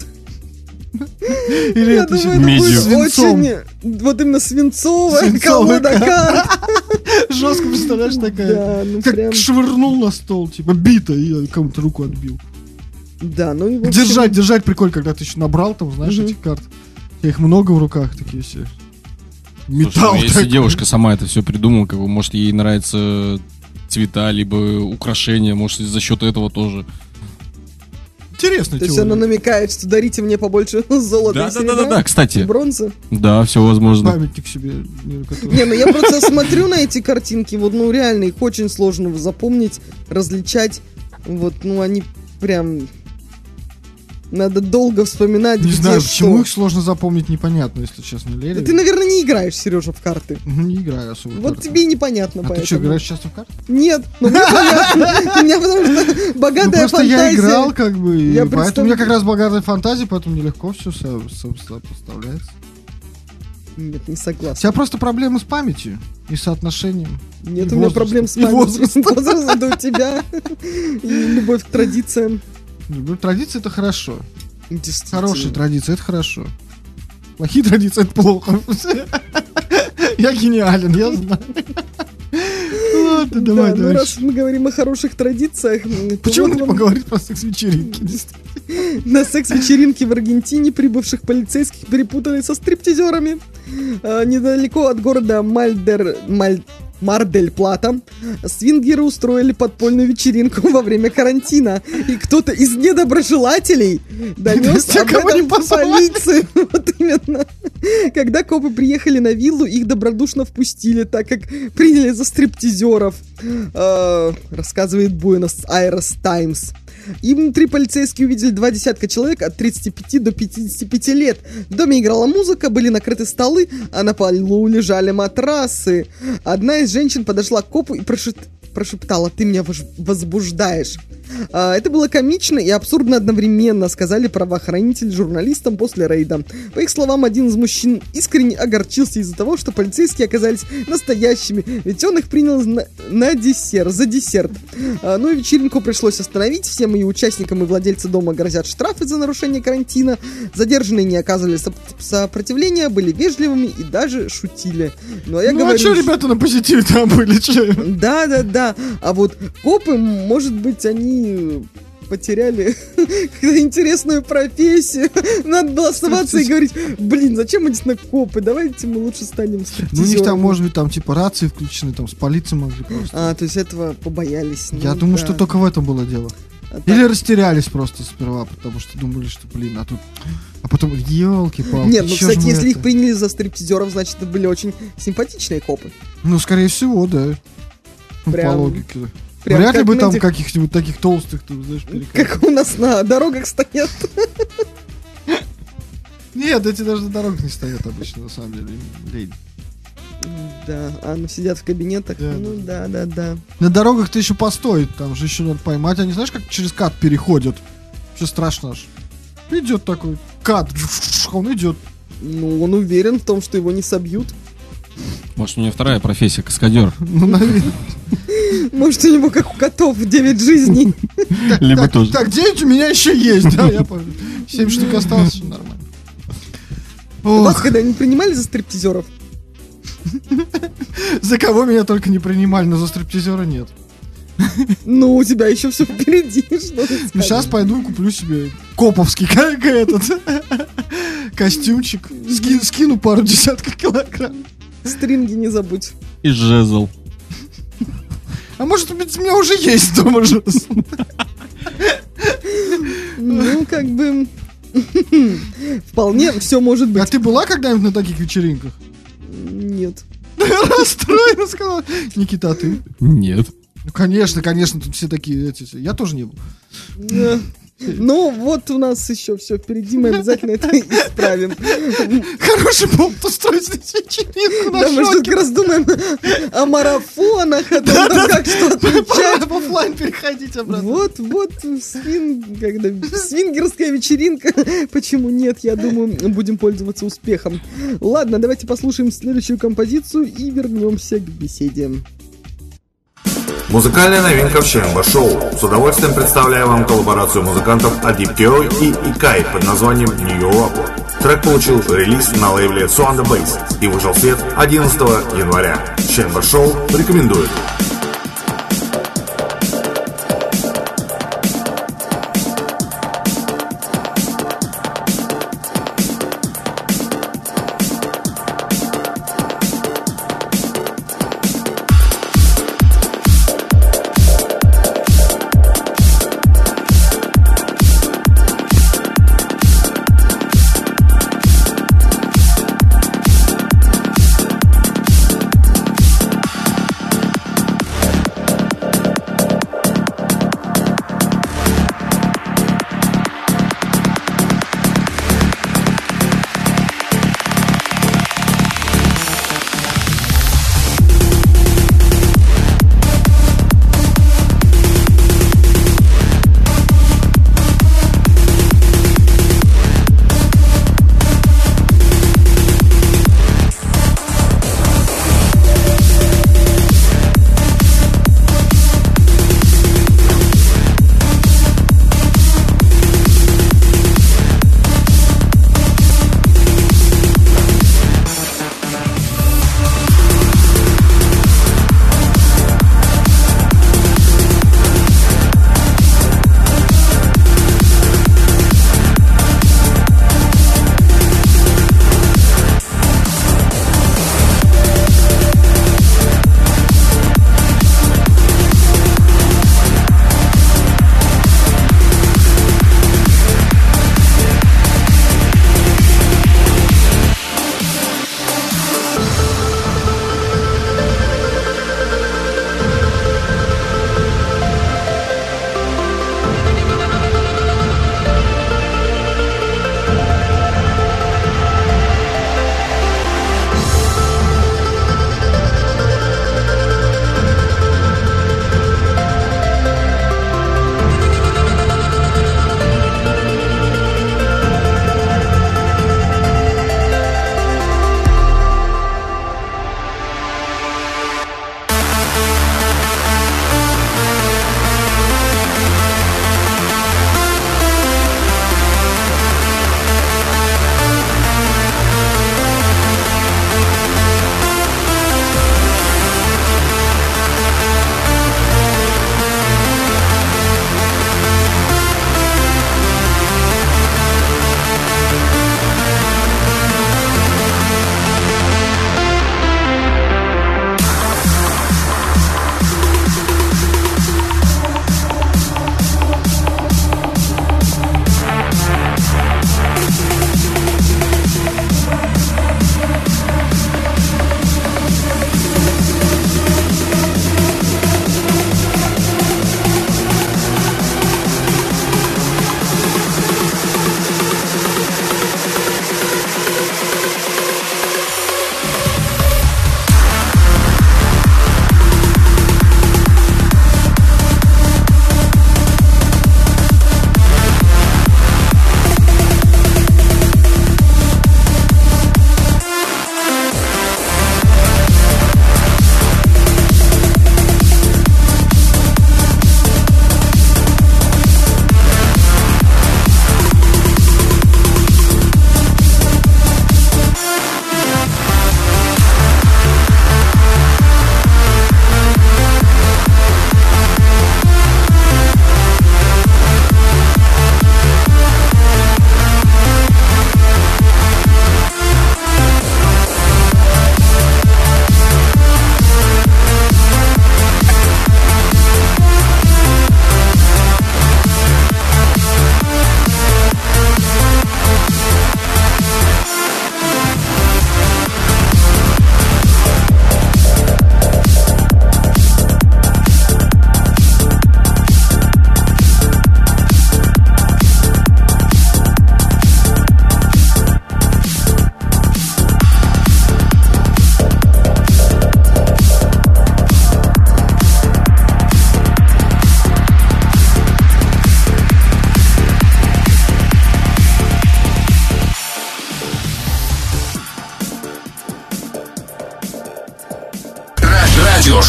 Или Я это думаю, еще это будет свинцом. очень, вот именно свинцовая Свинцовая колода карт. Жестко, представляешь, такая. Да, ну Как прям, швырнул на стол, типа бита, и кому-то руку отбил. да, ну и в общем, Держать, держать прикольно, когда ты еще набрал там, знаешь, Мгм. этих карт. У тебя их много в руках, такие все. Слушай, Металл ну, если такой. девушка сама это все придумала, как бы, может, ей нравятся цвета, либо украшения, может, за счет этого тоже. Интересная То есть теория. она намекает, что дарите мне побольше золота и серебра, Да-да-да-да, кстати. бронзы. Да, все возможно. Памятник себе. э, который- Не, ну я просто смотрю на эти картинки, вот, ну реально, их очень сложно запомнить, различать. Вот, ну они прям... Надо долго вспоминать, Не где знаю, что. почему их сложно запомнить, непонятно, если честно. Леля. Да ты, наверное, не играешь, Сережа, в карты. Ну, не играю особо. в Вот карты. тебе и непонятно, А ты поэтому. что, играешь часто в карты? Нет, ну мне понятно. У меня потому что Ну, богатая просто я фантазия. играл, как бы, и Я поэтому у представляю. меня как раз богатая фантазия, поэтому мне легко все поставляется. Нет, не У согласна. тебя просто проблемы с памятью и соотношением. Нет, и у меня возраст. проблем с И памятью. возраст. Возраст, да, у тебя. И любовь к традициям. Ну, традиции — это хорошо. Действительно. Хорошие традиции — это хорошо. Плохие традиции — это плохо. Я гениален, я знаю. Ладно, давай, Да, ну давай. раз мы говорим о хороших традициях, то Почему вот не вам поговорить про секс-вечеринки? на секс-вечеринке в Аргентине прибывших полицейских перепутали со стриптизерами. А, недалеко от города Мальдер... Маль... Мар-дель-Плата свингеры устроили подпольную вечеринку во время карантина. И кто-то из недоброжелателей донес Те, об кого не этом в позвали. полицию. Вот именно. Когда копы приехали на виллу, их добродушно впустили, так как приняли за стриптизеров. А, рассказывает Буэнос Айрес Таймс. И внутри полицейские увидели два десятка человек от тридцати пяти до пятидесяти пяти лет. В доме играла музыка, были накрыты столы, а на полу лежали матрасы. Одна из женщин подошла к копу и прошеп... прошептала: «Ты меня воз- возбуждаешь». А, это было комично и абсурдно одновременно, сказали правоохранители журналистам после рейда. По их словам, один из мужчин искренне огорчился из-за того, что полицейские оказались настоящими, ведь он их принял на, на десерт, за десерт. А, ну и вечеринку пришлось остановить, всем ее участникам и владельцы дома грозят штрафы за нарушение карантина. Задержанные не оказывали соп- сопротивления, были вежливыми и даже шутили. Ну а я Ну говорю... а что ребята на позитиве там были? Че? Да, да, да. А вот копы, может быть, они потеряли какую-то интересную профессию. Надо было оставаться и говорить: блин, зачем мы действительно копы? Давайте мы лучше станем Ну у них стриптизерами. там, может быть, там типа рации включены, там с полицией могли просто. А, то есть этого побоялись. Я Ну думаю, да. что только в этом было дело. А так- Или растерялись просто сперва, потому что думали, что, блин, а тут... А потом, елки-палки, Нет, ну, чё ж кстати, мы если их это? приняли за стриптизеров, значит, это были очень симпатичные копы. Ну, скорее всего, да. Ну, Прям- По логике. прям Вряд ли как бы на там этих- каких-нибудь таких толстых, ты знаешь, перекатов. Как у нас на дорогах стоят. Нет, эти даже на дорогах не стоят обычно, на самом деле. им лень. Да, а ну сидят в кабинетах. Да, Ну да, да, да. На дорогах-то еще постоит, там же еще надо поймать. Они, знаешь, как через кат переходят? Вообще страшно аж. Идет такой кат, он идет. Ну, он уверен в том, что его не собьют. Может, у меня вторая профессия — каскадер. Ну, наверное. Может, у него, как у котов, девять жизней. Либо Так, тоже. так, девять у меня еще есть, да, я помню. семь штук осталось, все нормально. Вас Ох, когда-нибудь принимали за стриптизеров? за кого меня только не принимали, но за стриптизера нет. Ну, у тебя еще все впереди. Что ты Ну, сейчас скажешь? пойду и куплю себе коповский, как этот, костюмчик. Ски- скину пару десятков килограмм. Стринги не забудь. И жезл. А может быть, у меня уже есть дома же. Ну, как бы... Вполне все может А быть. ты была когда-нибудь на таких вечеринках? Нет. Расстроена сказала. Никита, а ты? Нет. Ну, конечно, конечно, тут все такие эти. Я тоже не был. Да. Ну, вот у нас еще все впереди, мы обязательно это исправим. Хороший повод устроить здесь вечеринку на Да, мы же шоке. как раз думаем о марафонах, о том, там, как что Пора отмечать. в оффлайн переходить обратно. Вот, вот, свин, когда, свингерская вечеринка. Почему нет? Я думаю, будем пользоваться успехом. Ладно, давайте послушаем следующую композицию и вернемся к беседе. Музыкальная новинка в ЧМБ Шоу. С удовольствием представляю вам коллаборацию музыкантов Adiptio и Икай под названием New Apple. Трек получил релиз на лейбле So on the Bass и вышел в свет одиннадцатого января. ЧМБ Шоу рекомендует.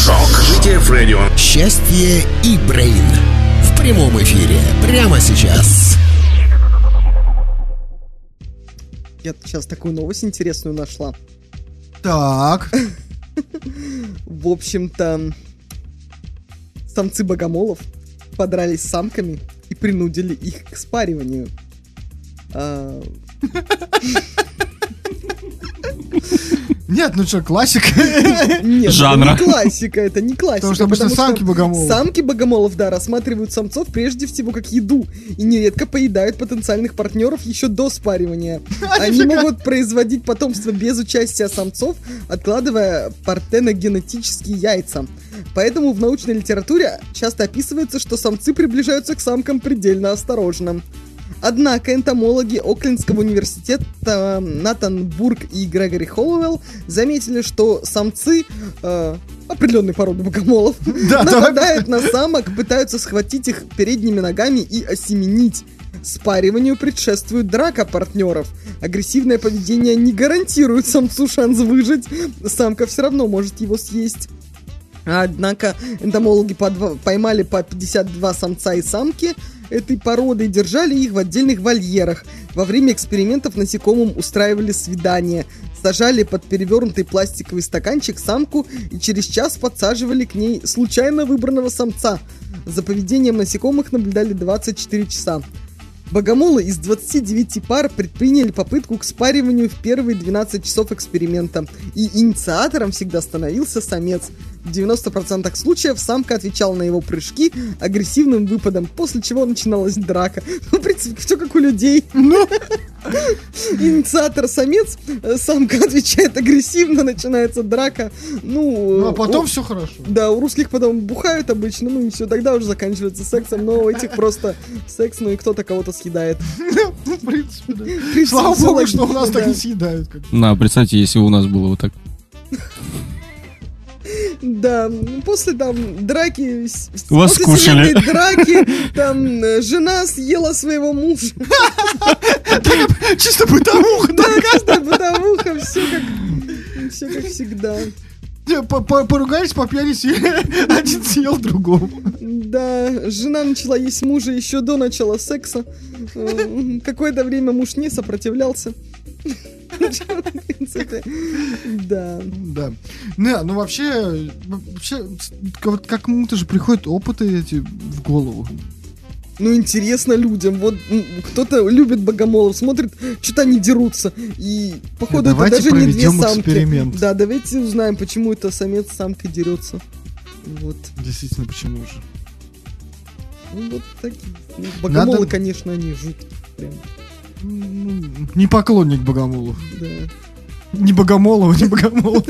Шок. джи ти эф Radio. Счастье и Брейн. В прямом эфире. Прямо сейчас. Я сейчас такую новость интересную нашла. Так. В общем-то, самцы богомолов подрались с самками и принудили их к спариванию. А, Нет, ну что, классика. Нет, Жанра. это не классика, это не классика. Потому что обычно самки богомолов. Самки богомолов, да, рассматривают самцов прежде всего как еду и нередко поедают потенциальных партнеров еще до спаривания. Они могут производить потомство без участия самцов, откладывая партеногенетические яйца. Поэтому в научной литературе часто описывается, что самцы приближаются к самкам предельно осторожно. Однако энтомологи Оклендского университета Натан Бург и Грегори Холлоуэлл заметили, что самцы э, определенной породы богомолов Да, нападают на самок, пытаются схватить их передними ногами и осеменить. Спариванию предшествует драка партнеров. Агрессивное поведение не гарантирует самцу шанс выжить, самка все равно может его съесть. Однако энтомологи подва- поймали по пятьдесят два самца и самки этой породы и держали их в отдельных вольерах. Во время экспериментов насекомым устраивали свидания, сажали под перевернутый пластиковый стаканчик самку и через час подсаживали к ней случайно выбранного самца. За поведением насекомых наблюдали двадцать четыре часа. Богомолы из двадцати девяти пар предприняли попытку к спариванию в первые двенадцать часов эксперимента, и инициатором всегда становился самец. В девяноста процентах случаев самка отвечала на его прыжки агрессивным выпадом, после чего начиналась драка. Ну, в принципе, все как у людей. Инициатор самец, самка отвечает агрессивно, начинается драка. Ну, Ну, а потом о- все хорошо. Да, у русских потом бухают обычно, ну и все, тогда уже заканчивается сексом, но у этих просто секс, ну и кто-то кого-то съедает. Ну, в принципе, да. принципе, Слава всё богу, логично, что у нас так да. не съедают. как бы. На, представьте, если у нас было вот так. Да, ну, после там драки... с- с- Вас после скушали. семейной драки, там э, жена съела своего мужа. Чисто бытовуха, да? Да, каждая бытовуха, все как, все как всегда. Не, по- по- Поругались по пьяни, съели. Один съел другого. Да, жена начала есть мужа еще до начала секса. Э, Какое-то время муж не сопротивлялся. В принципе, да. Да. Не, ну вообще, вообще, вот как кому-то же приходят опыты эти в голову. Ну, интересно людям. Вот м, кто-то любит богомолов, смотрит, что-то они дерутся. И, походу, это Давайте даже не две проведем самки. эксперимент. Да, давайте узнаем, почему это самец с самкой дерется. Вот. Действительно, почему же? Ну, вот такие. Ну, богомолы, Надо- конечно, они жуткие. Прям, Ну, не поклонник богомолов. да. Ни богомолов, ни богомолов.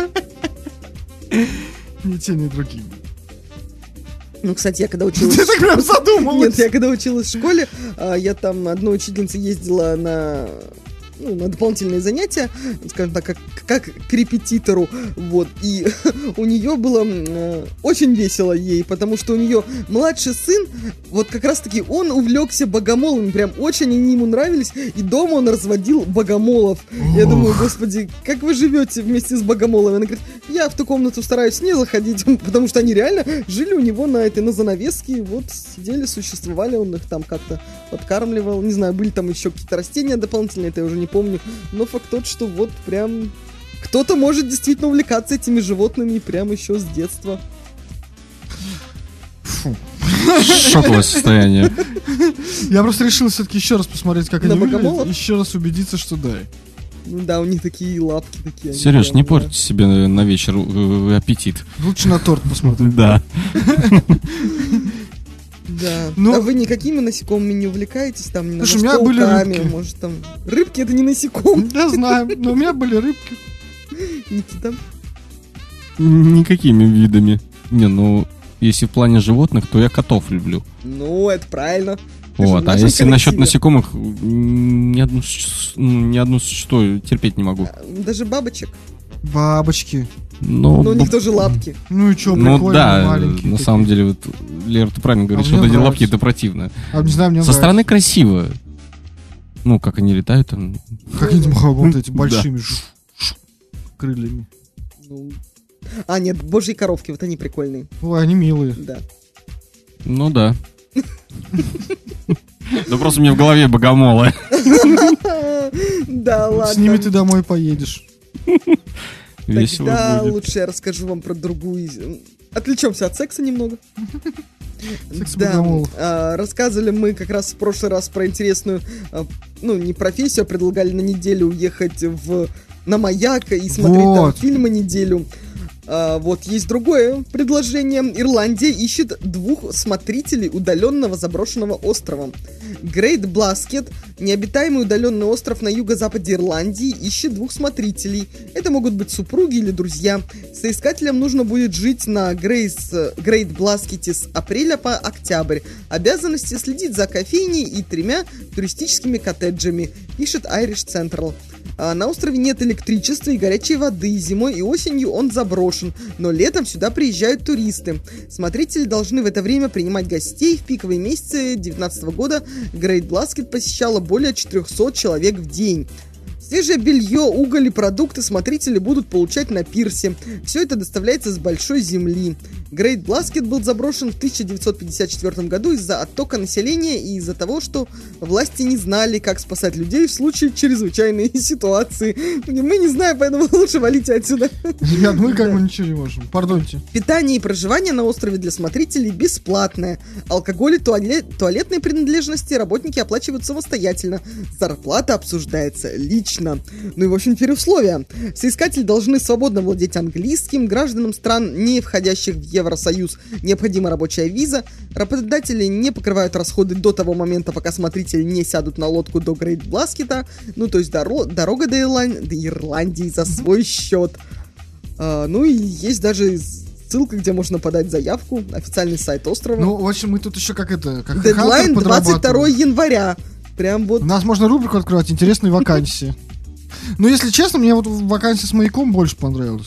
Ни те, ни другие. Ну, кстати, я когда училась... Ты так прям задумалась. Нет, я когда училась в школе, а, я там одной учительницей ездила на, ну, на дополнительные занятия, скажем так, как, как к репетитору, вот, и у нее было э, очень весело ей, потому что у нее младший сын, вот как раз-таки он увлекся богомолами, прям очень они ему нравились, и дома он разводил богомолов. Я думаю, господи, как вы живете вместе с богомолами? Она говорит, я в ту комнату стараюсь не заходить, потому что они реально жили у него на этой, на занавеске, вот, сидели, существовали, он их там как-то подкармливал, не знаю, были там еще какие-то растения дополнительные, это я уже не помню, но факт тот, что вот прям кто-то может действительно увлекаться этими животными прямо еще с детства. Шоковое состояние. Я просто решил все-таки еще раз посмотреть, как На они выглядят. богомолов? Еще раз убедиться, что да. Ну да, у них такие лапки такие. они Сереж, прям, не да. портите себе на на вечер э, аппетит. Лучше на торт посмотреть. Да. Да. Ну- А вы никакими насекомыми не увлекаетесь? Там, не Слушай, знаю, у меня были пауками, рыбки. может там... Рыбки это не насекомые. Я знаю, но у меня были рыбки. Никита. Никакими видами. Не, ну, если в плане животных, то я котов люблю. Ну, это правильно. Ты же в Вот, а нашем если насчет коллективе. насекомых, м, ни одну, с- м, ни одну существо терпеть не могу. Даже бабочек. Бабочки. Но, Но у них б- тоже лапки. Ну и что, ну прикольно, да, маленькие. на такие. самом деле, вот, Лера, ты правильно говоришь, А что мне вот эти нравится. лапки это противно. А не знаю, мне Со нравится. стороны красиво. Ну, как они летают там. Как они там вот эти Да. большими жу- жу- крыльями. Ну, А, нет, божьи коровки, вот они прикольные. Ой, они милые. Да. Ну да. Да просто мне в голове богомолы. Да, Вот ладно. с ними ты домой поедешь. Весело Тогда будет. лучше я расскажу вам про другую. из- Отвлечемся от секса немного. Секс Да, богомолов. а, рассказывали мы как раз в прошлый раз про интересную, а, ну, не профессию, а предлагали на неделю уехать в, на Маяк и смотреть Вот. там фильмы неделю. А, вот есть другое предложение. Ирландия ищет двух смотрителей удаленного заброшенного острова. Грейт Бласкет, необитаемый удаленный остров на юго-западе Ирландии, ищет двух смотрителей. Это могут быть супруги или друзья. Соискателям нужно будет жить на Грейс, Грейт Бласкете с апреля по октябрь. Обязанности следить за кофейней и тремя туристическими коттеджами, пишет Irish Central. А на острове нет электричества и горячей воды. Зимой и осенью он заброшен, но летом сюда приезжают туристы. Смотрители должны в это время принимать гостей. В пиковые месяцы две тысячи девятнадцатого года Грейт Бласкет посещало более четыреста человек в день. Свежее белье, уголь и продукты смотрители будут получать на пирсе. Все это доставляется с большой земли. Грейт Бласкет был заброшен в тысяча девятьсот пятьдесят четвёртом году из-за оттока населения и из-за того, что власти не знали, как спасать людей в случае чрезвычайной ситуации. Мы не знаем, поэтому лучше валите отсюда. Ребят, мы как бы ничего не можем. Пардоньте. Питание и проживание на острове для смотрителей бесплатное. Алкоголь и туалет, туалетные принадлежности работники оплачивают самостоятельно. Зарплата обсуждается лично. Ну и, в общем, теперь условия. Соискатели должны свободно владеть английским. Гражданам стран, не входящих в Евросоюз, необходима рабочая виза. Работодатели не покрывают расходы до того момента, пока смотрители не сядут на лодку до Грейт Бласкета. Ну, то есть доро- дорога до, Ирланд... до Ирландии за свой счет. А, ну и есть даже ссылка, где можно подать заявку. Официальный сайт острова. Ну, в общем, мы тут еще как это, как Дедлайн хантер двадцать второго подрабатываем. января. Прям вот. У нас можно рубрику открывать «Интересные вакансии». Ну, если честно, мне вот вакансия с маяком больше понравилась.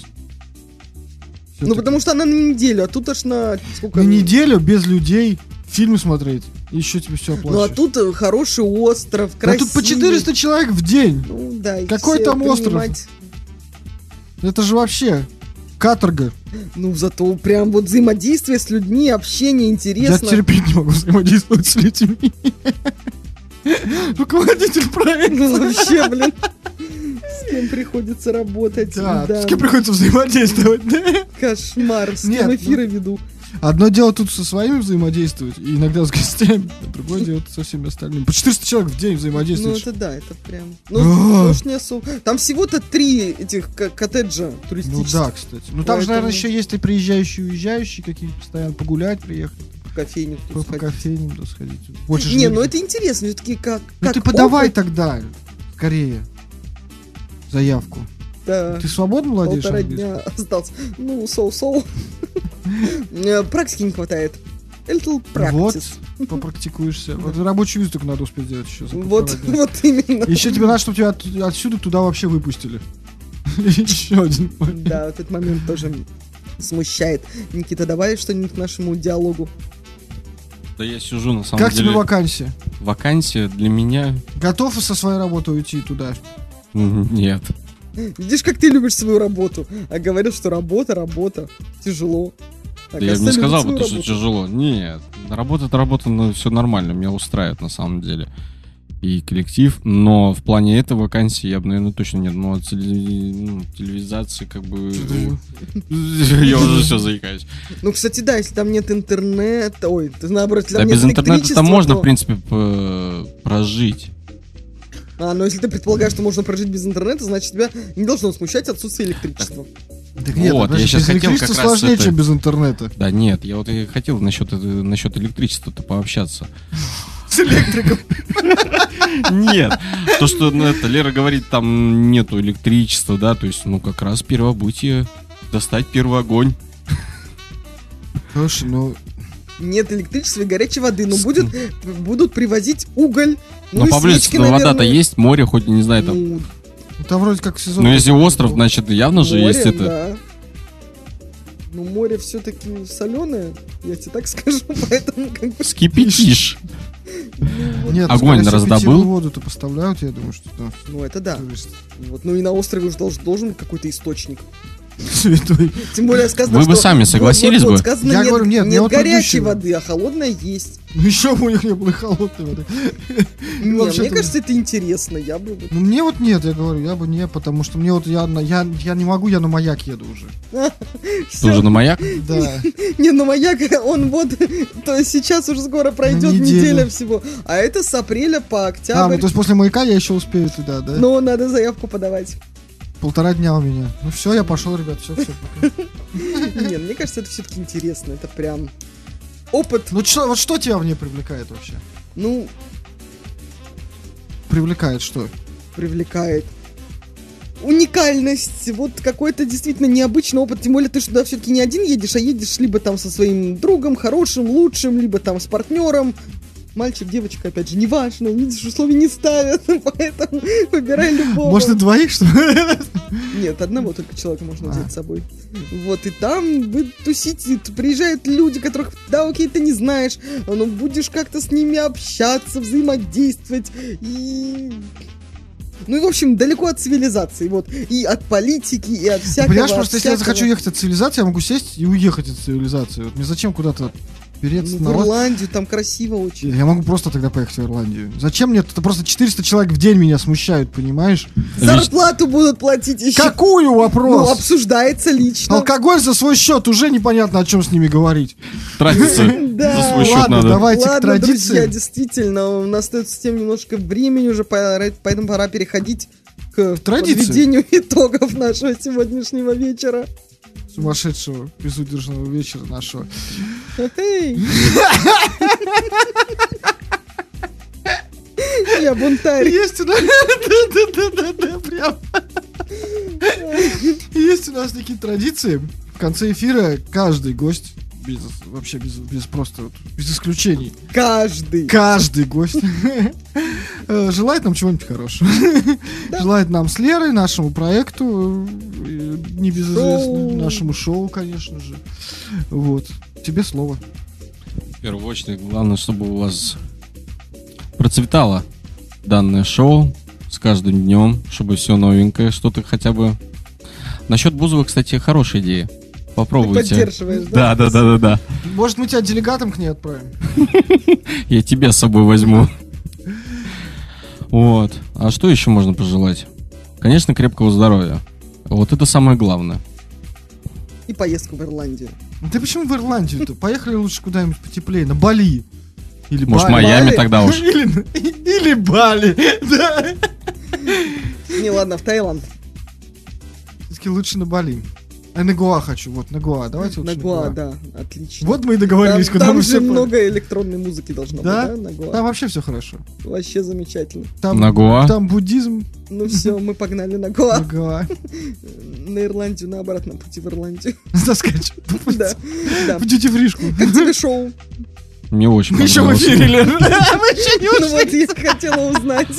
Ну, потому что она на неделю, а тут аж на... Сколько? На неделю без людей фильмы смотреть. И еще тебе все Ну, а оплачивают. тут э, хороший остров, А красивый. тут по четыреста человек в день. Ну, да, и Какой все там остров? принимать. Это же вообще каторга. Ну, зато прям вот взаимодействие с людьми, общение интересно. Я терпеть не могу взаимодействовать с людьми. Руководитель проекта. Ну, вообще, блин. С кем приходится работать. Да, Да. с кем приходится взаимодействовать, да? Кошмар, с Нет, кем ну- эфиры веду. Одно дело тут со своими взаимодействовать, и иногда с гостями, а другое дело со всеми остальными. По четыреста человек в день Ну, взаимодействуешь. это да, это прям... Ну, А. может, не особо... Там всего-то три этих ко- коттеджа Ну туристических. да, кстати. Ну там же, наверное, Поэтому- еще есть и приезжающие, уезжающие, какие-то постоянно погулять, приехать, В кофейню по, тут по сходить. кофейням, да, сходить. Больше же Не, негде. ну это интересно, все-таки как... Ну как ты подавай опыт, тогда, скорее, заявку. да. Ты свободно владеешь Полтора английским? дня остался. Ну, соу-соу. Э, Практики не хватает. Little Вот, practice. попрактикуешься. Вот рабочую визу только надо успеть сделать еще. за Вот, полтора дня. вот именно. Еще тебе надо, чтобы тебя от- отсюда туда вообще выпустили. Еще один. Да, вот этот момент тоже смущает. Никита, добавишь что-нибудь к нашему диалогу? Да я сижу на самом Как деле. тебе вакансия? Вакансия для меня Готов со своей работы уйти туда? м, нет. Видишь, как ты любишь свою работу. А говорил, что работа, работа. Тяжело. Да я бы не сказал бы, то, что тяжело. Нет, работа это работа, но все нормально, меня устраивает на самом деле. И коллектив, но в плане этой вакансии я бы, наверное, точно нет. Ну, от теле- ну, телевизации как бы... Я уже все заикаюсь. Ну, кстати, да, если там нет интернета... Ой, ты наоборот, если Да там нет без интернета электричества, там можно, то- в принципе, п- прожить. А, но если ты предполагаешь, что можно прожить без интернета, значит, тебя не должно смущать отсутствие электричества. Так нет, Вот, подожди, я щас без хотел электричества как раз сложнее, это- чем без интернета. Да нет, я вот и хотел насчет, это- насчет электричества-то пообщаться. С электриком. Нет, то, что ну, это, Лера говорит, там нету электричества, да, то есть, ну, как раз первобытие, достать первый огонь. Слушай, ну, Нет электричества и горячей воды, но будет, будут привозить уголь. Ну, Но и поблизости свечки, ну, вода-то наверное. есть, море хоть, не знаю, там. Ну, там вроде как сезон. Но если остров, значит, явно же море, есть это. да. Ну, море все-таки соленое, я тебе так скажу, поэтому как бы... Вскипятишь. Нет, Огонь скорее всего, раздобыл? питьевую воду-то поставляют, я думаю, что там. Ну, это да. То есть, Вот, ну и на острове уже должен, должен быть какой-то источник. Святой. Тем более сказано, Вы что... бы сами вот- согласились вот- вот бы? сказано, Я нет, говорю, нет, мне нет вот горячей предыдущего. воды, а холодная есть. Ну еще бы у них не было и холодной воды. Не, Вообще-то- мне кажется, это интересно. Я бы... Ну мне вот нет, я говорю, я бы не, потому что мне вот я, на- я, я не могу, я на маяк еду уже. Ты уже на маяк? Да. Не, ну маяк, он вот, то есть сейчас уже скоро пройдет неделю. неделя всего, а это с апреля по А, октябрь. ну то есть после маяка я еще успею туда, да? Но надо заявку подавать. Полтора дня у меня. Ну все, я пошел, ребят, все, все. Не, мне кажется, это все-таки интересно. Это прям опыт. Ну что, вот что тебя в ней привлекает вообще? Ну, Привлекает что? привлекает. Уникальность, вот какой-то действительно необычный опыт, тем более ты сюда все-таки не один едешь, а едешь либо там со своим другом, хорошим, лучшим, либо там с партнером. Мальчик, девочка, опять же, неважно, видишь, условий не ставят, поэтому выбирай любого. Может, и двоих, что ли? Нет, одного только человека можно взять А. с собой. Вот, и там вы тусите, т- приезжают люди, которых, да, окей, ты не знаешь, но будешь как-то с ними общаться, взаимодействовать, и... Ну и, в общем, далеко от цивилизации, вот, и от политики, и от всякого... Понимаешь, просто если я всякого. захочу ехать от цивилизации, я могу сесть и уехать от цивилизации. Вот мне зачем куда-то переться Ну, в на ос- Ирландию, там красиво очень. Я могу просто тогда поехать в Ирландию. Зачем мне? Это просто четыреста человек в день меня смущают, понимаешь? Зарплату будут платить еще. Какую Ну, вопрос? обсуждается лично. Алкоголь за свой счет, уже непонятно, о чем с ними говорить. Тратиться Да. за свой счет Ладно, надо. давайте к Ладно, традиции. друзья, действительно, у нас остается с тем немножко времени уже, пора- поэтому пора переходить к традиции. подведению итогов нашего сегодняшнего вечера. Сумасшедшего, безудержного вечера нашего. Эй. Я бунтарь. Есть у нас... Да-да-да-да, прям. Есть у нас такие традиции. В конце эфира каждый гость, без, вообще без, без просто, вот, без исключений, Каждый. каждый гость э, желает нам чего-нибудь хорошего. Желает нам с Лерой, нашему проекту, э, небезызвестному, Шоу. нашему шоу, конечно же. Вот. Тебе слово. В первую очередь, главное, чтобы у вас процветало данное шоу с каждым днем, чтобы все новенькое, что-то хотя бы... Насчет Бузова, кстати, хорошая идея. Попробуйте. Поддерживаешь, да? Да, да, да, да, да. Может, мы тебя делегатом к ней отправим? Я тебя с собой возьму. Вот. А что еще можно пожелать? Конечно, крепкого здоровья. Вот это самое главное. И поездку в Ирландию. Ну ты почему в Ирландию-то? Поехали лучше куда-нибудь потеплее, на Бали. Или Может, Бали. Майами Бали? тогда уж. Или, или Бали. Да. Не, ладно, в Таиланд. Все-таки лучше на Бали. А на Гоа хочу, вот, на Гоа. Давайте лучше На Гоа, да, отлично. Вот мы и договорились, Там, куда там мы же все... много электронной музыки должно Да? быть, да, на Гоа? Там вообще все хорошо. Вообще замечательно. Там, На Гоа? Там буддизм Ну все, мы погнали на на Гоа. Гоа. На Ирландию, на обратном пути в Ирландию. Заскочь. Да, да. В дьюти-фришку. Как тебе шоу? Мне очень Мы еще в понравилось. эфире, Лер. Мы еще не Ну вот я хотела узнать.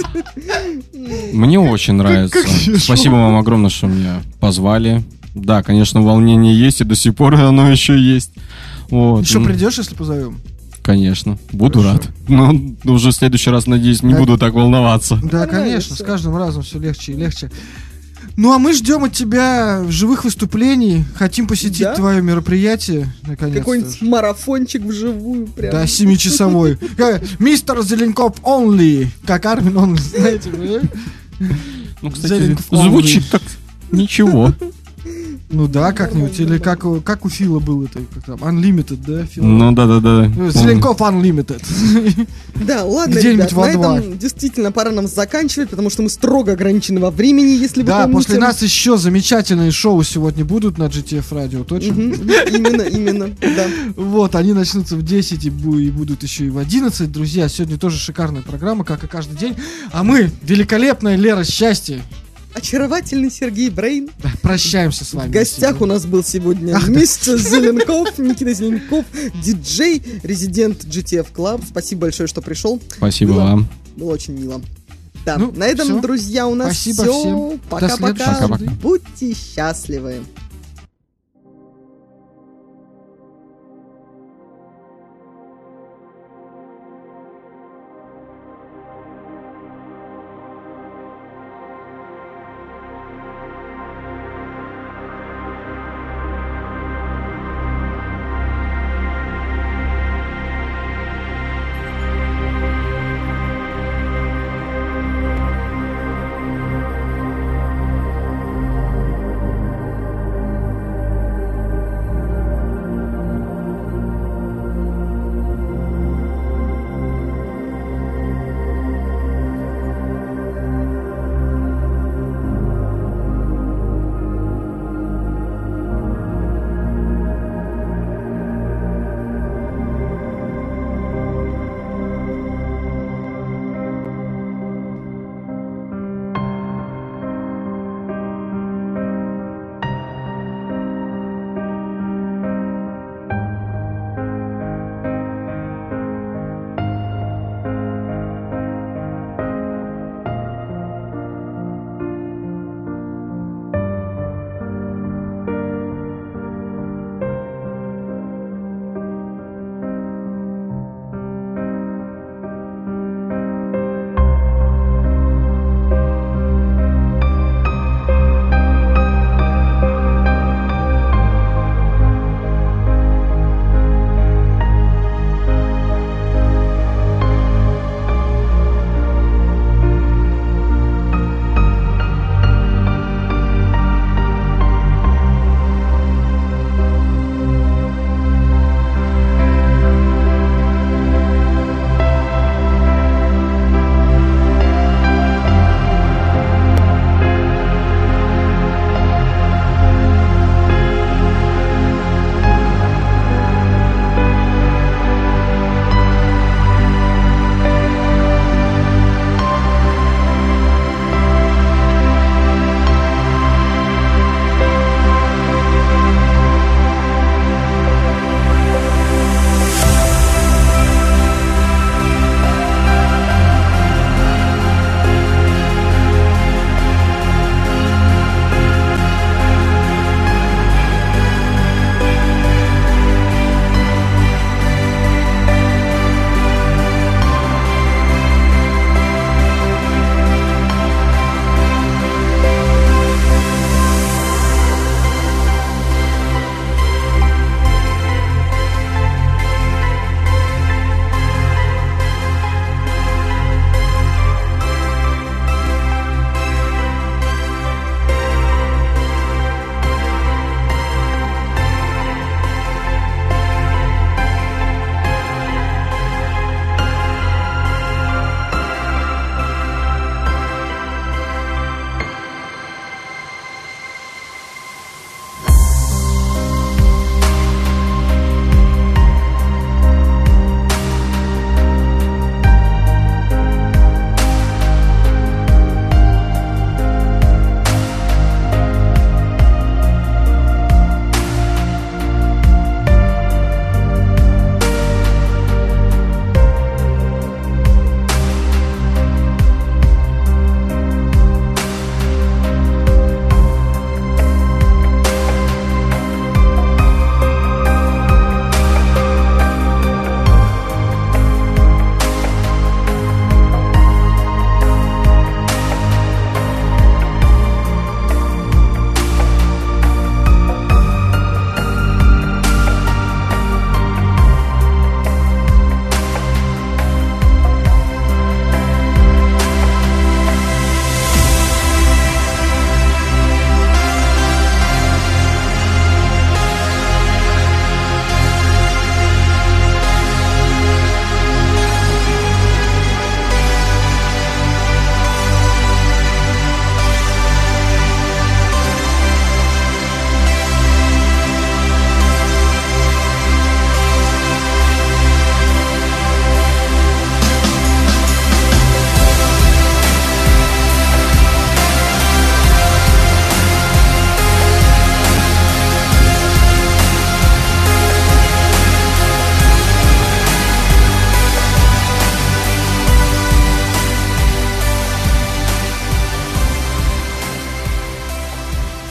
Мне очень нравится. как тебе Спасибо шоу? вам огромное, что меня позвали. Да, конечно, волнение есть, и до сих пор оно еще есть. Вот. Еще Ну, придешь, если позовем? Конечно, буду Хорошо. рад. Но уже в следующий раз, надеюсь, не А- буду так волноваться. Да, Нормально конечно, всё. с каждым разом все легче и легче. Ну, а мы ждем от тебя живых выступлений. Хотим посетить Да? твое мероприятие, наконец-то. Какой-нибудь марафончик вживую прям. Да, семичасовой. Как Мистер Зеленков only. Как Армин, он, знаете, вы? Ну, кстати, Зеленков звучит only. так ничего. Ну да, как-нибудь. Или Нормально, как, у- как у Фила был это, как там, Unlimited, да, Фил? Ну, да-да-да. Ну, Зеленков Unlimited. Да, ладно, Где-нибудь ребят, во на два. этом действительно пора нам заканчивать, потому что мы строго ограничены во времени, если вы Да, помните. после нас еще замечательные шоу сегодня будут на джи ти эф радио, точно? Мгм, Именно, именно, да. Вот, они начнутся в десять и бу- и будут еще и в одиннадцать. Друзья, сегодня тоже шикарная программа, как и каждый день. А мы, великолепная Лера Счастье, Очаровательный Сергей Брейн. прощаемся с вами. В гостях у нас был сегодня Ах, да. мистер Зеленков, Никита Зеленков, диджей, резидент джи ти эф Club. Спасибо большое, что пришел. Спасибо Было- вам. Было очень мило. Да, Ну, на этом, всё. друзья, у нас Спасибо все. всем. До Пока-пока. следующей Пока-пока. Будьте счастливы.